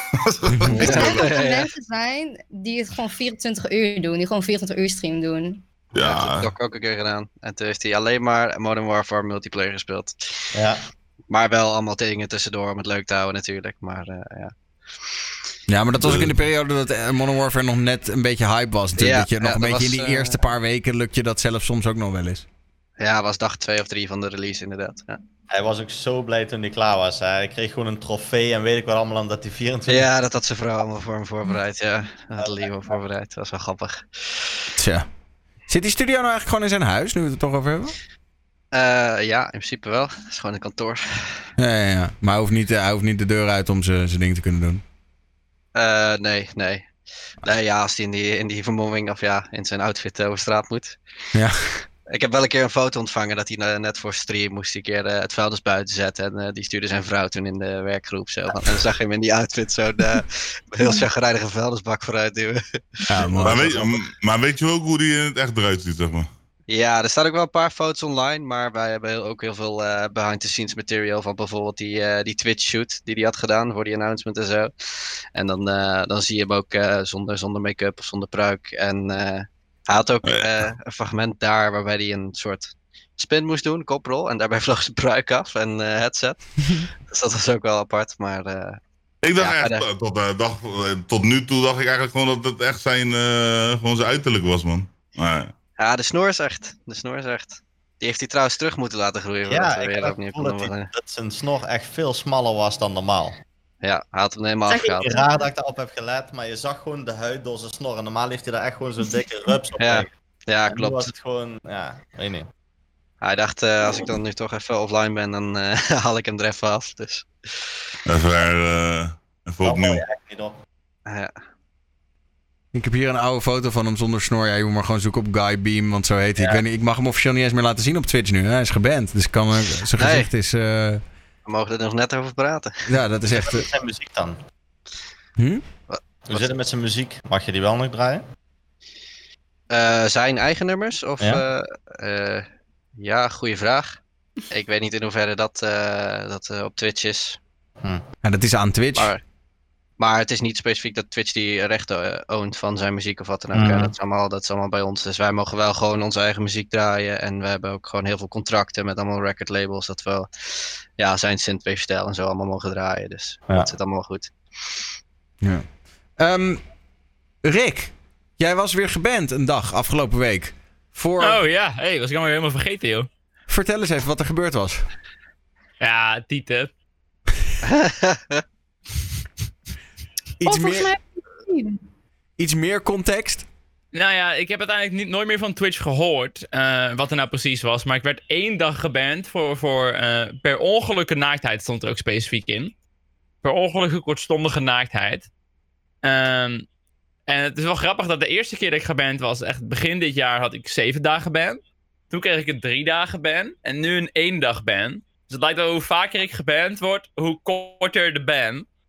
Er mensen zijn die het gewoon 24 uur doen. Die gewoon 24 uur stream doen. Ja, dat heb ik ook een keer gedaan. En toen heeft hij alleen maar Modern Warfare multiplayer gespeeld. Ja. Maar wel allemaal dingen tussendoor om het leuk te houden natuurlijk. Maar ja. Ja, maar dat was ook in de periode dat Modern Warfare nog net een beetje hype was. Ja, dat je nog een beetje in die eerste paar weken lukt je dat zelf soms ook nog wel eens. Ja, was dag 2 of 3 van de release inderdaad. Ja. Hij was ook zo blij toen hij klaar was. Hij kreeg gewoon een trofee en weet ik wat allemaal omdat hij 24... Ja, dat had zijn vrouw allemaal voor hem voorbereid. Ja, dat had Leo voorbereid. Dat was wel grappig. Tja. Zit die studio nou eigenlijk gewoon in zijn huis, nu we het er toch over hebben? Ja, in principe wel. Het is gewoon een kantoor. Ja. Maar hij hoeft niet de deur uit om zijn ding te kunnen doen? Nee. Nee, ja, als hij in die vermomming of ja, in zijn outfit over straat moet. Ja. Ik heb wel een keer een foto ontvangen dat hij net voor stream moest een keer het vuilnis buiten zetten. En die stuurde zijn vrouw toen in de werkgroep zo. En dan zag je hem in die outfit zo'n heel chagrijnige vuilnisbak vooruit duwen. Ja, maar weet je ook hoe die in het echt eruit ziet, zeg maar? Ja, er staan ook wel een paar foto's online, maar wij hebben ook heel veel behind-the-scenes material van bijvoorbeeld die Twitch-shoot die hij had gedaan voor die announcement en zo. En dan zie je hem ook zonder make-up of zonder pruik. En hij had ook een fragment daar waarbij hij een soort spin moest doen, koprol. En daarbij vloog zijn pruik af en headset. Dus dat was ook wel apart, maar... ik dacht tot nu toe dacht ik eigenlijk gewoon dat het echt gewoon zijn uiterlijk was, man. Maar... Ja, de snor is echt. Die heeft hij trouwens terug moeten laten groeien. Ja, ik dat zijn snor echt veel smaller was dan normaal. Ja, hij had hem helemaal afgehaald. Het is raar dat ik daarop heb gelet, maar je zag gewoon de huid door zijn snor. En normaal heeft hij daar echt gewoon zo'n dikke rups op. Ja, en klopt. Nu was het gewoon, ja, weet niet. Hij dacht, als ik dan nu toch even offline ben, dan haal ik hem er even af. Dus. Even opnieuw. Ja. Ik heb hier een oude foto van hem zonder snor. Ja, je moet maar gewoon zoeken op Guy Beam, want zo heet hij. Ja. Ik mag hem officieel niet eens meer laten zien op Twitch nu. Hè? Hij is geband, dus zijn gezicht is... We mogen er nog net over praten. Ja, dat is echt... Hoe zit het met zijn muziek dan? Hoe zit het met zijn muziek? Mag je die wel nog draaien? Zijn eigen nummers? Of, ja, goede vraag. Ik weet niet in hoeverre dat op Twitch is. Ja, dat is aan Twitch. Maar het is niet specifiek dat Twitch die rechten oont van zijn muziek of wat dan ook. Dat is allemaal bij ons. Dus wij mogen wel gewoon onze eigen muziek draaien. En we hebben ook gewoon heel veel contracten met allemaal record labels. Dat we zijn synthwave-stijl en zo allemaal mogen draaien. Dus dat zit allemaal goed. Ja. Rick, jij was weer geband een dag afgelopen week. Oh ja, was ik allemaal helemaal vergeten, joh. Vertel eens even wat er gebeurd was. Ja, Tieten. Iets meer context? Nou ja, ik heb uiteindelijk nooit meer van Twitch gehoord wat er nou precies was. Maar ik werd 1 dag geband voor per ongelukke naaktheid stond er ook specifiek in. Per ongelukke kortstondige naaktheid. En het is wel grappig dat de eerste keer dat ik geband was, echt begin dit jaar had ik 7 dagen ban. Toen kreeg ik een 3 dagen ban en nu een 1 dag ban. Dus het lijkt wel hoe vaker ik geband word, hoe korter de ban.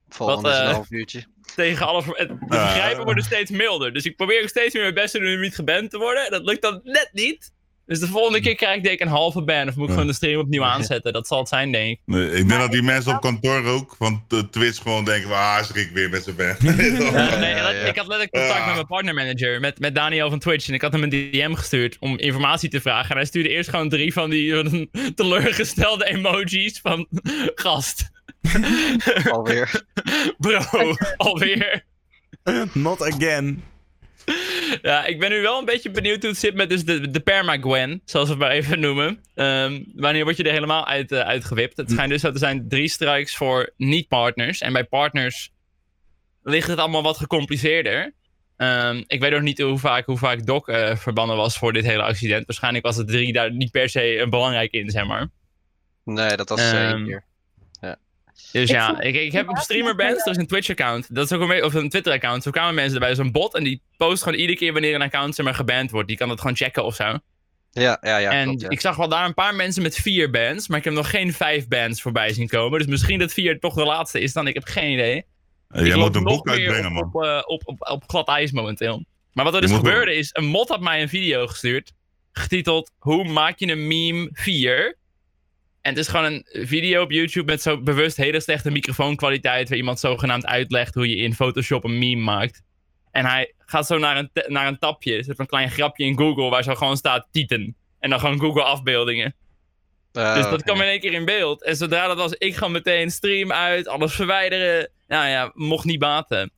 Volgende is een half uurtje. Tegen alles. De begrijpen worden steeds milder. Dus ik probeer ook steeds meer mijn best te doen om niet geband te worden. En dat lukt dan net niet. Dus de volgende keer krijg ik denk ik een halve ban. Of moet ik gewoon de stream opnieuw aanzetten. Dat zal het zijn, denk ik. Nee, ik denk dat die mensen op kantoor ook van Twitch gewoon denken... schrik weer met zijn ban. Ik had letterlijk contact met mijn partnermanager. Met Daniel van Twitch. En ik had hem een DM gestuurd om informatie te vragen. En hij stuurde eerst gewoon 3 van die teleurgestelde emojis van... Gast. Alweer. Bro, alweer. Not again. Ja, ik ben nu wel een beetje benieuwd hoe het zit met dus de perma-Gwen, zoals we het maar even noemen. Wanneer word je er helemaal uitgewipt? Het schijnt dus dat er zijn 3 strikes voor niet-partners. En bij partners ligt het allemaal wat gecompliceerder. Ik weet ook niet hoe vaak Doc verbannen was voor dit hele accident. Waarschijnlijk was het 3 daar niet per se belangrijk in, zeg maar. Nee, dat was 1 keer. Dus ik heb een streamerband, er is een Twitch-account. Dat is ook of een Twitter-account. Zo kwamen mensen erbij, zo'n bot. En die post gewoon iedere keer wanneer een account geband wordt. Die kan dat gewoon checken of zo. Ja. En klopt, ja. ik zag wel daar een paar mensen met 4 bands. Maar ik heb nog geen 5 bands voorbij zien komen. Dus misschien dat 4 toch de laatste is dan. Ik heb geen idee. Jij moet een boek uitbrengen, man. Op glad ijs momenteel. Maar wat er dus gebeurde is, een mod had mij een video gestuurd. Getiteld, hoe maak je een meme 4? En het is gewoon een video op YouTube met zo bewust hele slechte microfoonkwaliteit. Waar iemand zogenaamd uitlegt hoe je in Photoshop een meme maakt. En hij gaat zo naar een tabje. Er zit een klein grapje in Google waar zo gewoon staat Titan. En dan gewoon Google afbeeldingen. Dus dat kwam in één keer in beeld. En zodra dat was, ik ga meteen stream uit, alles verwijderen. Nou ja, mocht niet baten.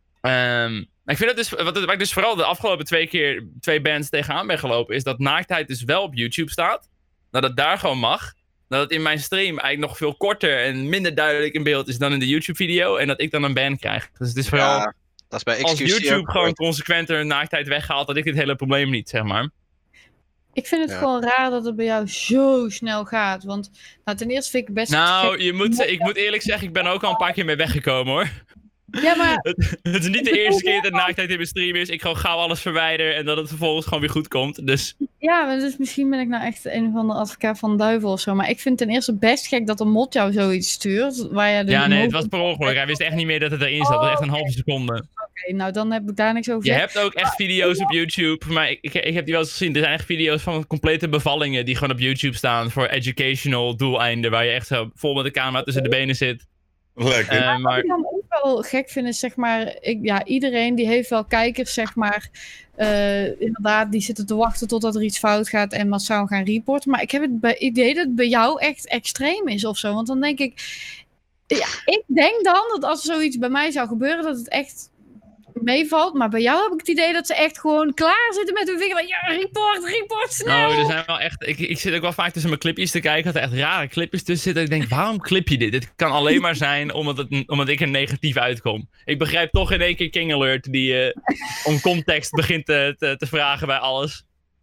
Ik vind dat dus, wat ik dus vooral de afgelopen 2 bands tegenaan ben gelopen, is dat naaktheid dus wel op YouTube staat. Dat het daar gewoon mag. Dat het in mijn stream eigenlijk nog veel korter en minder duidelijk in beeld is dan in de YouTube-video. En dat ik dan een ban krijg. Dus het is vooral, dat is bij als YouTube gewoon consequenter naaktheid weghaalt, dat ik dit hele probleem niet, zeg maar. Ik vind het gewoon raar dat het bij jou zo snel gaat. Want ten eerste vind ik het best... ik moet eerlijk zeggen, ik ben er ook al een paar keer mee weggekomen, hoor. Ja, maar... Het is niet de eerste keer dat naaktheid in mijn stream is. Ik gewoon gauw alles verwijder en dat het vervolgens gewoon weer goed komt. Dus... Ja, maar dus misschien ben ik nou echt een of andere advocaat van de duivel of zo. Maar ik vind ten eerste best gek dat een mod jou zoiets stuurt. Waar je het was per ongeluk. Hij wist echt niet meer dat het erin zat. Het was echt een halve seconde. Oké, nou dan heb ik daar niks over. Je hebt ook echt video's op YouTube. Maar ik heb die wel eens gezien. Er zijn echt video's van complete bevallingen die gewoon op YouTube staan. Voor educational doeleinden. Waar je echt zo vol met de camera tussen de benen zit. Lekker. Wat ik dan ook wel gek vind is, zeg maar, iedereen die heeft wel kijkers, zeg maar, inderdaad, die zitten te wachten totdat er iets fout gaat en massaal gaan reporten. Maar ik heb het idee dat het bij jou echt extreem is of zo. Want dan denk ik, ik denk dan dat als er zoiets bij mij zou gebeuren, dat het echt meevalt. Maar bij jou heb ik het idee dat ze echt gewoon klaar zitten met hun vinger. Ja, report, snel! Nou, er zijn wel echt... Ik zit ook wel vaak tussen mijn clipjes te kijken, dat er echt rare clipjes tussen zitten. Ik denk, waarom clip je dit? Dit kan alleen maar zijn omdat ik er negatief uitkom. Ik begrijp toch in één keer King Alert die om context begint te vragen bij alles.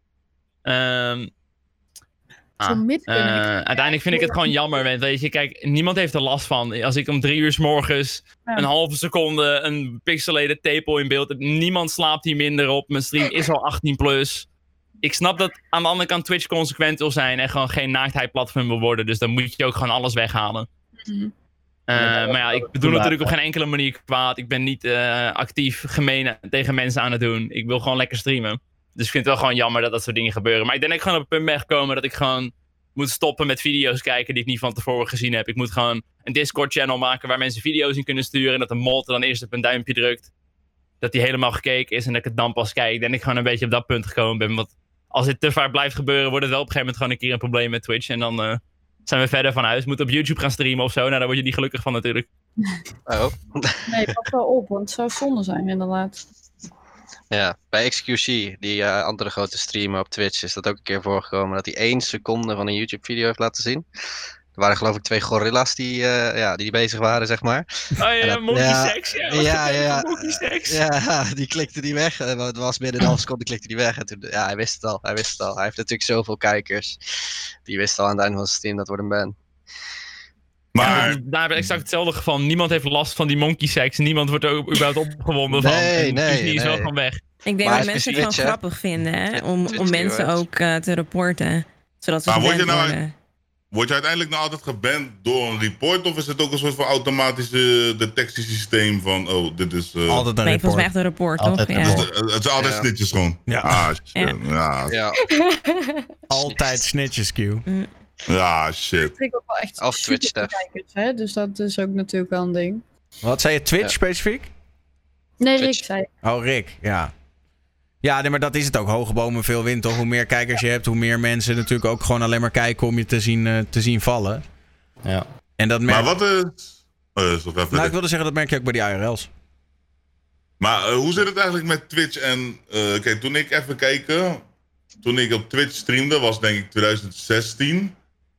Uiteindelijk vind ik het gewoon jammer. Weet je, kijk, niemand heeft er last van. Als ik om 3 uur 's morgens een halve seconde een pixelated tepel in beeld heb, niemand slaapt hier minder op. Mijn stream is al 18+. Ik snap dat aan de andere kant Twitch consequent wil zijn en gewoon geen naaktheid-platform wil worden. Dus dan moet je ook gewoon alles weghalen. Maar ja, ik bedoel natuurlijk op geen enkele manier kwaad. Ik ben niet actief gemeen tegen mensen aan het doen. Ik wil gewoon lekker streamen. Dus ik vind het wel gewoon jammer dat dat soort dingen gebeuren. Maar ik denk dat ik gewoon op het punt ben gekomen dat ik gewoon moet stoppen met video's kijken die ik niet van tevoren gezien heb. Ik moet gewoon een Discord-channel maken waar mensen video's in kunnen sturen. En dat de mod dan eerst op een duimpje drukt. Dat die helemaal gekeken is en dat ik het dan pas kijk. Ik denk dat ik gewoon een beetje op dat punt gekomen ben. Want als dit te vaak blijft gebeuren, wordt het wel op een gegeven moment gewoon een keer een probleem met Twitch. En dan zijn we verder van huis. We moeten op YouTube gaan streamen of zo. Nou, daar word je niet gelukkig van natuurlijk. Oh. Nee, pas wel op, want het zou zonde zijn inderdaad. Ja, bij XQC, die andere grote streamer op Twitch, is dat ook een keer voorgekomen dat hij 1 seconde van een YouTube-video heeft laten zien. Er waren geloof ik 2 gorilla's die bezig waren, zeg maar. Oh ja, monkey sex. Ja. Monkey sex. Ja, die klikte die weg. Het was binnen een half seconde klikte die weg. En toen, hij wist het al. Hij heeft natuurlijk zoveel kijkers. Die wist al aan het einde van zijn stream dat wordt een ban. Maar daar heb ik exact hetzelfde geval. Niemand heeft last van die monkey sex. Niemand wordt er ook überhaupt opgewonden van. Die is wel gewoon weg. Ik denk dat mensen het gewoon grappig vinden, hè? Om mensen ook te reporten. Zodat ze word word je uiteindelijk nou altijd geband door een report? Of is het ook een soort van automatische detectiesysteem van, oh, dit is... Altijd een Nee, report. volgens mij echt een report, toch? Ja. Het is altijd snitches gewoon. Ja. Ja. Altijd snitches, Q. Ja, shit. Ik ook wel echt Of Twitch super stuff. kijkers, hè? Dus dat is ook natuurlijk wel een ding. Wat zei je, Twitch specifiek? Nee, Twitch. Rick zei. Oh, Rick, ja. Ja, nee, maar dat is het ook. Hoge bomen, veel wind, toch? Hoe meer kijkers je hebt, hoe meer mensen natuurlijk ook gewoon alleen maar kijken om je te zien vallen. Ja. En dat merk... Maar wat is... Nou, ik wilde zeggen, dat merk je ook bij die IRL's. Maar hoe zit het eigenlijk met Twitch? En kijk, toen ik even kijken... Toen ik op Twitch streamde, was denk ik 2016.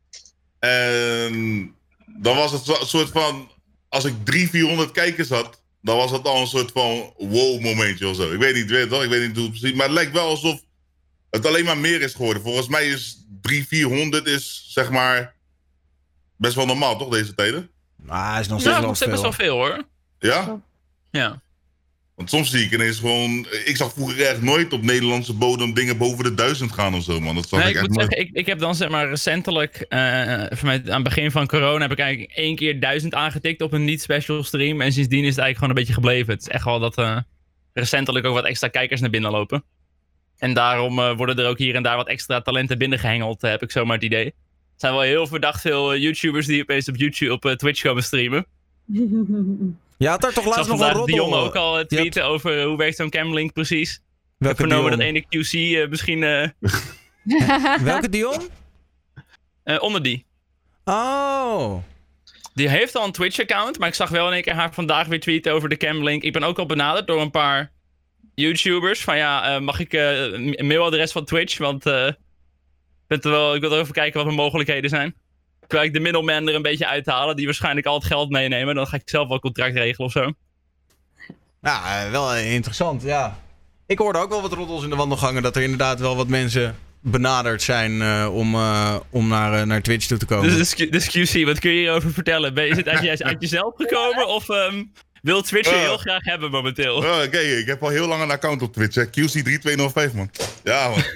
En dan was het een soort van... Als ik 300-400 kijkers had... Dan was het al een soort van wow momentje of zo. Ik weet niet hoe het precies... Maar het lijkt wel alsof het alleen maar meer is geworden. Volgens mij is 300-400 is zeg maar... Best wel normaal, toch, deze tijden? Ah, is nog steeds nog steeds best wel veel, hoor. Ja? Ja. Want soms zie ik ineens gewoon... Ik zag vroeger echt nooit op Nederlandse bodem dingen boven de 1000 gaan of zo, man. Dat zag Nee, ik ik echt moet nooit. zeggen, ik heb dan zeg maar recentelijk, aan het begin van corona, heb ik eigenlijk 1 keer 1000 aangetikt op een niet-special stream. En sindsdien is het eigenlijk gewoon een beetje gebleven. Het is echt wel dat recentelijk ook wat extra kijkers naar binnen lopen. En daarom worden er ook hier en daar wat extra talenten binnengehengeld, heb ik zomaar het idee. Er zijn wel heel verdacht veel YouTubers die opeens op Twitch komen streamen. Je had daar toch laatst nog een roddel... Dion ook al tweeten over hoe werkt zo'n camlink precies. Ik heb vernomen dat ene QC misschien... Welke Dion? Onder die. Oh. Die heeft al een Twitch-account, maar ik zag wel in één keer haar vandaag weer tweeten over de camlink. Ik ben ook al benaderd door een paar YouTubers. Van ja, mag ik een mailadres van Twitch? Want ik wil er even kijken wat mijn mogelijkheden zijn. Terwijl ik de middleman er een beetje uithalen, die waarschijnlijk al het geld meenemen. Dan ga ik zelf wel contract regelen of zo. Ja, wel interessant, ja. Ik hoorde ook wel wat roddels in de wandelgangen dat er inderdaad wel wat mensen benaderd zijn om naar Twitch toe te komen. Dus QC, wat kun je hierover vertellen? Is het uit jezelf gekomen of wil Twitch je heel graag hebben momenteel? Kijk, ik heb al heel lang een account op Twitch, hè. QC3205, man. Ja, man.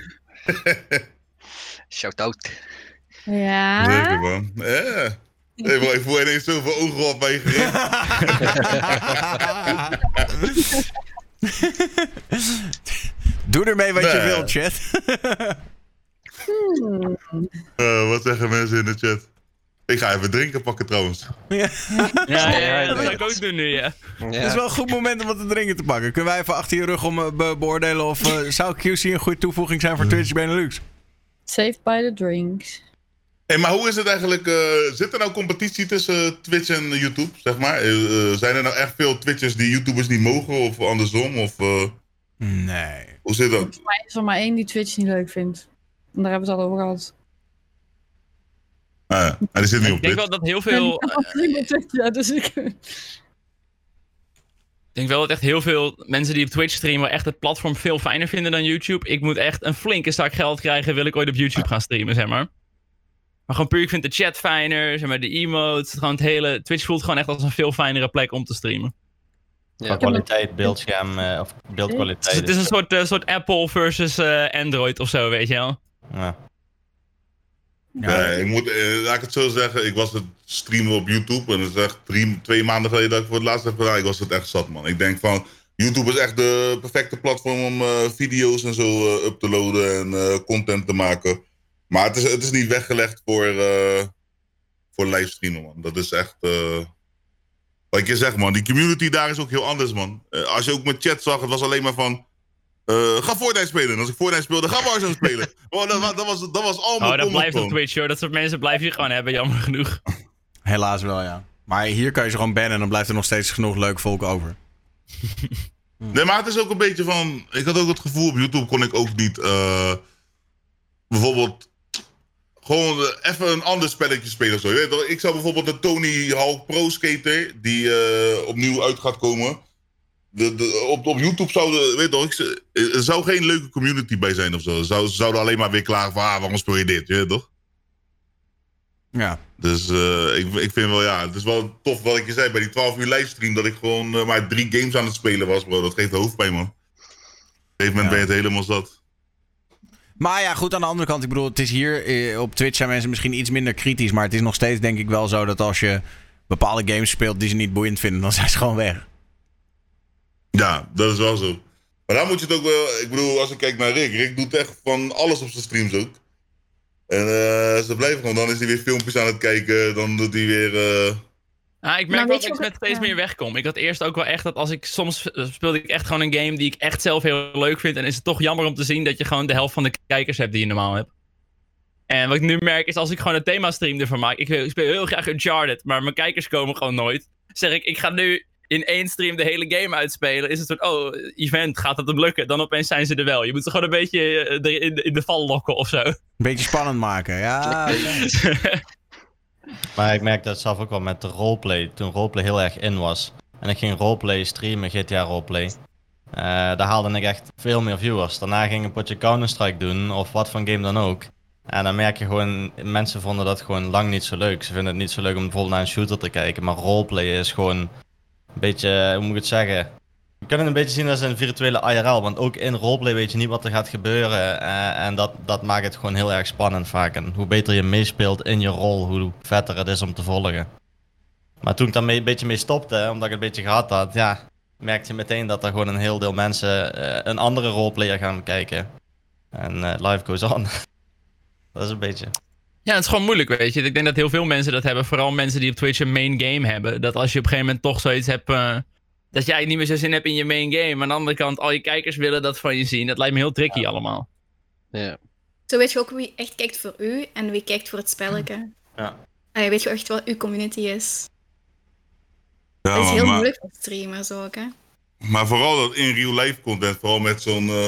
Shout-out. Ja. Zeker, man. Ja. Ik voel ineens zoveel ogen op mij gericht. Doe ermee wat je wilt, chat. Wat zeggen mensen in de chat? Ik ga even drinken pakken trouwens. Ja, dat zou ik ook doen nu, ja. Het is wel een goed moment om wat te drinken te pakken. Kunnen wij even achter je rug om beoordelen of zou QC een goede toevoeging zijn voor Twitch Benelux? Saved by the drinks. Hey, maar hoe is het eigenlijk? Zit er nou competitie tussen Twitch en YouTube, zeg maar? Zijn er nou echt veel Twitchers die YouTubers niet mogen of andersom? Of, Nee. Hoe zit dat? Volgens mij is er maar 1 die Twitch niet leuk vindt. En daar hebben we het al over gehad. Die zit niet op Ik denk wel dat heel veel... Ja, dus ik denk wel dat echt heel veel mensen die op Twitch streamen echt het platform veel fijner vinden dan YouTube. Ik moet echt een flinke zak geld krijgen, wil ik ooit op YouTube gaan streamen, zeg maar. Maar gewoon puur, ik vind de chat fijner, zeg maar, de emotes, gewoon het hele... Twitch voelt gewoon echt als een veel fijnere plek om te streamen. Qua kwaliteit, beeldscherm of beeldkwaliteit. Dus het is een soort Apple versus Android of zo, weet je wel. Ja. Nee, laat ik het zo zeggen, ik was het streamen op YouTube en het is echt 2 maanden geleden dat ik voor het laatst heb gedaan. Ik was het echt zat, man. Ik denk van, YouTube is echt de perfecte platform om video's en zo up te loaden en content te maken. Maar het is niet weggelegd voor livestreamen, man. Dat is echt... wat ik je zeg, man. Die community daar is ook heel anders, man. Als je ook mijn chat zag, het was alleen maar van... ga Fortnite spelen. En als ik Fortnite speelde, ga Warzone spelen. Oh, dat was allemaal... dat blijft op Twitch, hoor. Dat soort mensen blijf je gewoon hebben, jammer genoeg. Helaas wel, ja. Maar hier kan je ze gewoon bannen en dan blijft er nog steeds genoeg leuk volk over. Nee, maar het is ook een beetje van... Ik had ook het gevoel, op YouTube kon ik ook niet... bijvoorbeeld... Gewoon even een ander spelletje spelen of zo. Je weet toch? Ik zou bijvoorbeeld de Tony Hawk Pro Skater... die opnieuw uit gaat komen... Op YouTube er zou geen leuke community bij zijn of zo. Ze zouden alleen maar weer klagen van... waarom speel je dit? Je weet toch? Ja. Dus ik vind wel, ja... Het is wel tof wat ik je zei bij die 12 uur livestream... dat ik gewoon maar 3 games aan het spelen was, bro. Dat geeft de hoofdpijn, man. Op een gegeven moment ben je het helemaal zat. Maar ja, goed, aan de andere kant, ik bedoel, het is hier op Twitch zijn mensen misschien iets minder kritisch, maar het is nog steeds denk ik wel zo dat als je bepaalde games speelt die ze niet boeiend vinden, dan zijn ze gewoon weg. Ja, dat is wel zo. Maar dan moet je het ook wel, ik bedoel, als ik kijk naar Rick doet echt van alles op zijn streams ook. En ze blijven gewoon, dan is hij weer filmpjes aan het kijken, dan doet hij weer... Ik merk wel dat ik met steeds meer wegkom. Ik had eerst ook wel echt dat als ik soms speelde ik echt gewoon een game die ik echt zelf heel leuk vind. En is het toch jammer om te zien dat je gewoon de helft van de kijkers hebt die je normaal hebt. En wat ik nu merk is als ik gewoon een themastream ervan maak. Ik speel heel graag Uncharted, maar mijn kijkers komen gewoon nooit. Zeg ik ga nu in 1 stream de hele game uitspelen. Is het soort, event, gaat het hem lukken? Dan opeens zijn ze er wel. Je moet ze gewoon een beetje in de val lokken of zo. Een beetje spannend maken, ja. Maar ik merkte dat zelf ook wel met de roleplay. Toen roleplay heel erg in was. En ik ging roleplay streamen, GTA roleplay. Daar haalde ik echt veel meer viewers. Daarna ging ik een potje Counter-Strike doen, of wat voor game dan ook. En dan merk je gewoon, mensen vonden dat gewoon lang niet zo leuk. Ze vinden het niet zo leuk om bijvoorbeeld naar een shooter te kijken. Maar roleplay is gewoon een beetje, hoe moet ik het zeggen? Je kunt het een beetje zien als een virtuele IRL. Want ook in roleplay weet je niet wat er gaat gebeuren. En dat maakt het gewoon heel erg spannend vaak. En hoe beter je meespeelt in je rol, hoe vetter het is om te volgen. Maar toen ik daar een beetje mee stopte, omdat ik het een beetje gehad had, ja, merkte je meteen dat er gewoon een heel deel mensen een andere roleplayer gaan kijken. En life goes on. Dat is een beetje... Ja, het is gewoon moeilijk, weet je. Ik denk dat heel veel mensen dat hebben. Vooral mensen die op Twitch een main game hebben. Dat als je op een gegeven moment toch zoiets hebt... dat jij niet meer zo zin hebt in je main game. Maar aan de andere kant, al je kijkers willen dat van je zien. Dat lijkt me heel tricky allemaal. Ja. Zo weet je ook wie echt kijkt voor u en wie kijkt voor het spelletje. Ja. En je weet je echt wat uw community is. Ja, dat is heel moeilijk voor streamers ook, hè. Maar vooral dat in real life content, vooral met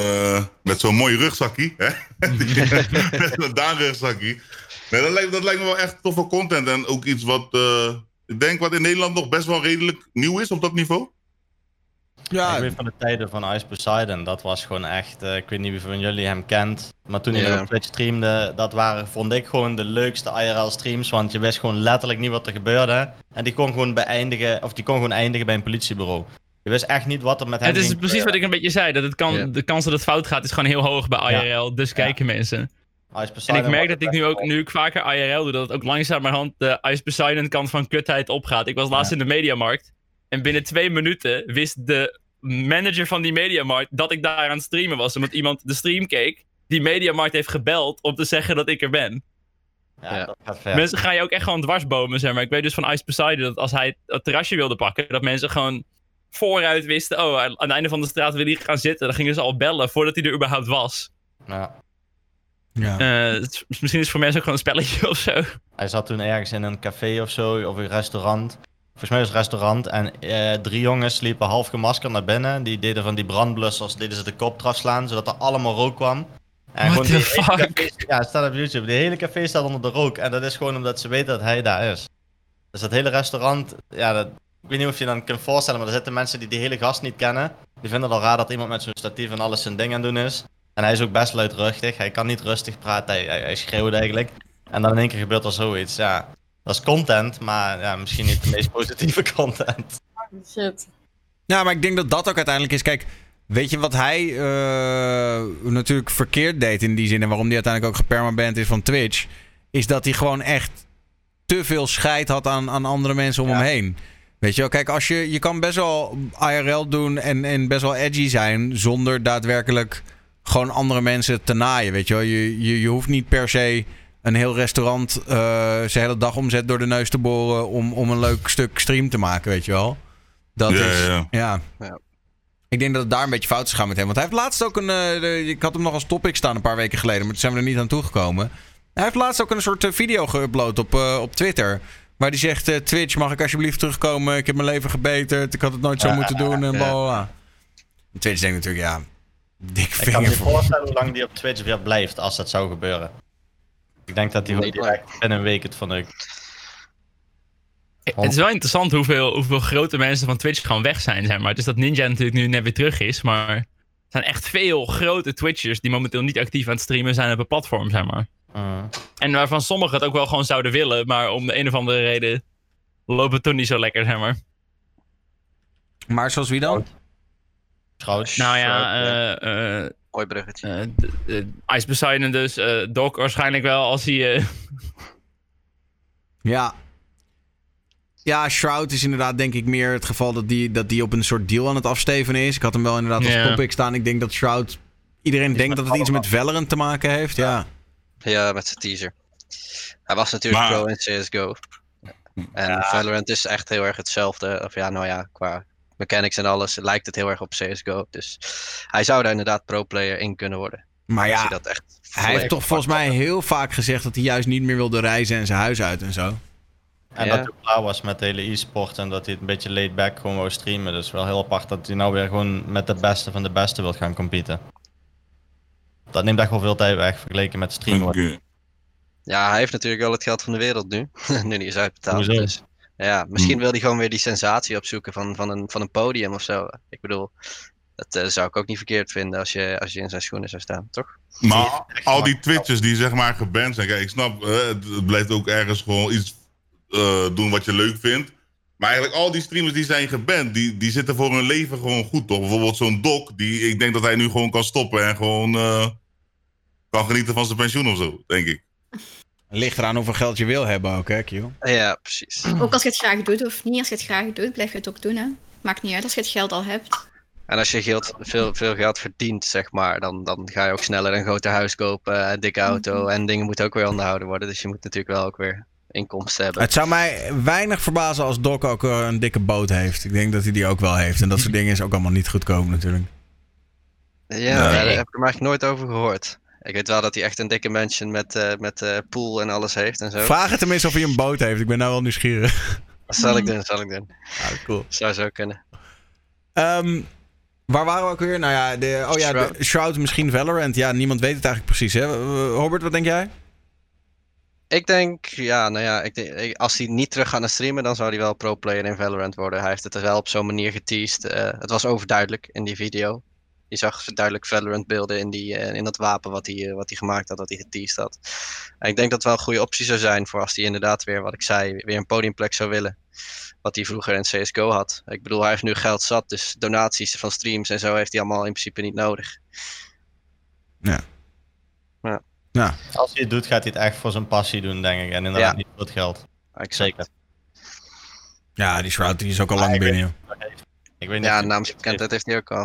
zo'n mooi rugzakkie, hè? Met zo'n Daan-rugzakkie. Nee, dat lijkt me wel echt toffe content. En ook iets wat, ik denk wat in Nederland nog best wel redelijk nieuw is op dat niveau. Ja, ik weet van de tijden van Ice Poseidon, dat was gewoon echt, ik weet niet wie van jullie hem kent, maar toen hij op Twitch streamde, vond ik gewoon de leukste IRL streams, want je wist gewoon letterlijk niet wat er gebeurde. En die kon gewoon eindigen bij een politiebureau. Je wist echt niet wat er met hem ging. Het is precies wat ik een beetje zei, dat de kans dat het fout gaat is gewoon heel hoog bij IRL, dus kijken mensen. En ik merk dat ik nu ik vaker IRL doe, dat het ook langzamerhand de Ice Poseidon kant van kutheid opgaat. Ik was laatst in de Mediamarkt. En binnen 2 minuten wist de manager van die Mediamarkt dat ik daar aan het streamen was. Omdat iemand de stream keek. Die Mediamarkt heeft gebeld om te zeggen dat ik er ben. Ja, dat gaat ver. Mensen gaan je ook echt gewoon dwarsbomen, zeg maar. Ik weet dus van Ice Poseidon dat als hij het terrasje wilde pakken, dat mensen gewoon vooruit wisten, aan het einde van de straat wil hij gaan zitten. Dan gingen ze al bellen voordat hij er überhaupt was. Ja. Misschien is het voor mensen ook gewoon een spelletje of zo. Hij zat toen ergens in een café of zo, of een restaurant. Volgens mij was het restaurant en 3 jongens liepen half gemaskerd naar binnen. Die deden van die brandblussers, deden ze de kop eraf slaan, zodat er allemaal rook kwam. En what the fuck? Het staat op YouTube. De hele café staat onder de rook en dat is gewoon omdat ze weten dat hij daar is. Dus dat hele restaurant, ik weet niet of je dan kunt voorstellen, maar er zitten mensen die hele gast niet kennen. Die vinden het al raar dat iemand met zo'n statief en alles zijn ding aan doen is. En hij is ook best luidruchtig, hij kan niet rustig praten, hij schreeuwt eigenlijk. En dan in één keer gebeurt er zoiets, ja. Dat is content, maar misschien niet de meest positieve content. Shit. Ja, maar ik denk dat dat ook uiteindelijk is. Kijk, weet je wat hij natuurlijk verkeerd deed in die zin en waarom hij uiteindelijk ook gepermaband is van Twitch, is dat hij gewoon echt te veel scheid had aan andere mensen om hem heen. Weet je wel, kijk, je kan best wel IRL doen en best wel edgy zijn zonder daadwerkelijk gewoon andere mensen te naaien, weet je wel. Je hoeft niet per se een heel restaurant zijn hele dag omzet door de neus te boren om een leuk stuk stream te maken, weet je wel. Dat is. Ja. Ik denk dat het daar een beetje fout is gegaan met hem. Want hij heeft laatst ook ik had hem nog als topic staan een paar weken geleden, maar toen zijn we er niet aan toegekomen. Hij heeft laatst ook een soort video geüpload op Twitter. Waar hij zegt, Twitch, mag ik alsjeblieft terugkomen? Ik heb mijn leven gebeterd. Ik had het nooit zo moeten doen. En blablabla. Twitch denkt natuurlijk, dik vinger. Ik kan me niet voorstellen hoe lang die op Twitch weer blijft als dat zou gebeuren. Ik denk dat hij direct binnen een week het verneukt. Het is wel interessant hoeveel grote mensen van Twitch gewoon weg zijn, zeg maar. Het is dat Ninja natuurlijk nu net weer terug is, maar er zijn echt veel grote Twitchers die momenteel niet actief aan het streamen zijn op een platform, zeg maar. En waarvan sommigen het ook wel gewoon zouden willen, maar om de een of andere reden loopt het toch niet zo lekker, zeg maar. Maar zoals wie dan? Nou ja, mooi bruggetje. Ice Poseidon dus. Doc waarschijnlijk wel als hij... Ja. Ja, Shroud is inderdaad denk ik meer het geval dat die op een soort deal aan het afstevenen is. Ik had hem wel inderdaad als topic staan. Ik denk dat Shroud... Iedereen denkt dat het iets met Valorant te maken heeft, ja. Ja, met zijn teaser. Hij was natuurlijk pro in CSGO. En Valorant is echt heel erg hetzelfde. Of qua mechanics en alles lijkt het heel erg op CSGO. Dus hij zou daar inderdaad pro-player in kunnen worden. Maar ja, hij heeft toch volgens mij heel vaak gezegd dat hij juist niet meer wilde reizen en zijn huis uit en zo. En dat hij klaar was met de hele e-sport en dat hij het een beetje laid back gewoon wou streamen. Dus wel heel apart dat hij nou weer gewoon met de beste van de beste wil gaan competen. Dat neemt echt wel veel tijd weg vergeleken met streamen. Ja, hij heeft natuurlijk wel het geld van de wereld nu. Nu niet is uitbetaald. Dus, ja, misschien wil hij gewoon weer die sensatie opzoeken van een podium of zo. Ik bedoel, dat zou ik ook niet verkeerd vinden als je in zijn schoenen zou staan, toch? Maar al die Twitchers die zeg maar geband zijn. Kijk, ik snap, het blijft ook ergens gewoon iets doen wat je leuk vindt. Maar eigenlijk al die streamers die zijn geband, die zitten voor hun leven gewoon goed, toch? Bijvoorbeeld zo'n Doc, ik denk dat hij nu gewoon kan stoppen en gewoon kan genieten van zijn pensioen of zo, denk ik. Ligt eraan hoeveel geld je wil hebben ook, hè, Q? Ja, precies. Ook als je het graag doet of niet, als je het graag doet, blijf je het ook doen, hè. Maakt niet uit als je het geld al hebt. En als je veel geld verdient, zeg maar, dan ga je ook sneller een groter huis kopen, een dikke auto en dingen moeten ook weer onderhouden worden. Dus je moet natuurlijk wel ook weer inkomsten hebben. Het zou mij weinig verbazen als Doc ook een dikke boot heeft. Ik denk dat hij die ook wel heeft. En dat soort dingen is ook allemaal niet goedkoop natuurlijk. Ja, daar heb ik hem eigenlijk nooit over gehoord. Ik weet wel dat hij echt een dikke mansion met pool en alles heeft en zo. Vraag het tenminste of hij een boot heeft. Ik ben nou wel nieuwsgierig. Dat zal ik doen. Ja, cool. Zou zo kunnen. Waar waren we ook weer? Nou ja, de Shroud misschien Valorant. Ja, niemand weet het eigenlijk precies, hè? Robert, wat denk jij? Ik denk, als hij niet terug gaat naar streamen, dan zou hij wel pro-player in Valorant worden. Hij heeft het er wel op zo'n manier geteased. Het was overduidelijk in die video. Je zag duidelijk Valorant beelden in dat wapen wat hij gemaakt had, dat hij geteased had. En ik denk dat het wel een goede optie zou zijn voor als hij inderdaad weer, wat ik zei, weer een podiumplek zou willen. Wat hij vroeger in CSGO had. Ik bedoel, hij heeft nu geld zat, dus donaties van streams en zo heeft hij allemaal in principe niet nodig. Ja. Als hij het doet, gaat hij het echt voor zijn passie doen, denk ik. En inderdaad niet voor het geld. Zeker. Ja, die Shroud die is ook al lang binnen. Ik weet niet naamsbekendheid heeft hij ook al.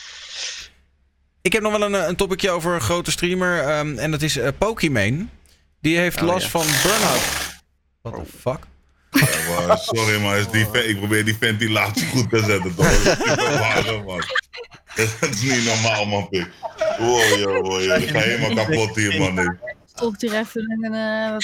Ik heb nog wel een topicje over een grote streamer. En dat is Pokimane. Die heeft last van burn-out. What the fuck? Sorry man, ik probeer die ventilatie goed te zetten. Dat is niet normaal man, pik. Wow, ik ga helemaal kapot hier man. Nu. Stop hier even een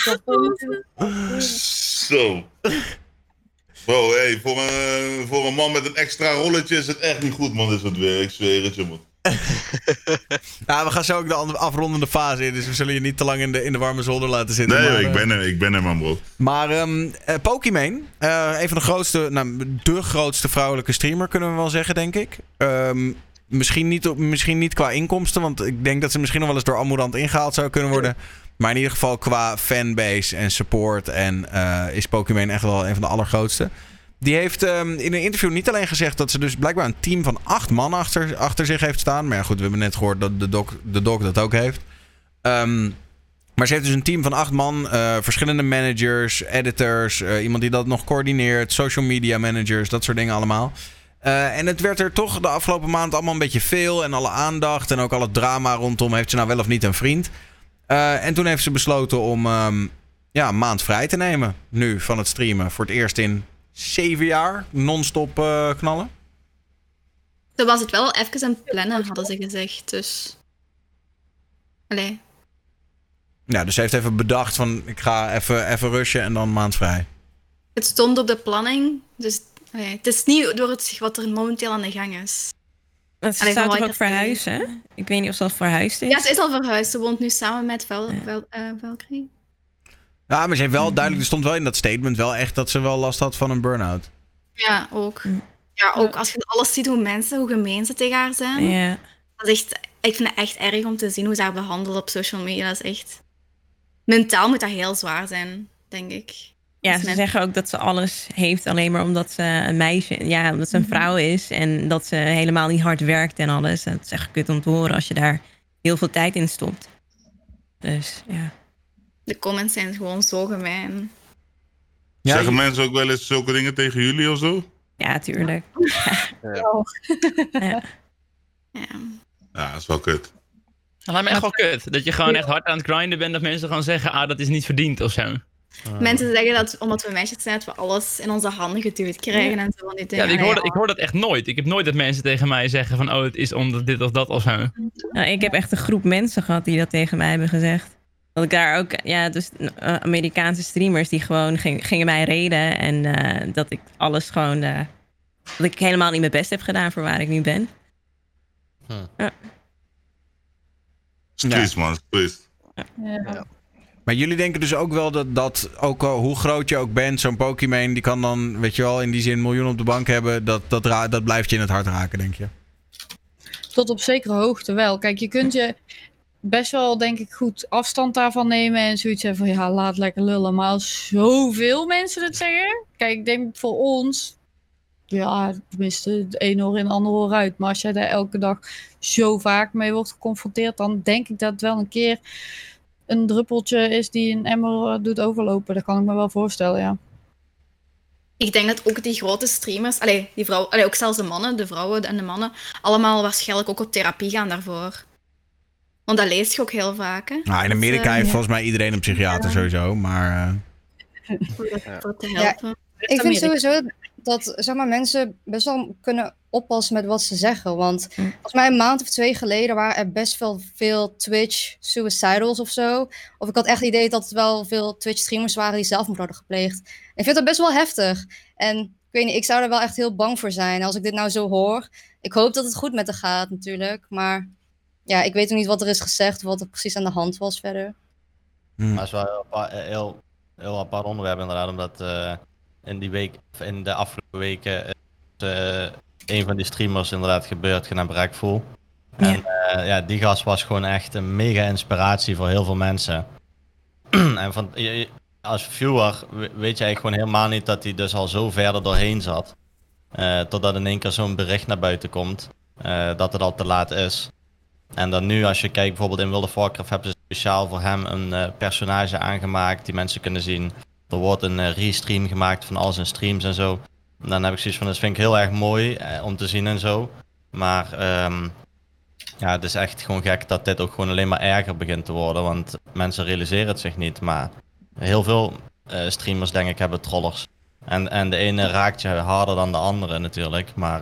Zo. Bro, hey, voor een man met een extra rolletje is het echt niet goed man, is het weer. Ik zweer het je man. Ja, we gaan zo ook de afrondende fase in, dus we zullen je niet te lang in de warme zolder laten zitten. Nee, maar, ik ben er man, bro. Maar Pokimane, een van de grootste, de grootste vrouwelijke streamer kunnen we wel zeggen, denk ik. Misschien niet qua inkomsten, want ik denk dat ze misschien nog wel eens door Amorant ingehaald zou kunnen worden. Maar in ieder geval qua fanbase en support is Pokimane echt wel een van de allergrootste. Die heeft in een interview niet alleen gezegd dat ze dus blijkbaar een team van 8 man achter zich heeft staan. Maar ja, goed, we hebben net gehoord dat de doc dat ook heeft. Maar ze heeft dus een team van 8 man. Verschillende managers, editors, iemand die dat nog coördineert. Social media managers, dat soort dingen allemaal. En het werd er toch de afgelopen maand allemaal een beetje veel. En alle aandacht en ook al het drama rondom. Heeft ze nou wel of niet een vriend? En toen heeft ze besloten om een maand vrij te nemen. Nu van het streamen. Voor het eerst in 7 jaar non-stop knallen. Zo was het wel even aan plannen, hadden ze gezegd. Dus. Allee. Ja, dus ze heeft even bedacht van ik ga even rushen en dan een maand vrij. Het stond op de planning. Dus het is niet door wat er momenteel aan de gang is. Ze zou toch ook verhuizen, hè? Ik weet niet of ze al verhuisd is. Ja, ze is al verhuisd. Ze woont nu samen met Valkyrie. Ja, maar ze heeft wel duidelijk, er stond wel in dat statement wel echt dat ze wel last had van een burn-out. Ja, ook. Ja, ook als je alles ziet hoe gemeen ze tegen haar zijn. Ja. Dat is echt, ik vind het echt erg om te zien hoe ze haar behandelen op social media. Dat is echt... Mentaal moet dat heel zwaar zijn, denk ik. Ja, ze zeggen ook dat ze alles heeft alleen maar omdat ze een meisje... Ja, omdat ze een vrouw is en dat ze helemaal niet hard werkt en alles. Dat is echt kut om te horen als je daar heel veel tijd in stopt. Dus, ja. De comments zijn gewoon zo gemeen. Ja, zeggen mensen ook wel eens zulke dingen tegen jullie of zo? Ja, tuurlijk. Ja, dat is wel kut. Dat lijkt me echt wel kut. Dat je gewoon echt hard aan het grinden bent, dat mensen gewoon zeggen, dat is niet verdiend of zo. Mensen zeggen dat omdat we meisjes zijn, dat we alles in onze handen geduwd krijgen en zo van die dingen. Ja, ik hoor dat echt nooit. Ik heb nooit dat mensen tegen mij zeggen van, het is omdat dit of dat of zo. Nou, ik heb echt een groep mensen gehad die dat tegen mij hebben gezegd. Dat ik daar ook, dus Amerikaanse streamers die gewoon gingen mij raiden en dat ik alles gewoon, dat ik helemaal niet mijn best heb gedaan voor waar ik nu ben. Triest, man. Triest. Ja. Maar jullie denken dus ook wel dat ook hoe groot je ook bent, zo'n Pokémon, die kan dan, weet je wel, in die zin miljoen op de bank hebben. Dat blijft je in het hart raken, denk je? Tot op zekere hoogte wel. Kijk, je kunt je best wel, denk ik, goed afstand daarvan nemen en zoiets hebben van, laat lekker lullen. Maar als zoveel mensen het zeggen, kijk, ik denk voor ons, tenminste, de ene oor in de andere oor uit. Maar als jij daar elke dag zo vaak mee wordt geconfronteerd, dan denk ik dat het wel een keer een druppeltje is die een emmer doet overlopen. Dat kan ik me wel voorstellen, ja. Ik denk dat ook die grote streamers, die vrouwen, ook zelfs de mannen, de vrouwen en de mannen, allemaal waarschijnlijk ook op therapie gaan daarvoor. Want dat lees je ook heel vaak, hè. Nou, in Amerika heeft volgens mij iedereen een psychiater sowieso, maar... Voor te helpen. Ik vind sowieso dat mensen best wel kunnen oppassen met wat ze zeggen. Want volgens mij een maand of 2 geleden waren er best wel veel Twitch suicidals of zo. Of ik had echt het idee dat er wel veel Twitch streamers waren die zelfmoord hadden gepleegd. Ik vind dat best wel heftig. En ik weet niet, ik zou er wel echt heel bang voor zijn als ik dit nou zo hoor. Ik hoop dat het goed met haar gaat natuurlijk. Maar ja, ik weet ook niet wat er is gezegd, wat er precies aan de hand was verder. Maar het is wel heel apart onderwerp inderdaad, omdat in de afgelopen weken een van die streamers inderdaad gebeurd, genaamd Brekvoel. Ja. En die gast was gewoon echt een mega inspiratie voor heel veel mensen. En als viewer weet je eigenlijk gewoon helemaal niet dat hij dus al zo verder doorheen zat. Totdat in één keer zo'n bericht naar buiten komt dat het al te laat is. En dan nu als je kijkt bijvoorbeeld in World of Warcraft hebben ze speciaal voor hem een personage aangemaakt die mensen kunnen zien. Er wordt een restream gemaakt van al zijn streams en zo. En dan heb ik zoiets van, dat vind ik heel erg mooi om te zien en zo. Maar het is echt gewoon gek dat dit ook gewoon alleen maar erger begint te worden. Want mensen realiseren het zich niet. Maar heel veel streamers denk ik hebben trollers. En de ene raakt je harder dan de andere natuurlijk. Maar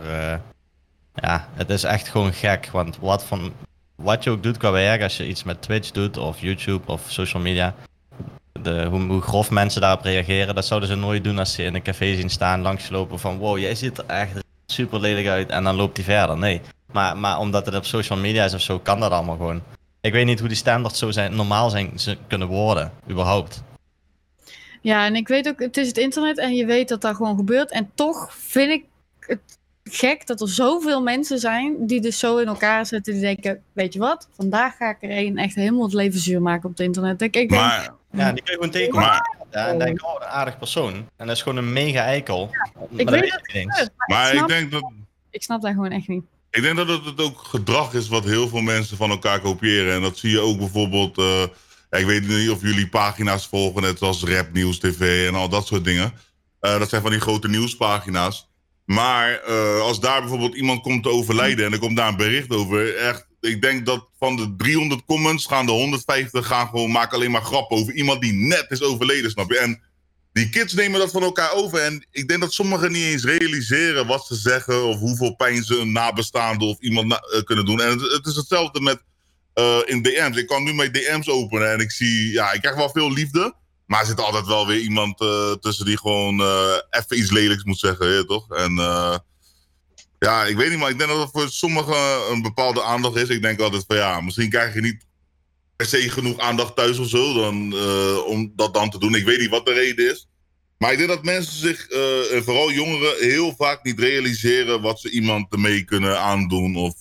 het is echt gewoon gek. Want wat je ook doet qua werk, als je iets met Twitch doet of YouTube of social media... Hoe grof mensen daarop reageren, dat zouden ze nooit doen als ze in een café zien staan, langslopen van wow, jij ziet er echt super lelijk uit en dan loopt hij verder. Nee, maar omdat het op social media is of zo, kan dat allemaal gewoon. Ik weet niet hoe die standaards zo normaal kunnen worden, überhaupt. Ja, en ik weet ook, het is het internet en je weet dat dat gewoon gebeurt. En toch vind ik het gek dat er zoveel mensen zijn die dus zo in elkaar zitten die denken, weet je wat, vandaag ga ik er echt helemaal het leven zuur maken op het internet. Ja, die kun je gewoon tekenen. En denk ik, een aardig persoon. En dat is gewoon een mega eikel. Ja, ik weet dat het gebeurt, maar ik snap dat gewoon echt niet. Ik denk dat het ook gedrag is wat heel veel mensen van elkaar kopiëren. En dat zie je ook bijvoorbeeld... ik weet niet of jullie pagina's volgen, net zoals Rap Nieuws TV en al dat soort dingen. Dat zijn van die grote nieuwspagina's. Maar als daar bijvoorbeeld iemand komt te overlijden en er komt daar een bericht over... Echt, ik denk dat van de 300 comments gaan de 150 maken alleen maar grappen over iemand die net is overleden, snap je? En die kids nemen dat van elkaar over. En ik denk dat sommigen niet eens realiseren wat ze zeggen of hoeveel pijn ze een nabestaande of iemand kunnen doen. En het is hetzelfde met in DM's. Ik kan nu mijn DM's openen en ik zie, ik krijg wel veel liefde. Maar er zit altijd wel weer iemand tussen die gewoon even iets lelijks moet zeggen, toch? En ik weet niet, maar ik denk dat het voor sommigen een bepaalde aandacht is. Ik denk altijd van misschien krijg je niet per se genoeg aandacht thuis of zo dan, om dat dan te doen. Ik weet niet wat de reden is. Maar ik denk dat mensen zich, en vooral jongeren, heel vaak niet realiseren wat ze iemand ermee kunnen aandoen of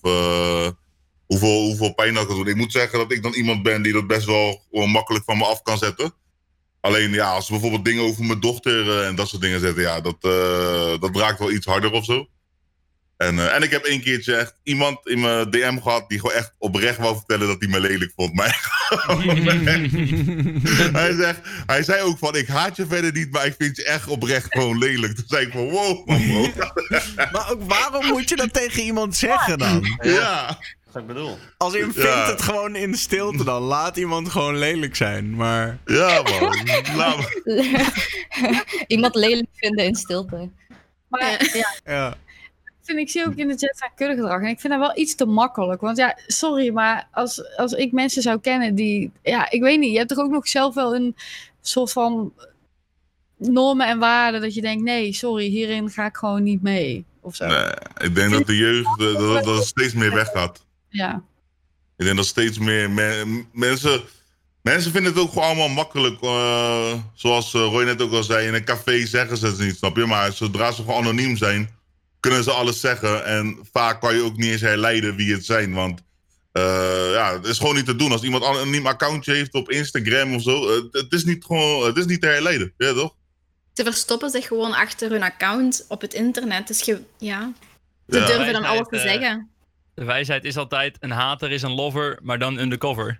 hoeveel pijn dat kan doen. Ik moet zeggen dat ik dan iemand ben die dat best wel makkelijk van me af kan zetten. Alleen ja, als ze bijvoorbeeld dingen over mijn dochter en dat soort dingen zetten, ja, dat raakt wel iets harder of zo. En ik heb 1 keertje echt iemand in mijn DM gehad die gewoon echt oprecht wou vertellen dat hij me lelijk vond. Hij zei ook van, ik haat je verder niet, maar ik vind je echt oprecht gewoon lelijk. Toen zei ik van, wow, man, bro. Maar ook waarom moet je dat tegen iemand zeggen dan? Ja. Dat is wat ik bedoel. Als je vindt het gewoon in de stilte dan. Laat iemand gewoon lelijk zijn, maar... Ja, man. Iemand lelijk vinden in stilte. Maar ja. Ik zie ook in de chat zijn kuddegedrag. En ik vind dat wel iets te makkelijk. Want ja, sorry, maar als ik mensen zou kennen die... Ja, ik weet niet. Je hebt toch ook nog zelf wel een soort van normen en waarden. Dat je denkt, nee, sorry, hierin ga ik gewoon niet mee. Of zo. Nee, ik denk dat de jeugd dat het steeds meer weggaat. Ja. Ik denk dat steeds meer mensen vinden het ook gewoon allemaal makkelijk. Zoals Roy net ook al zei, in een café zeggen ze het niet, snap je? Maar zodra ze gewoon anoniem zijn, kunnen ze alles zeggen. En vaak kan je ook niet eens herleiden wie het zijn. Want het is gewoon niet te doen. Als iemand een anoniem accountje heeft op Instagram of zo, het is niet te herleiden. Ja, toch? Ze verstoppen zich gewoon achter hun account op het internet. Dus ze durven dan alles te zeggen. De wijsheid is altijd, een hater is een lover, maar dan undercover.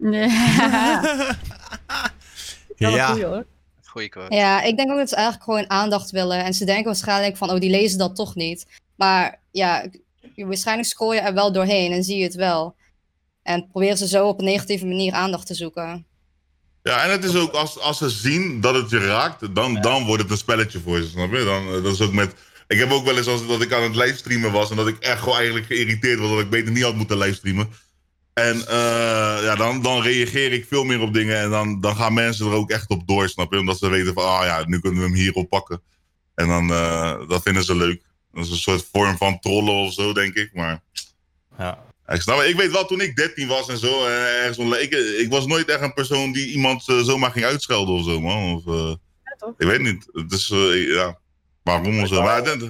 Ja. Goeie quote. Ja, ik denk ook dat ze eigenlijk gewoon aandacht willen. En ze denken waarschijnlijk van, die lezen dat toch niet. Maar ja, waarschijnlijk scroll je er wel doorheen en zie je het wel. En proberen ze zo op een negatieve manier aandacht te zoeken. Ja, en het is ook, als ze zien dat het je raakt, dan wordt het een spelletje voor ze, snap je? Dat is ook met... Ik heb ook wel eens dat ik aan het livestreamen was en dat ik echt gewoon eigenlijk geïrriteerd was dat ik beter niet had moeten livestreamen. En dan reageer ik veel meer op dingen en dan gaan mensen er ook echt op door, snap je? Omdat ze weten van, nu kunnen we hem hierop pakken. En dan dat vinden ze leuk. Dat is een soort vorm van trollen of zo, denk ik. Maar ja. Ik weet wel, toen ik 13 was en zo, ik was nooit echt een persoon die iemand zomaar ging uitschelden of zo, man. Ik weet niet. Het is, waarom of zo.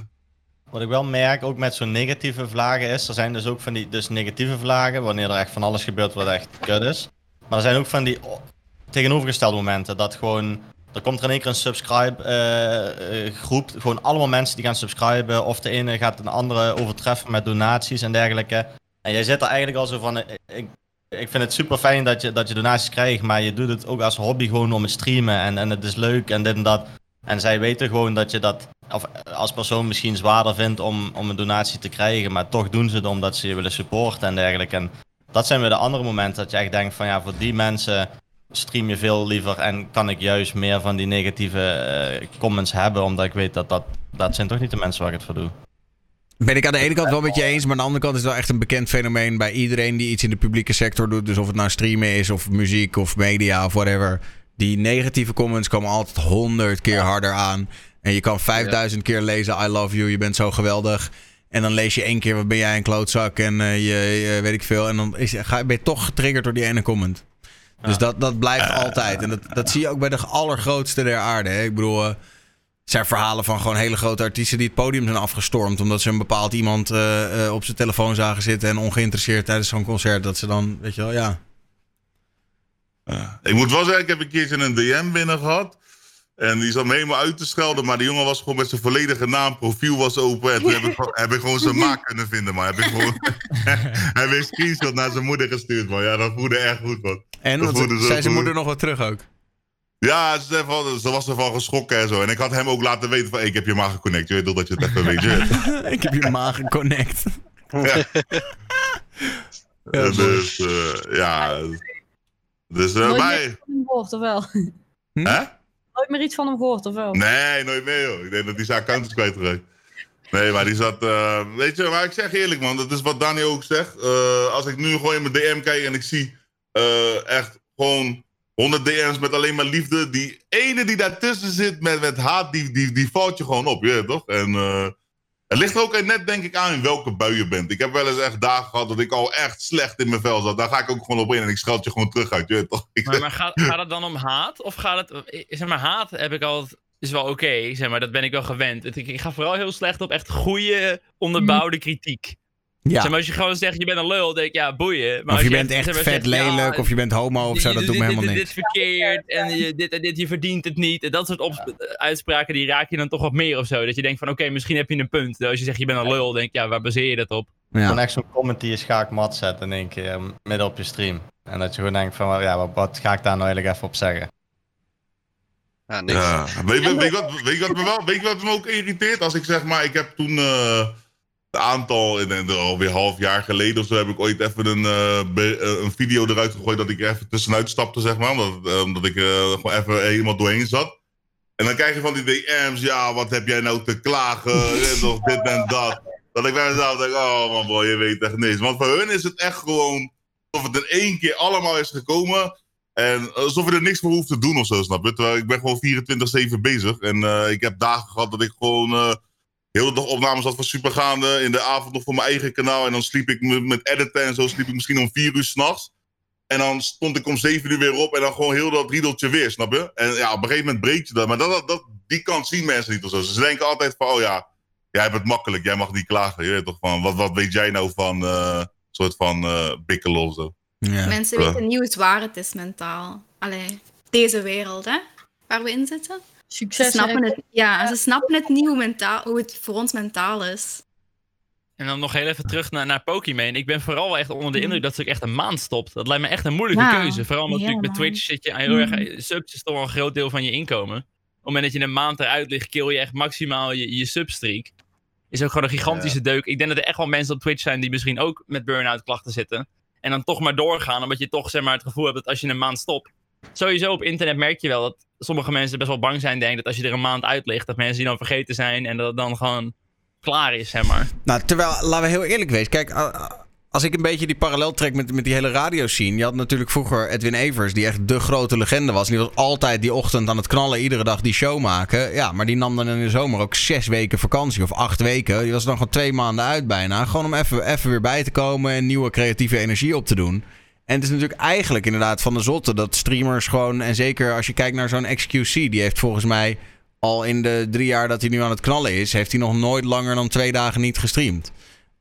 Wat ik wel merk, ook met zo'n negatieve vlagen is, er zijn dus ook van die negatieve vlagen, wanneer er echt van alles gebeurt wat echt kut is. Maar er zijn ook van die tegenovergestelde momenten, dat gewoon, er komt er in één keer een subscribe groep, gewoon allemaal mensen die gaan subscriben, of de ene gaat de andere overtreffen met donaties en dergelijke. En jij zit er eigenlijk al zo van, ik vind het super fijn dat je donaties krijgt, maar je doet het ook als hobby gewoon om het streamen en het is leuk en dit en dat. En zij weten gewoon dat je dat als persoon misschien zwaarder vindt om een donatie te krijgen, maar toch doen ze het omdat ze je willen supporten en dergelijke. En dat zijn weer de andere momenten dat je echt denkt van voor die mensen stream je veel liever en kan ik juist meer van die negatieve comments hebben, omdat ik weet dat zijn toch niet de mensen waar ik het voor doe. Ben ik aan de ene kant wel met je eens, maar aan de andere kant is het wel echt een bekend fenomeen bij iedereen die iets in de publieke sector doet. Dus of het nou streamen is, of muziek, of media, of whatever. Die negatieve comments komen altijd 100 keer harder aan. En je kan 5000 keer lezen, I love you, je bent zo geweldig. En dan lees je 1 keer, wat ben jij een klootzak en je weet ik veel. En dan ben je toch getriggerd door die ene comment. Ja. Dus dat blijft altijd. En dat zie je ook bij de allergrootste der aarde. Hè? Ik bedoel, er zijn verhalen van gewoon hele grote artiesten die het podium zijn afgestormd. Omdat ze een bepaald iemand op zijn telefoon zagen zitten en ongeïnteresseerd tijdens zo'n concert. Dat ze dan, weet je wel, ja. Ik moet wel zeggen, ik heb een keertje een DM binnen gehad. En die zat me helemaal uit te schelden. Maar die jongen was gewoon met zijn volledige naam. Profiel was open. En toen heb ik gewoon zijn maak kunnen vinden. Maar heb ik gewoon... Hij heeft een screenshot naar zijn moeder gestuurd, man. Ja, dat voelde echt goed, man. En zei zijn moeder nog wat terug ook? Ja, ze was ervan geschrokken en zo. En ik had hem ook laten weten van... Hey, ik heb je maag geconnect. Je weet toch dat je het even weet. Ik heb je maag geconnect. Ja. Dus, ja... Dus nooit meer van hem gehoord, of wel? Hè? Nooit meer iets van hem gehoord, of wel? Nee, nooit meer, joh. Ik denk dat hij zijn account is kwijtgeraakt. Nee, maar die zat... weet je, maar ik zeg eerlijk, man. Dat is wat Daniel ook zegt. Als ik nu gewoon in mijn DM kijk en ik zie echt gewoon 100 DM's met alleen maar liefde. Die ene die daartussen zit met haat, die valt je gewoon op, je weet toch? En het ligt er ook net, denk ik, aan in welke bui je bent. Ik heb wel eens echt dagen gehad dat ik al echt slecht in mijn vel zat. Daar ga ik ook gewoon op in en ik scheld je gewoon terug uit, je weet toch? Maar gaat het dan om haat? Of gaat het... Zeg maar, haat heb ik altijd... Is wel oké, zeg maar, dat ben ik wel gewend. Ik ga vooral heel slecht op echt goede, onderbouwde kritiek. Ja. Zeg maar, als je gewoon zegt, je bent een lul, denk ik, ja, boeien. Maar of je bent echt vet lelijk, of je bent homo of zo, dat doet me helemaal niks. Dit is verkeerd, en dit, je verdient het niet. En dat soort uitspraken, die raak je dan toch wat meer of zo. Dat je denkt van, oké, misschien heb je een punt. Als je zegt, je bent een lul, denk ik, ja, waar baseer je dat op? Gewoon echt zo'n comment die je schaakmat zet in één keer, midden op je stream. En dat je gewoon denkt van, ja, wat ga ik daar nou eigenlijk even op zeggen? Ja, niks. Ja. Weet je wat me ook irriteert? Als ik zeg maar, ik heb toen een aantal, alweer half jaar geleden of zo, heb ik ooit even een video eruit gegooid dat ik even tussenuit stapte, zeg maar. Omdat ik gewoon even helemaal doorheen zat. En dan krijg je van die DM's, ja, wat heb jij nou te klagen, of dit en dat. Dat ik bij mezelf denk, oh man boy, je weet echt niks. Want voor hun is het echt gewoon, alsof het in één keer allemaal is gekomen. En alsof je er niks voor hoeft te doen of zo, snap je? Terwijl ik ben gewoon 24/7 bezig. En ik heb dagen gehad dat ik gewoon de hele dag opnames had van Supergaande. In de avond nog voor mijn eigen kanaal. En dan sliep ik met editen en zo, sliep ik misschien om 4 uur 's nachts. En dan stond ik om 7 uur weer op en dan gewoon heel dat riedeltje weer, snap je? En ja, op een gegeven moment breekt je dat. Maar die kant zien mensen niet of zo. Ze denken altijd van, oh ja, jij hebt het makkelijk, jij mag niet klagen. Je weet toch van, wat weet jij nou van soort van bikkelen of zo? Ja. Mensen weten niet hoe zwaar het is mentaal. Allee, deze wereld, hè? Waar we in zitten. Succes. Ze snappen het niet hoe het voor ons mentaal is. En dan nog heel even terug naar Pokimane. Ik ben vooral echt onder de indruk dat ze ook echt een maand stopt. Dat lijkt me echt een moeilijke keuze. Vooral omdat natuurlijk met Twitch zit je heel erg... Subs is toch wel een groot deel van je inkomen. Op het moment dat je een maand eruit ligt, kill je echt maximaal je substreak. Is ook gewoon een gigantische deuk. Ik denk dat er echt wel mensen op Twitch zijn die misschien ook met burn-out klachten zitten. En dan toch maar doorgaan, omdat je toch zeg maar, het gevoel hebt dat als je een maand stopt... Sowieso op internet merk je wel dat sommige mensen best wel bang zijn, denk dat als je er een maand uit ligt, dat mensen die dan vergeten zijn en dat het dan gewoon klaar is, zeg maar. Nou, terwijl, laten we heel eerlijk wezen. Kijk, als ik een beetje die parallel trek met die hele radioscene. Je had natuurlijk vroeger Edwin Evers, die echt de grote legende was. Die was altijd die ochtend aan het knallen, iedere dag die show maken. Ja, maar die nam dan in de zomer ook 6 weken vakantie of 8 weken. Die was dan gewoon 2 maanden uit bijna. Gewoon om even weer bij te komen en nieuwe creatieve energie op te doen. En het is natuurlijk eigenlijk inderdaad van de zotte dat streamers gewoon... En zeker als je kijkt naar zo'n XQC, die heeft volgens mij al in de 3 jaar dat hij nu aan het knallen is... heeft hij nog nooit langer dan 2 dagen niet gestreamd.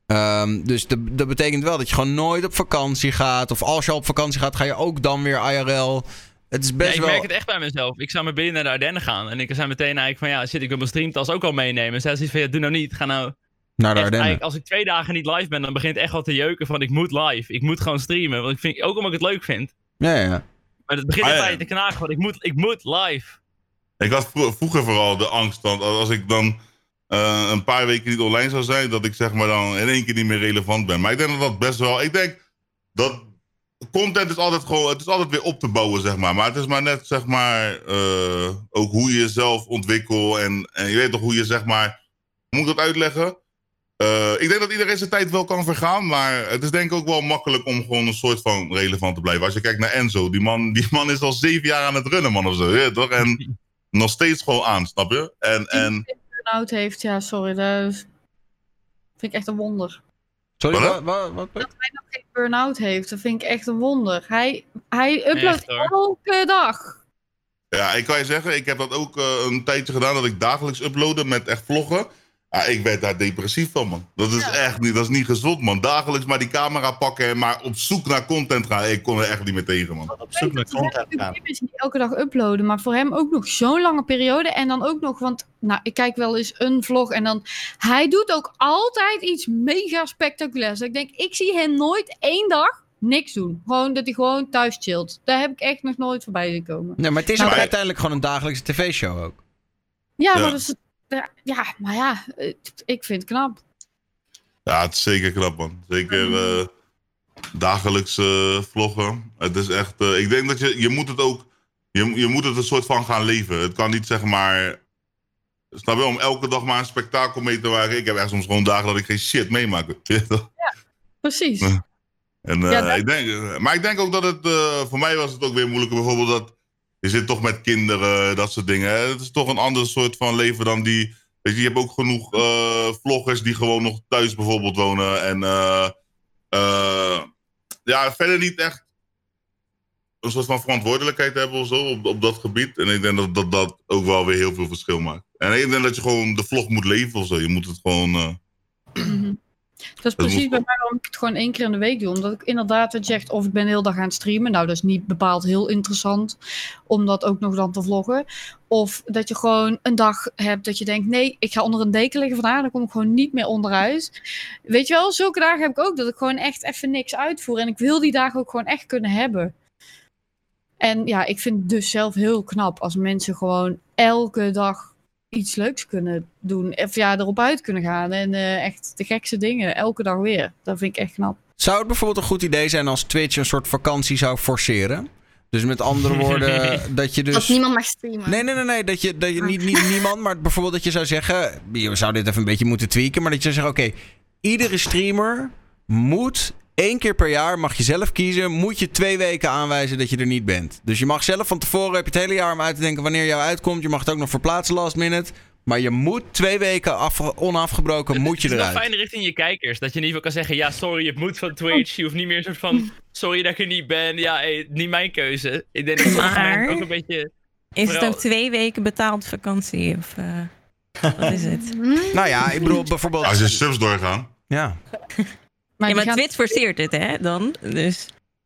Dus dat betekent wel dat je gewoon nooit op vakantie gaat. Of als je al op vakantie gaat, ga je ook dan weer IRL. Het is best ik merk het echt bij mezelf. Ik zou met binnen naar de Ardennen gaan. En ik zei meteen eigenlijk van ja, shit, ik wil mijn streamtas ook al meenemen. Zij zoiets van ja, doe nou niet. Ga nou... Naar de Ardennen. Als ik 2 dagen niet live ben, dan begint het echt wel te jeuken van ik moet live. Ik moet gewoon streamen. Want ook omdat ik het leuk vind. Ja. Maar het begint bij je te knagen van ik moet live. Ik had vroeger vooral de angst. Want als ik dan een paar weken niet online zou zijn, dat ik zeg maar dan in één keer niet meer relevant ben. Maar ik denk dat best wel... Ik denk dat content is altijd gewoon... Het is altijd weer op te bouwen, zeg maar. Maar het is maar net, zeg maar... ook hoe je jezelf ontwikkelt. En je weet toch hoe je, zeg maar... Hoe moet ik dat uitleggen? Ik denk dat iedereen zijn tijd wel kan vergaan. Maar het is denk ik ook wel makkelijk om gewoon een soort van relevant te blijven. Als je kijkt naar Enzo. Die man is al 7 jaar aan het runnen, man, of zo. Weet je, toch? En nog steeds gewoon aan, snap je? En burn-out heeft, ja, sorry. Dat vind ik echt een wonder. Sorry, wat? Dat hij nog geen burn-out heeft, dat vind ik echt een wonder. Hij uploadt elke dag. Ja, ik kan je zeggen, ik heb dat ook een tijdje gedaan, dat ik dagelijks uploadde met echt vloggen. Ja, ik werd daar depressief van, man. Dat is echt niet, dat is niet gezond, man. Dagelijks maar die camera pakken en maar op zoek naar content gaan. Ik kon er echt niet meer tegen, man. Op zoek naar content gaan. Ik is niet elke dag uploaden, maar voor hem ook nog zo'n lange periode. En dan ook nog, want nou, ik kijk wel eens een vlog en dan... Hij doet ook altijd iets mega spectaculairs. Ik denk, ik zie hem nooit 1 dag niks doen. Gewoon dat hij gewoon thuis chillt. Daar heb ik echt nog nooit voorbij gekomen. Ja, maar het is ook uiteindelijk gewoon een dagelijkse tv-show ook. Ja, maar dat is... Ja, maar ja, ik vind het knap. Ja, het is zeker knap, man. Zeker dagelijks vloggen. Het is echt... ik denk dat je moet het ook... Je moet het een soort van gaan leven. Het kan niet, zeg maar... Snap je, om elke dag maar een spektakel mee te maken. Ik heb echt soms gewoon dagen dat ik geen shit meemaak. Ja, precies. En, maar ik denk ook dat het... voor mij was het ook weer moeilijker. Bijvoorbeeld dat... Je zit toch met kinderen, dat soort dingen. Hè? Het is toch een ander soort van leven dan die... Weet je hebt ook genoeg vloggers die gewoon nog thuis bijvoorbeeld wonen. En verder niet echt een soort van verantwoordelijkheid hebben of zo op dat gebied. En ik denk dat ook wel weer heel veel verschil maakt. En ik denk dat je gewoon de vlog moet leven of zo. Je moet het gewoon... Dat is precies bij mij waarom ik het gewoon 1 keer in de week doe. Omdat ik inderdaad het zegt, of ik ben de hele dag aan het streamen. Nou, dat is niet bepaald heel interessant om dat ook nog dan te vloggen. Of dat je gewoon een dag hebt dat je denkt, nee, ik ga onder een deken liggen vandaag. Dan kom ik gewoon niet meer onderuit. Weet je wel, zulke dagen heb ik ook dat ik gewoon echt even niks uitvoer. En ik wil die dagen ook gewoon echt kunnen hebben. En ja, ik vind het dus zelf heel knap als mensen gewoon elke dag iets leuks kunnen doen. Of ja, erop uit kunnen gaan. En echt de gekste dingen. Elke dag weer. Dat vind ik echt knap. Zou het bijvoorbeeld een goed idee zijn als Twitch een soort vakantie zou forceren? Dus met andere woorden, dat je dus... Dat niemand mag streamen. Nee. Dat je niet niemand, maar bijvoorbeeld dat je zou zeggen... Je zou dit even een beetje moeten tweaken, maar dat je zou zeggen... Oké, iedere streamer moet 1 keer per jaar, mag je zelf kiezen... moet je 2 weken aanwijzen dat je er niet bent. Dus je mag zelf van tevoren, heb je het hele jaar om uit te denken... wanneer jou uitkomt. Je mag het ook nog verplaatsen last minute... Maar je moet 2 weken onafgebroken moet je eruit. Het is wel fijn richting je kijkers. Dat je in ieder geval kan zeggen... Ja, sorry, het moet van Twitch. Je hoeft niet meer een soort van... Sorry dat ik er niet ben. Ja, niet mijn keuze. Ik denk dat het ook een beetje... Is het ook 2 weken betaald vakantie? Of wat is het? Nou ja, ik bedoel bijvoorbeeld... Als je subs doorgaan. Ja. Maar Twitch forceert het, hè, dan? Dus...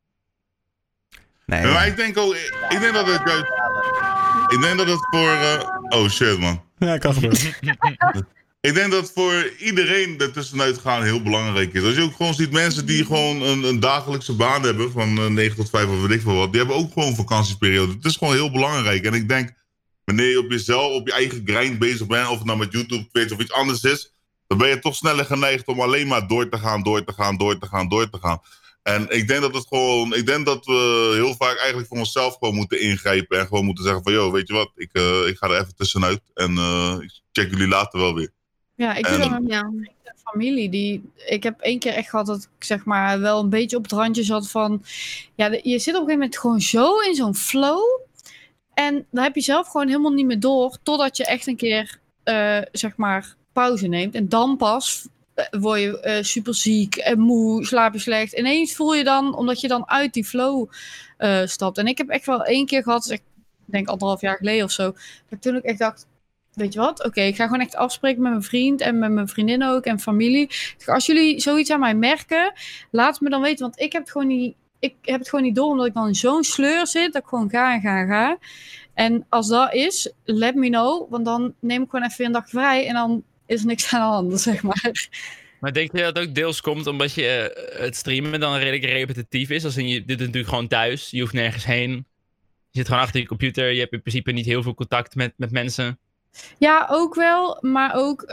Nee. Maar ik denk ook... Ik denk dat het voor... oh shit, man. Ja, kan gebeuren. Ik denk dat voor iedereen ertussenuit gaan heel belangrijk is. Als je ook gewoon ziet mensen die gewoon een dagelijkse baan hebben... van 9 tot 5 of weet ik veel wat... die hebben ook gewoon vakantieperiode. Het is gewoon heel belangrijk. En ik denk, wanneer je op jezelf, op je eigen grind bezig bent... of het nou met YouTube, Twitch of iets anders is... dan ben je toch sneller geneigd om alleen maar door te gaan. En ik denk dat we heel vaak eigenlijk voor onszelf gewoon moeten ingrijpen. En gewoon moeten zeggen van, joh, weet je wat, ik ga er even tussenuit. En ik check jullie later wel weer. Ja, ik doe dat met mijn familie. Ik heb 1 keer echt gehad dat ik zeg maar wel een beetje op het randje zat van... Ja, je zit op een gegeven moment gewoon zo in zo'n flow. En dan heb je zelf gewoon helemaal niet meer door. Totdat je echt een keer, zeg maar, pauze neemt. En dan pas... word je super ziek en moe, slaap je slecht. Ineens voel je dan, omdat je dan uit die flow stapt. En ik heb echt wel 1 keer gehad, dus ik denk 1,5 jaar geleden of zo, dat ik toen ook echt dacht, weet je wat, oké, ik ga gewoon echt afspreken met mijn vriend en met mijn vriendin ook en familie. Dus als jullie zoiets aan mij merken, laat me dan weten, want ik heb het gewoon niet door, omdat ik dan in zo'n sleur zit, dat ik gewoon ga. En als dat is, let me know, want dan neem ik gewoon even een dag vrij en dan is er niks aan de hand, zeg maar. Maar denk je dat het ook deels komt omdat je het streamen dan redelijk repetitief is? Als je dit natuurlijk gewoon thuis, je hoeft nergens heen. Je zit gewoon achter je computer, je hebt in principe niet heel veel contact met mensen. Ja, ook wel, maar ook...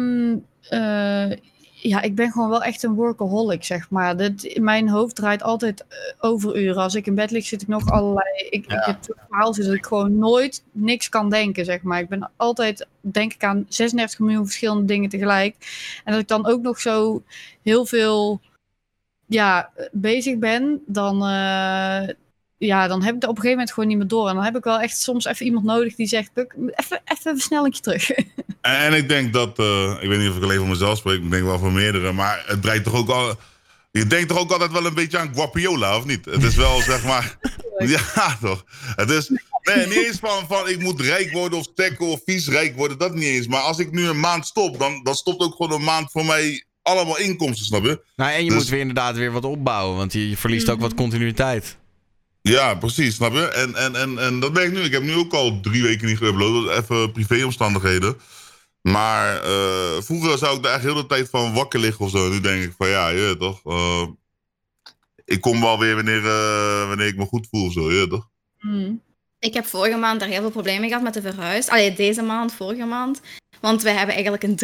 ja, ik ben gewoon wel echt een workaholic, zeg maar. Mijn hoofd draait altijd overuren. Als ik in bed lig, zit ik nog allerlei... Ik heb het verhaal zit dat ik gewoon nooit niks kan denken, zeg maar. Ik ben altijd, denk ik, aan 36 miljoen verschillende dingen tegelijk. En dat ik dan ook nog zo heel veel bezig ben, dan heb ik er op een gegeven moment gewoon niet meer door. En dan heb ik wel echt soms even iemand nodig die zegt, even een versnellingje terug. En ik denk dat, ik weet niet of ik alleen voor mezelf spreek, ik denk wel voor meerdere, maar het draait toch ook al... Je denkt toch ook altijd wel een beetje aan Guapiola, of niet? Het is wel, zeg maar... Ja, toch? Het is... Nee, niet eens van ik moet rijk worden of stekken of vies rijk worden, dat niet eens. Maar als ik nu een maand stop, dan stopt ook gewoon een maand voor mij allemaal inkomsten, snap je? Nou, en je moet weer inderdaad weer wat opbouwen, want je verliest ook wat continuïteit. Ja, precies, snap je? En dat ben ik nu. Ik heb nu ook al 3 weken niet geüpload, even privéomstandigheden. Maar vroeger zou ik daar echt heel de tijd van wakker liggen of zo. Nu denk ik van ja, toch. Ik kom wel weer wanneer ik me goed voel of zo, toch? Ik heb vorige maand daar heel veel problemen gehad met de verhuis. Allee, deze maand, vorige maand. Want we hebben eigenlijk een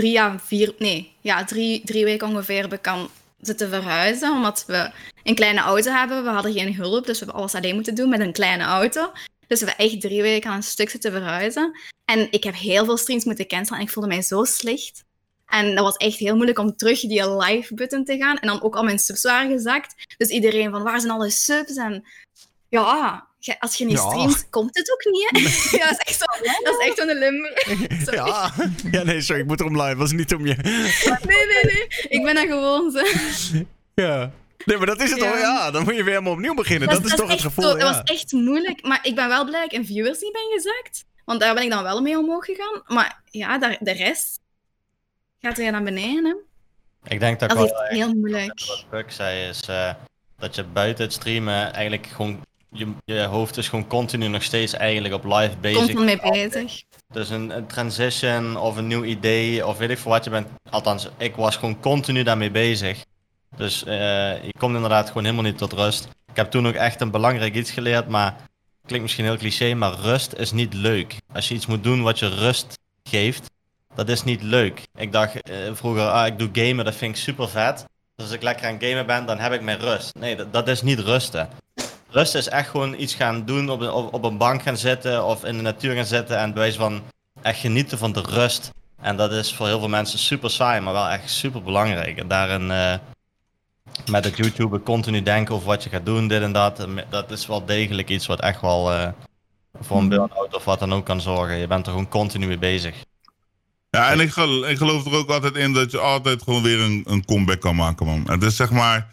3 weken ongeveer bekend zitten verhuizen. Omdat we een kleine auto hebben. We hadden geen hulp, dus we hebben alles alleen moeten doen met een kleine auto. Dus we hebben echt 3 weken aan een stuk zitten verhuizen. En ik heb heel veel streams moeten cancelen en ik voelde mij zo slecht. En dat was echt heel moeilijk om terug die live-button te gaan. En dan ook al mijn subs waren gezakt. Dus iedereen van, waar zijn alle subs? En ja, als je niet streamt, komt het ook niet, hè? Ja, dat is echt zo. Dat is echt zo'n Limburg. Ja, nee, sorry, ik moet erom live. Was niet om je... Nee. Ik ben daar gewoon, Ja. Nee, maar dat is het al. Ja, dan moet je weer helemaal opnieuw beginnen. Dat is toch het gevoel. Dat was echt moeilijk. Maar ik ben wel blij dat ik in viewers niet ben gezakt. Want daar ben ik dan wel mee omhoog gegaan. Maar ja, de rest gaat weer naar beneden, hè. Ik denk dat is heel moeilijk. Wat Puck zei is dat je buiten het streamen eigenlijk gewoon... Je hoofd is gewoon continu nog steeds eigenlijk op live bezig. Constant mee bezig. Dus een transition of een nieuw idee of weet ik veel wat je bent. Althans, ik was gewoon continu daarmee bezig. Dus je komt inderdaad gewoon helemaal niet tot rust. Ik heb toen ook echt een belangrijk iets geleerd, maar... Klinkt misschien heel cliché, maar rust is niet leuk. Als je iets moet doen wat je rust geeft, dat is niet leuk. Ik dacht vroeger, ik doe gamen, dat vind ik super vet. Dus als ik lekker aan het gamen ben, dan heb ik mijn rust. Nee, dat is niet rusten. Rusten is echt gewoon iets gaan doen, op een bank gaan zitten of in de natuur gaan zitten en bij wijze van echt genieten van de rust. En dat is voor heel veel mensen super saai, maar wel echt super belangrijk. En daarin met het YouTuber continu denken over wat je gaat doen, dit en dat is wel degelijk iets wat echt wel voor een burn-out of wat dan ook kan zorgen. Je bent er gewoon continu mee bezig. Ja, en ik geloof er ook altijd in dat je altijd gewoon weer een comeback kan maken, man. Het is zeg maar...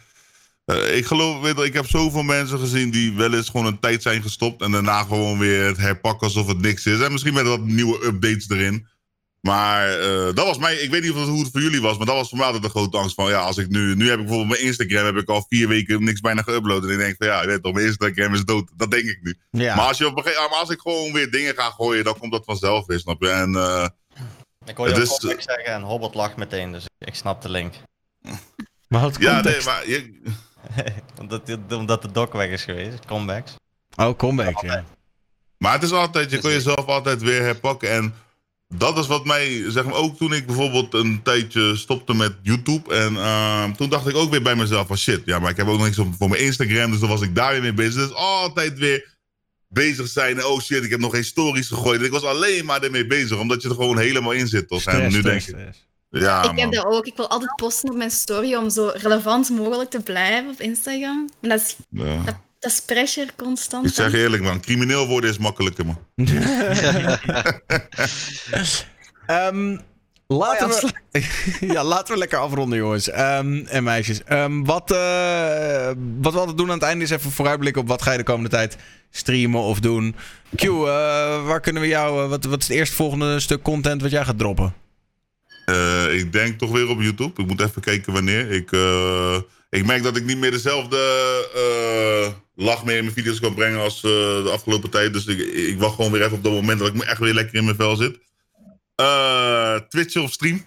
ik heb zoveel mensen gezien die wel eens gewoon een tijd zijn gestopt en daarna gewoon weer het herpakken alsof het niks is. En misschien met wat nieuwe updates erin. Maar dat was mij, ik weet niet hoe het voor jullie was, maar dat was voor mij altijd de grote angst van, ja, als ik nu heb ik bijvoorbeeld mijn Instagram, heb ik al 4 weken niks bijna geüpload. En ik denk van, ja, je weet toch, mijn Instagram is dood. Dat denk ik nu. Ja. Maar als ik gewoon weer dingen ga gooien, dan komt dat vanzelf weer, snap je? En, ik hoor je ook zeggen en Hobbit lacht meteen, dus ik snap de link. Maar wat context? Ja, nee, maar... Omdat de doc weg is geweest, comebacks. Oh, comebacks, ja. Maar het is altijd, je kon jezelf altijd weer herpakken en... Dat is wat mij, zeg maar, ook toen ik bijvoorbeeld een tijdje stopte met YouTube. En toen dacht ik ook weer bij mezelf van shit, ja, maar ik heb ook nog niks voor mijn Instagram. Dus dan was ik daar weer mee bezig. Dus altijd weer bezig zijn. En oh shit, ik heb nog geen stories gegooid. En ik was alleen maar ermee bezig, omdat je er gewoon helemaal in zit. Toch? En nu denk ik... Ja, ik heb dat ook. Ik wil altijd posten op mijn story om zo relevant mogelijk te blijven op Instagram. En dat is... Ja. Dat is pressure constant. Ik zeg je eerlijk, man. Crimineel worden is makkelijker, man. Laten we lekker afronden, jongens. En meisjes. Wat we altijd doen aan het einde is even vooruitblikken op wat ga je de komende tijd streamen of doen. Q, waar kunnen we jou... Wat is het eerstvolgende stuk content wat jij gaat droppen? Ik denk toch weer op YouTube. Ik moet even kijken wanneer. Ik merk dat ik niet meer dezelfde lach meer in mijn video's kan brengen als de afgelopen tijd. Dus ik wacht gewoon weer even op dat moment dat ik echt weer lekker in mijn vel zit. Twitch of stream?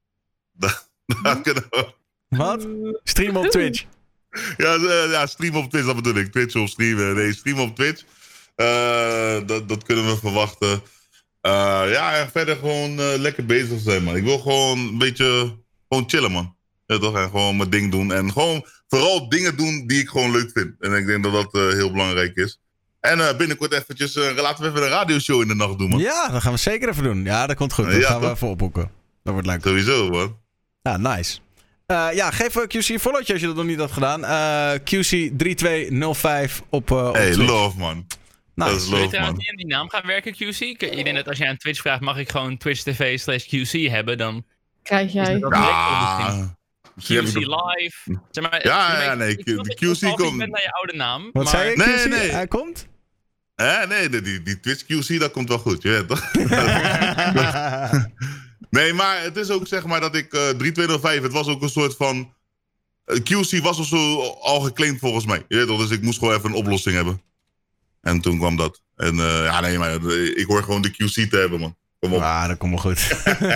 Wat? Stream op Twitch? Ja, stream op Twitch, dat bedoel ik. Twitch of stream. Nee, stream op Twitch. Dat kunnen we verwachten. En verder gewoon lekker bezig zijn, man. Ik wil gewoon een beetje chillen, man. Ja, toch? En gewoon mijn ding doen. En gewoon vooral dingen doen die ik gewoon leuk vind. En ik denk dat dat heel belangrijk is. En binnenkort eventjes, laten we even een radioshow in de nacht doen, man. Ja, dat gaan we zeker even doen. Ja, dat komt goed. Dat gaan we even opboeken. Dat wordt leuk. Sowieso, man. Ja, nice. Geef QC een followtje als je dat nog niet had gedaan. QC3205 op hey, Twitch. Love, man. Nice. Dat is love, man. Niet aan die naam gaan werken, QC? Ik denk dat als jij aan Twitch vraagt, mag ik gewoon Twitch TV/QC hebben, dan... Krijg jij. QC Live. Zeg maar, nee. De QC komt... met naar je oude naam. Wat zei je, QC? Nee. Hij komt? Nee, die Twitch QC, dat komt wel goed. Je weet toch? Nee, maar het is ook zeg maar dat ik 3205, het was ook een soort van... QC was of zo al geclaimd volgens mij. Je weet toch? Dus ik moest gewoon even een oplossing hebben. En toen kwam dat. En maar ik hoor gewoon de QC te hebben, man. Kom op. Dat komt wel goed.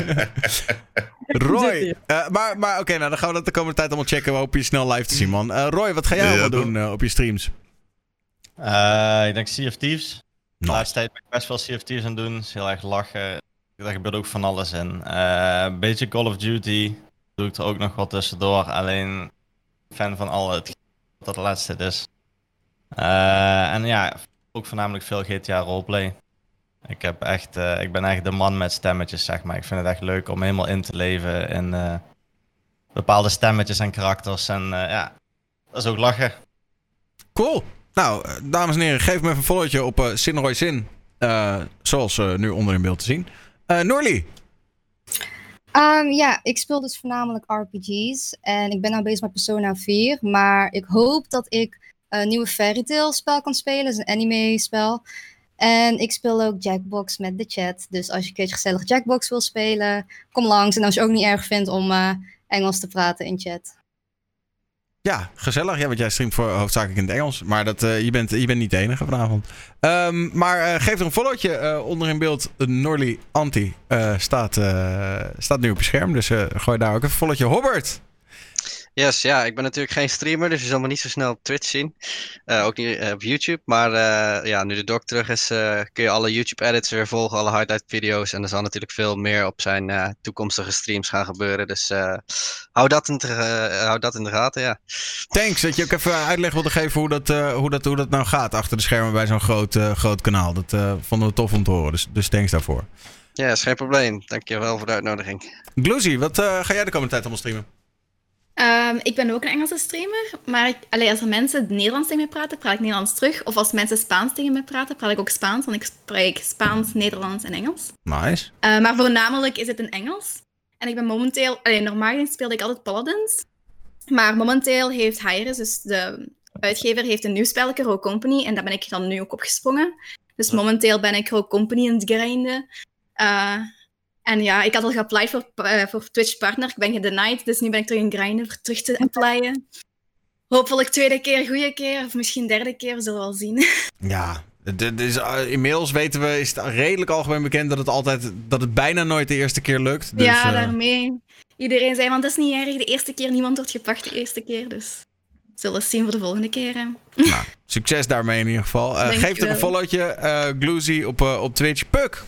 Roy. Maar oké, dan gaan we dat de komende tijd allemaal checken. We hopen je snel live te zien, man. Roy, wat ga jij allemaal doen op je streams? Ik denk Sea of Thieves. De laatste tijd ben ik best wel Sea of Thieves aan het doen. Is heel erg lachen. Daar gebeurt ook van alles in. Een beetje Call of Duty. Doe ik er ook nog wat tussendoor. Alleen fan van al het dat de laatste tijd is. Ook voornamelijk veel GTA roleplay. Ik ben echt de man met stemmetjes, zeg maar. Ik vind het echt leuk om helemaal in te leven in bepaalde stemmetjes en karakters. En dat is ook lachen. Cool. Nou, dames en heren, geef me even een followtje op Sinroy Sin. Zoals nu onder in beeld te zien. Noorli. Ik speel dus voornamelijk RPG's. En ik ben nou bezig met Persona 4. Maar ik hoop dat ik een nieuwe Fairy Tail spel kan spelen. Dat is een anime spel. En ik speel ook Jackbox met de chat. Dus als je een keertje gezellig Jackbox wil spelen, kom langs. En als je ook niet erg vindt om Engels te praten in chat. Ja, gezellig. Ja, want jij streamt hoofdzakelijk in het Engels. Maar je bent niet de enige vanavond. Maar geef er een followtje onder in beeld. Norley Anti staat nu op je scherm. Dus gooi daar ook even een followtje. Hobbert! Yes, ja, ik ben natuurlijk geen streamer, dus je zal me niet zo snel op Twitch zien. Ook niet op YouTube. Maar nu de doc terug is, kun je alle YouTube-edits weer volgen, alle highlight-video's. En er zal natuurlijk veel meer op zijn toekomstige streams gaan gebeuren. Dus hou dat in de gaten, ja. Thanks dat je ook even uitleg wilde geven hoe dat nou gaat achter de schermen bij zo'n groot kanaal. Dat vonden we tof om te horen, dus thanks daarvoor. Ja, is geen probleem. Dankjewel voor de uitnodiging. Gloozy, wat ga jij de komende tijd allemaal streamen? Ik ben ook een Engelse streamer, maar als er mensen Nederlands tegen mij praten, praat ik Nederlands terug. Of als mensen Spaans tegen mij praten, praat ik ook Spaans, want ik spreek Spaans, Nederlands en Engels. Nice. Maar voornamelijk is het in Engels. En ik ben momenteel... normaal speelde ik altijd Paladins. Maar momenteel heeft Hi-Rez, dus de uitgever, heeft een nieuw spelletje, Rogue Company. En daar ben ik dan nu ook opgesprongen. Dus momenteel ben ik Rogue Company aan het grinden. En ja, ik had al geapplied voor Twitch Partner. Ik ben gedenied, dus nu ben ik terug in grinden voor terug te applyen. Hopelijk tweede keer, goede keer, of misschien derde keer, we zullen wel zien. Ja, inmiddels weten we, is het redelijk algemeen bekend dat het bijna nooit de eerste keer lukt. Dus, ja, daarmee. Iedereen zei, want dat is niet erg, de eerste keer, niemand wordt gepakt de eerste keer, dus we zullen het zien voor de volgende keer. Nou, succes daarmee in ieder geval. Geef er een followtje, Gloozy op Twitch. Puk!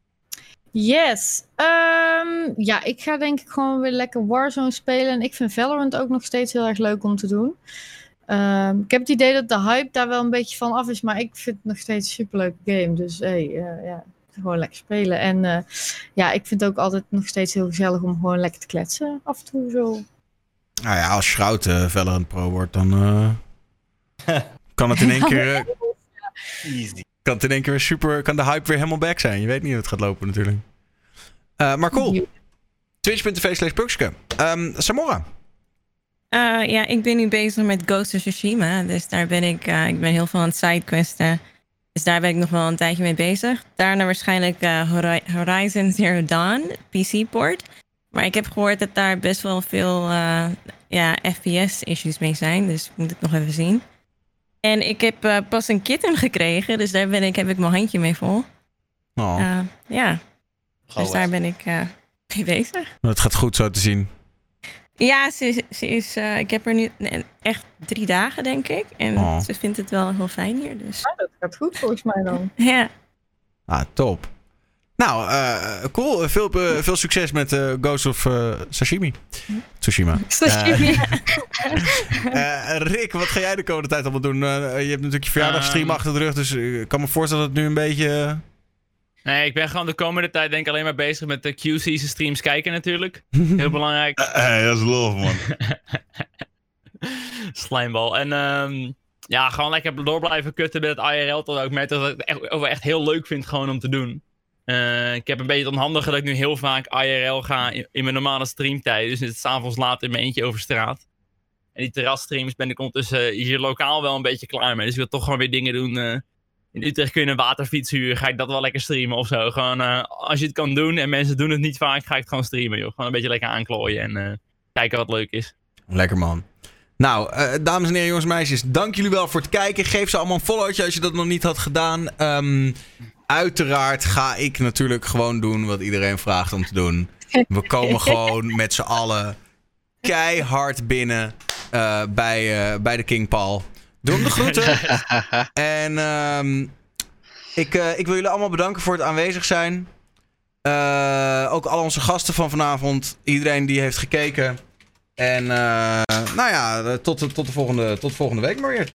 Yes. Ja, ik ga denk ik gewoon weer lekker Warzone spelen. En ik vind Valorant ook nog steeds heel erg leuk om te doen. Ik heb het idee dat de hype daar wel een beetje van af is. Maar ik vind het nog steeds een superleuke game. Dus gewoon lekker spelen. En ik vind het ook altijd nog steeds heel gezellig om gewoon lekker te kletsen. Af en toe zo. Nou ja, als Schrout Valorant Pro wordt, dan kan het in één keer... Easy. Kan het in één keer kan de hype weer helemaal back zijn. Je weet niet hoe het gaat lopen natuurlijk. Maar cool. Twitch.tv/Pukske. Samora. Ja, ik ben nu bezig met Ghost of Tsushima. Dus daar ben ik ben heel veel aan het sidequesten. Dus daar ben ik nog wel een tijdje mee bezig. Daarna waarschijnlijk Horizon Zero Dawn, PC-port. Maar ik heb gehoord dat daar best wel veel FPS-issues mee zijn. Dus ik moet het nog even zien. En ik heb pas een kitten gekregen, dus daar heb ik mijn handje mee vol. Oh. Dus daar ben ik mee bezig. Het gaat goed zo te zien. Ja, ze is... ik heb er nu echt 3 dagen, denk ik. En ze vindt het wel heel fijn hier. Dus. Dat gaat goed volgens mij dan. Ja. Ah, top. Nou, cool. Veel succes met Ghost of Tsushima. Tsushima. Rick, wat ga jij de komende tijd allemaal doen? Je hebt natuurlijk je verjaardagsstream achter de rug, dus ik kan me voorstellen dat het nu een beetje... Nee, ik ben gewoon de komende tijd denk ik alleen maar bezig met de Q-season streams kijken natuurlijk. Heel belangrijk. Dat is love, man. Slijmbal. En gewoon lekker door blijven kutten met het IRL. Tot ik merk dat ik het echt heel leuk vind gewoon om te doen. Ik heb een beetje het onhandige dat ik nu heel vaak IRL ga in mijn normale streamtijd. Dus het is 's avonds laat in mijn eentje over straat. En die terrasstreams ben ik ondertussen hier lokaal wel een beetje klaar mee. Dus ik wil toch gewoon weer dingen doen. In Utrecht kun je een waterfiets huren. Ga ik dat wel lekker streamen of zo. Gewoon als je het kan doen en mensen doen het niet vaak, ga ik het gewoon streamen, joh. Gewoon een beetje lekker aanklooien en kijken wat leuk is. Lekker, man. Nou, dames en heren, jongens en meisjes, dank jullie wel voor het kijken. Geef ze allemaal een followtje als je dat nog niet had gedaan. Uiteraard ga ik natuurlijk gewoon doen wat iedereen vraagt om te doen. We komen gewoon met z'n allen keihard binnen bij de King Paul. Doe hem de groeten. En ik wil jullie allemaal bedanken voor het aanwezig zijn. Ook al onze gasten van vanavond. Iedereen die heeft gekeken. En tot de volgende week maar weer.